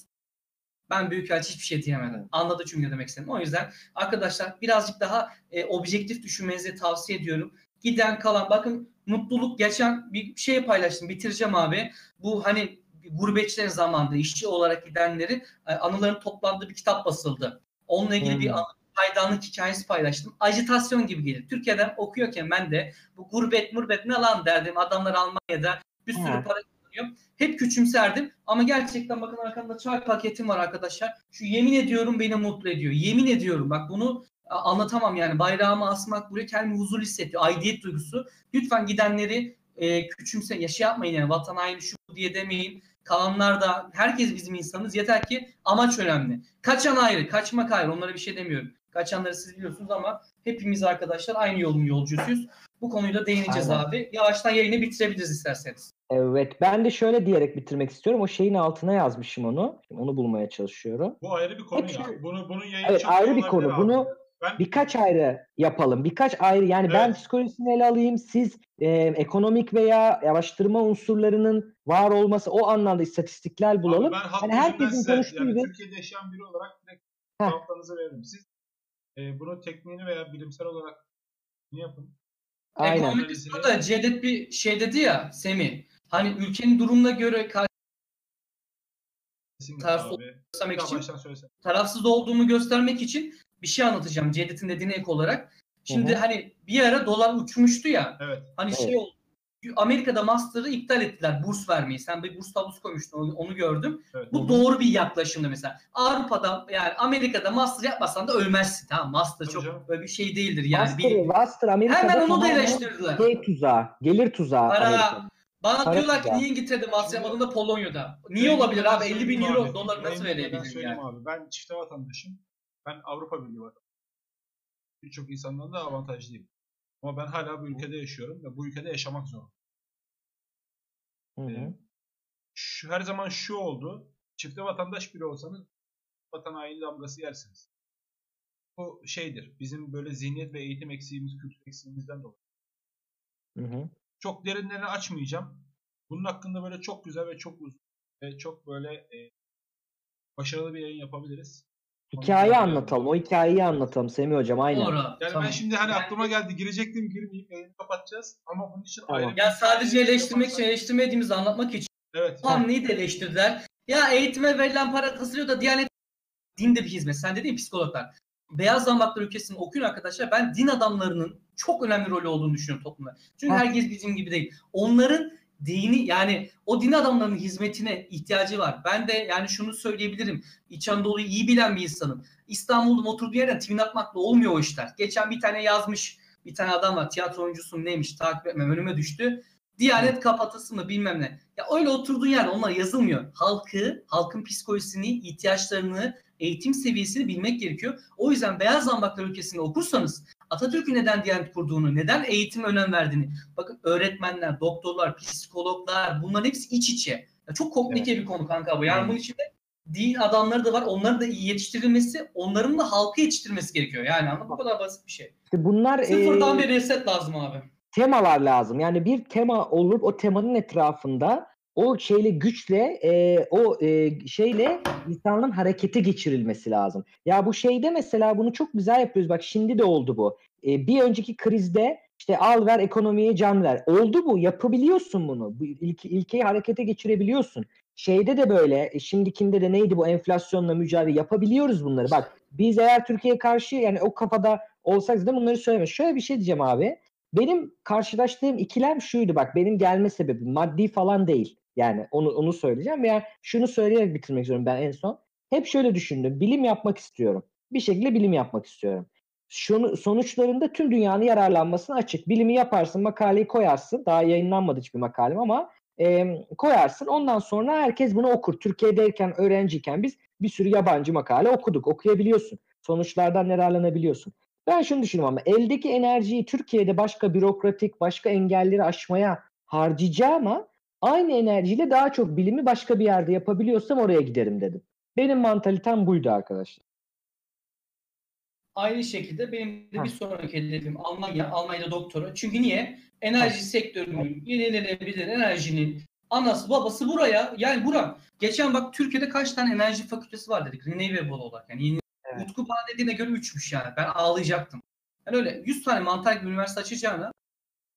Ben Büyükelçi hiçbir şey diyemedim. Anladı çünkü ne demek istedim. O yüzden arkadaşlar birazcık daha e, objektif düşünmenizi tavsiye ediyorum. Giden kalan bakın mutluluk, geçen bir şey paylaştım, bitireceğim abi. Bu hani gurbetçilerin zamanında işçi olarak gidenlerin anıların toplandığı bir kitap basıldı. Onunla ilgili hmm. bir haydanlık hikayesi paylaştım. Ajitasyon gibi gelir. Türkiye'den okuyorken ben de bu gurbet murbet ne lan derdim. Adamlar Almanya'da bir sürü hmm. para kazanıyor. Hep küçümserdim ama gerçekten bakın arkamda çay paketim var arkadaşlar. Şu yemin ediyorum beni mutlu ediyor. Yemin ediyorum bak bunu anlatamam yani. Bayrağımı asmak buraya kendimi huzur hissediyor. Aidiyet duygusu. Lütfen gidenleri e, küçümse, ya şey yapmayın yani vatan haini şu diye demeyin. Kalanlar da herkes bizim insanız. Yeter ki amaç önemli. Kaçan ayrı, kaçmak ayrı. Onlara bir şey demiyorum. Kaçanları siz biliyorsunuz ama hepimiz arkadaşlar aynı yolun yolcusuyuz. Bu konuyu da değineceğiz Aynen. abi. Yavaştan yayını bitirebiliriz isterseniz. Evet. Ben de şöyle diyerek bitirmek istiyorum. O şeyin altına yazmışım onu. Onu bulmaya çalışıyorum. Bu ayrı bir konu Hep ya. Şu... Bunu, bunun yayını evet, çok ayrı bir konu. Abi. Bunu ben... birkaç ayrı yapalım. Birkaç ayrı yani evet. Ben psikolojisini ele alayım. Siz e, ekonomik veya araştırma unsurlarının var olması o anlamda istatistikler bulalım. Abi ben halk yani herkesin konuştuğu yani gibi. Türkiye'de yaşayan biri olarak direkt cevaplarınızı veririm. Siz e, bunu tekniğini veya bilimsel olarak ne yapın? Aynen. Ekonomik da Cevdet bir şey dedi ya Semih. Hani ülkenin durumuna göre tarafsız, için, tarafsız olduğumu göstermek için bir şey anlatacağım Cevdet'in dediğine ek olarak. Şimdi Hı-hı. hani bir ara dolar uçmuştu ya. Evet. Hani evet. şey oldu. Amerika'da master'ı iptal ettiler burs vermeyi. Sen bir burs tablosu koymuştun onu, onu gördüm. Evet. Bu Hı-hı. doğru bir yaklaşımdı mesela. Avrupa'da yani Amerika'da master yapmasan da ölmezsin. Tamam master Tabii çok canım. Böyle bir şey değildir yani. Master, bir... master Amerika'da hemen onu da eleştirdiler. Şey tuzağı, gelir tuzağı Para, Amerika'da. Bana Para diyorlar tuzağı. ki niye İngiltere'de master yapmadın da Polonya'da? Niye Benim olabilir abi? elli bin euro abi. dolar nasıl verebilir yani? Abi. Ben çifte vatandaşım. Ben Avrupa Birliği vatandaşım. Birçok insandan da avantajlıyım. Ama ben hala bu ülkede yaşıyorum ve bu ülkede yaşamak zorundayım. Hı hı. Ee, şu, her zaman şu oldu. Çifte vatandaş biri olsanız vatan haini damgası yersiniz. Bu şeydir. Bizim böyle zihniyet ve eğitim eksiğimiz, kültür eksiğimizden dolayı. Hı hı. Çok derinlerini açmayacağım. Bunun hakkında böyle çok güzel ve çok uzun ve çok böyle e, başarılı bir yayın yapabiliriz. Hikaye anlatalım. O hikayeyi anlatalım Semih Hocam. Aynen. Doğru. Yani tamam. ben şimdi hani aklıma geldi girecektim girmeyeyim yayını kapatacağız ama bunun için tamam. ayrı. Ya sadece eleştirmek için eleştirmediğimizi anlatmak için. Evet. Tam neyi de eleştirdiler? Ya eğitime verilen para kısılıyor da Diyanet din de bir hizmet. Sen dedin ya psikologlar. Beyaz Zambaklar ülkesini okuyun arkadaşlar. Ben din adamlarının çok önemli rolü olduğunu düşünüyorum toplumda. Çünkü ha. herkes bizim gibi değil. Onların dini yani o din adamlarının hizmetine ihtiyacı var. Ben de yani şunu söyleyebilirim. İç Anadolu'yu iyi bilen bir insanım. İstanbul'da oturduğu yerden twin atmakla olmuyor o işler. Geçen bir tane yazmış bir tane adam var. Tiyatro oyuncusu mu neymiş takip etmem önüme düştü. Diyanet kapatılsın mı bilmem ne. Ya öyle oturduğun yerde onlar yazılmıyor. Halkı, halkın psikolojisini, ihtiyaçlarını, eğitim seviyesini bilmek gerekiyor. O yüzden Beyaz Zambaklar ülkesinde okursanız Atatürk'ün neden Diyanet kurduğunu, neden eğitime önem verdiğini, bakın öğretmenler, doktorlar, psikologlar bunların hepsi iç içe. Ya çok komplike evet. bir konu kanka bu. Yani hmm. bunun içinde din adamları da var. Onların da iyi yetiştirilmesi, onların da halkı yetiştirmesi gerekiyor. Yani anladın bu kadar basit bir şey. İşte bunlar sıfırdan ee... bir reset lazım abi. Temalar lazım. Yani bir tema olup o temanın etrafında o şeyle güçle e, o e, şeyle insanların harekete geçirilmesi lazım. Ya bu şeyde mesela bunu çok güzel yapıyoruz. Bak şimdi de oldu bu. E, bir önceki krizde işte al ver ekonomiye can ver. Oldu bu. Yapabiliyorsun bunu. Bu ilke, ilkeyi harekete geçirebiliyorsun. Şeyde de böyle e, şimdikinde de neydi bu enflasyonla mücadele yapabiliyoruz bunları. Bak biz eğer Türkiye'ye karşı yani o kafada olsak da bunları söylemez. Şöyle bir şey diyeceğim abi. Benim karşılaştığım ikilem şuydu bak benim gelme sebebim maddi falan değil. Yani onu onu söyleyeceğim veya şunu söyleyerek bitirmek istiyorum ben en son. Hep şöyle düşündüm. Bilim yapmak istiyorum. Bir şekilde bilim yapmak istiyorum. Şunu, sonuçlarında tüm dünyanın yararlanmasına açık. Bilimi yaparsın, makaleyi koyarsın. Daha yayınlanmadı hiçbir makalem ama e, koyarsın. Ondan sonra herkes bunu okur. Türkiye'deyken, öğrenciyken biz bir sürü yabancı makale okuduk. Okuyabiliyorsun. Sonuçlardan yararlanabiliyorsun. Ben şunu düşünüyorum ama eldeki enerjiyi Türkiye'de başka bürokratik, başka engelleri aşmaya harcayacağıma aynı enerjiyle daha çok bilimi başka bir yerde yapabiliyorsam oraya giderim dedim. Benim mantalitem buydu arkadaşlar. Aynı şekilde benim de ha. bir sonraki hedefim Almanya, Almanya'da doktora. Çünkü niye? Enerji ha. sektörünün, yenilenebilir enerjinin anası babası buraya. Yani buram. Geçen bak Türkiye'de kaç tane enerji fakültesi var dedik. Renewable olarak. Yani yeni evet. Utku bana dediğine göre üçmüş yani. Ben ağlayacaktım. Yani öyle yüz tane mantar gibi üniversite açacağına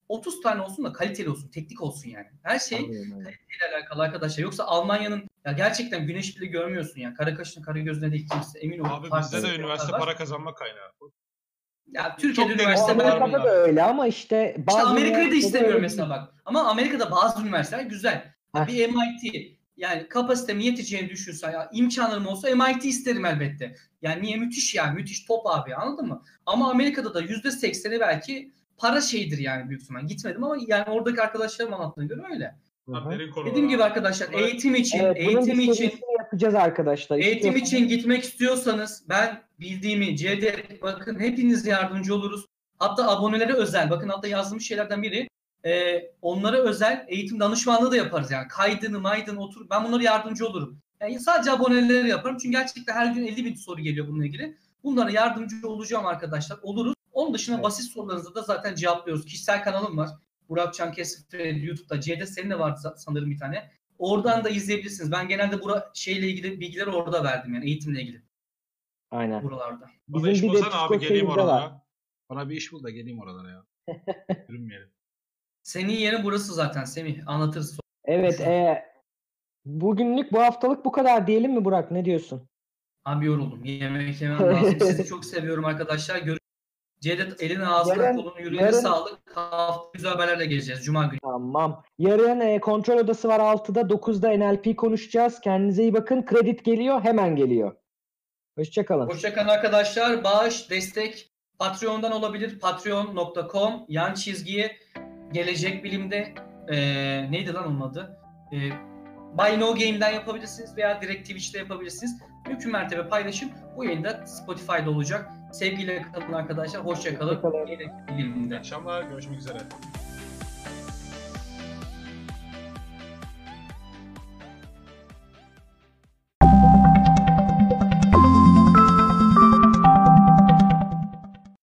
otuz tane olsun da kaliteli olsun, teknik olsun yani. Her şey Anladım, anladım. kaliteyle alakalı arkadaşlar. Yoksa Almanya'nın ya gerçekten güneş bile görmüyorsun yani. Kara kaşına kara gözüne değil kimse emin olun. Abi Farklı bizde de sporlar üniversite var. para kazanma kaynağı. Ya Türkiye'de Çok üniversite deniz var. sporları Amerika'da bunlar. da öyle ama işte İşte bazı Amerika'yı da üniversitede istemiyorum öyle mesela değil. bak. Ama Amerika'da bazı üniversiteler güzel. Ya Heh. bir M I T yani kapasitemi yeteceğini düşünsen ya imkanlarım olsa M I T isterim elbette. Yani niye müthiş yani müthiş top abi anladın mı? Ama Amerika'da da yüzde sekseni belki para şeydir yani büyük ihtimal. Gitmedim ama yani oradaki arkadaşlarım anlattığına göre öyle. Hı hı. Derin konular Dediğim gibi abi. arkadaşlar Bunlar- eğitim için Evet, bunun eğitim bir için serisini yapacağız arkadaşlar. Eğitim İstiyorsanız- için gitmek istiyorsanız ben bildiğimi C D bakın hepiniz yardımcı oluruz. Hatta abonelere özel bakın altta yazdığım şeylerden biri e, onlara özel eğitim danışmanlığı da yaparız yani kaydını maydını otur ben bunlara yardımcı olurum. Yani sadece abonelere yaparım çünkü gerçekten her gün elli bin soru geliyor bununla ilgili. Bunlara yardımcı olacağım arkadaşlar oluruz. Onun dışında Evet. basit sorularınızı da zaten cevaplıyoruz. Kişisel kanalım var. Burak Can Kesifre YouTube'da. C'de senin de vardı sanırım bir tane. Oradan da izleyebilirsiniz. Ben genelde bura şeyle ilgili bilgileri orada verdim yani eğitimle ilgili Aynen. buralarda. Bana Bizim iş bir de bulsana abi geleyim psikoseyirde var. oralara. Bana bir iş bul da geleyim oralara ya. Yürünmeyelim. Senin yerin burası zaten Semih. Anlatırız. Evet, e, bugünlük bu haftalık bu kadar diyelim mi Burak? Ne diyorsun? Abi yoruldum. Yemek yemem lazım. Sizi çok seviyorum arkadaşlar. Görüşürüz. Cevdet eline ağzına Yarın- kolunu yüreğine yarın- sağlık. Hafta güzel haberlerle geleceğiz. Cuma günü. Tamam. Yarın e, kontrol odası var altıda, dokuzda N L P konuşacağız. Kendinize iyi bakın. Kredi geliyor, hemen geliyor. Hoşçakalın. Hoşçakalın arkadaşlar. Bağış, destek Patreon'dan olabilir. patreon nokta com yan çizgiye gelecek bilimde ee, neydi lan onun adı? E, Buy No Game'den yapabilirsiniz veya direkt Twitch'te yapabilirsiniz. Mümkün mertebe paylaşın. Bu yayında Spotify'da olacak. Sevgiyle kalın arkadaşlar. Hoşçakalın. Hoşça kalın. Gelecek İyi bilimde. akşamlar. Görüşmek üzere.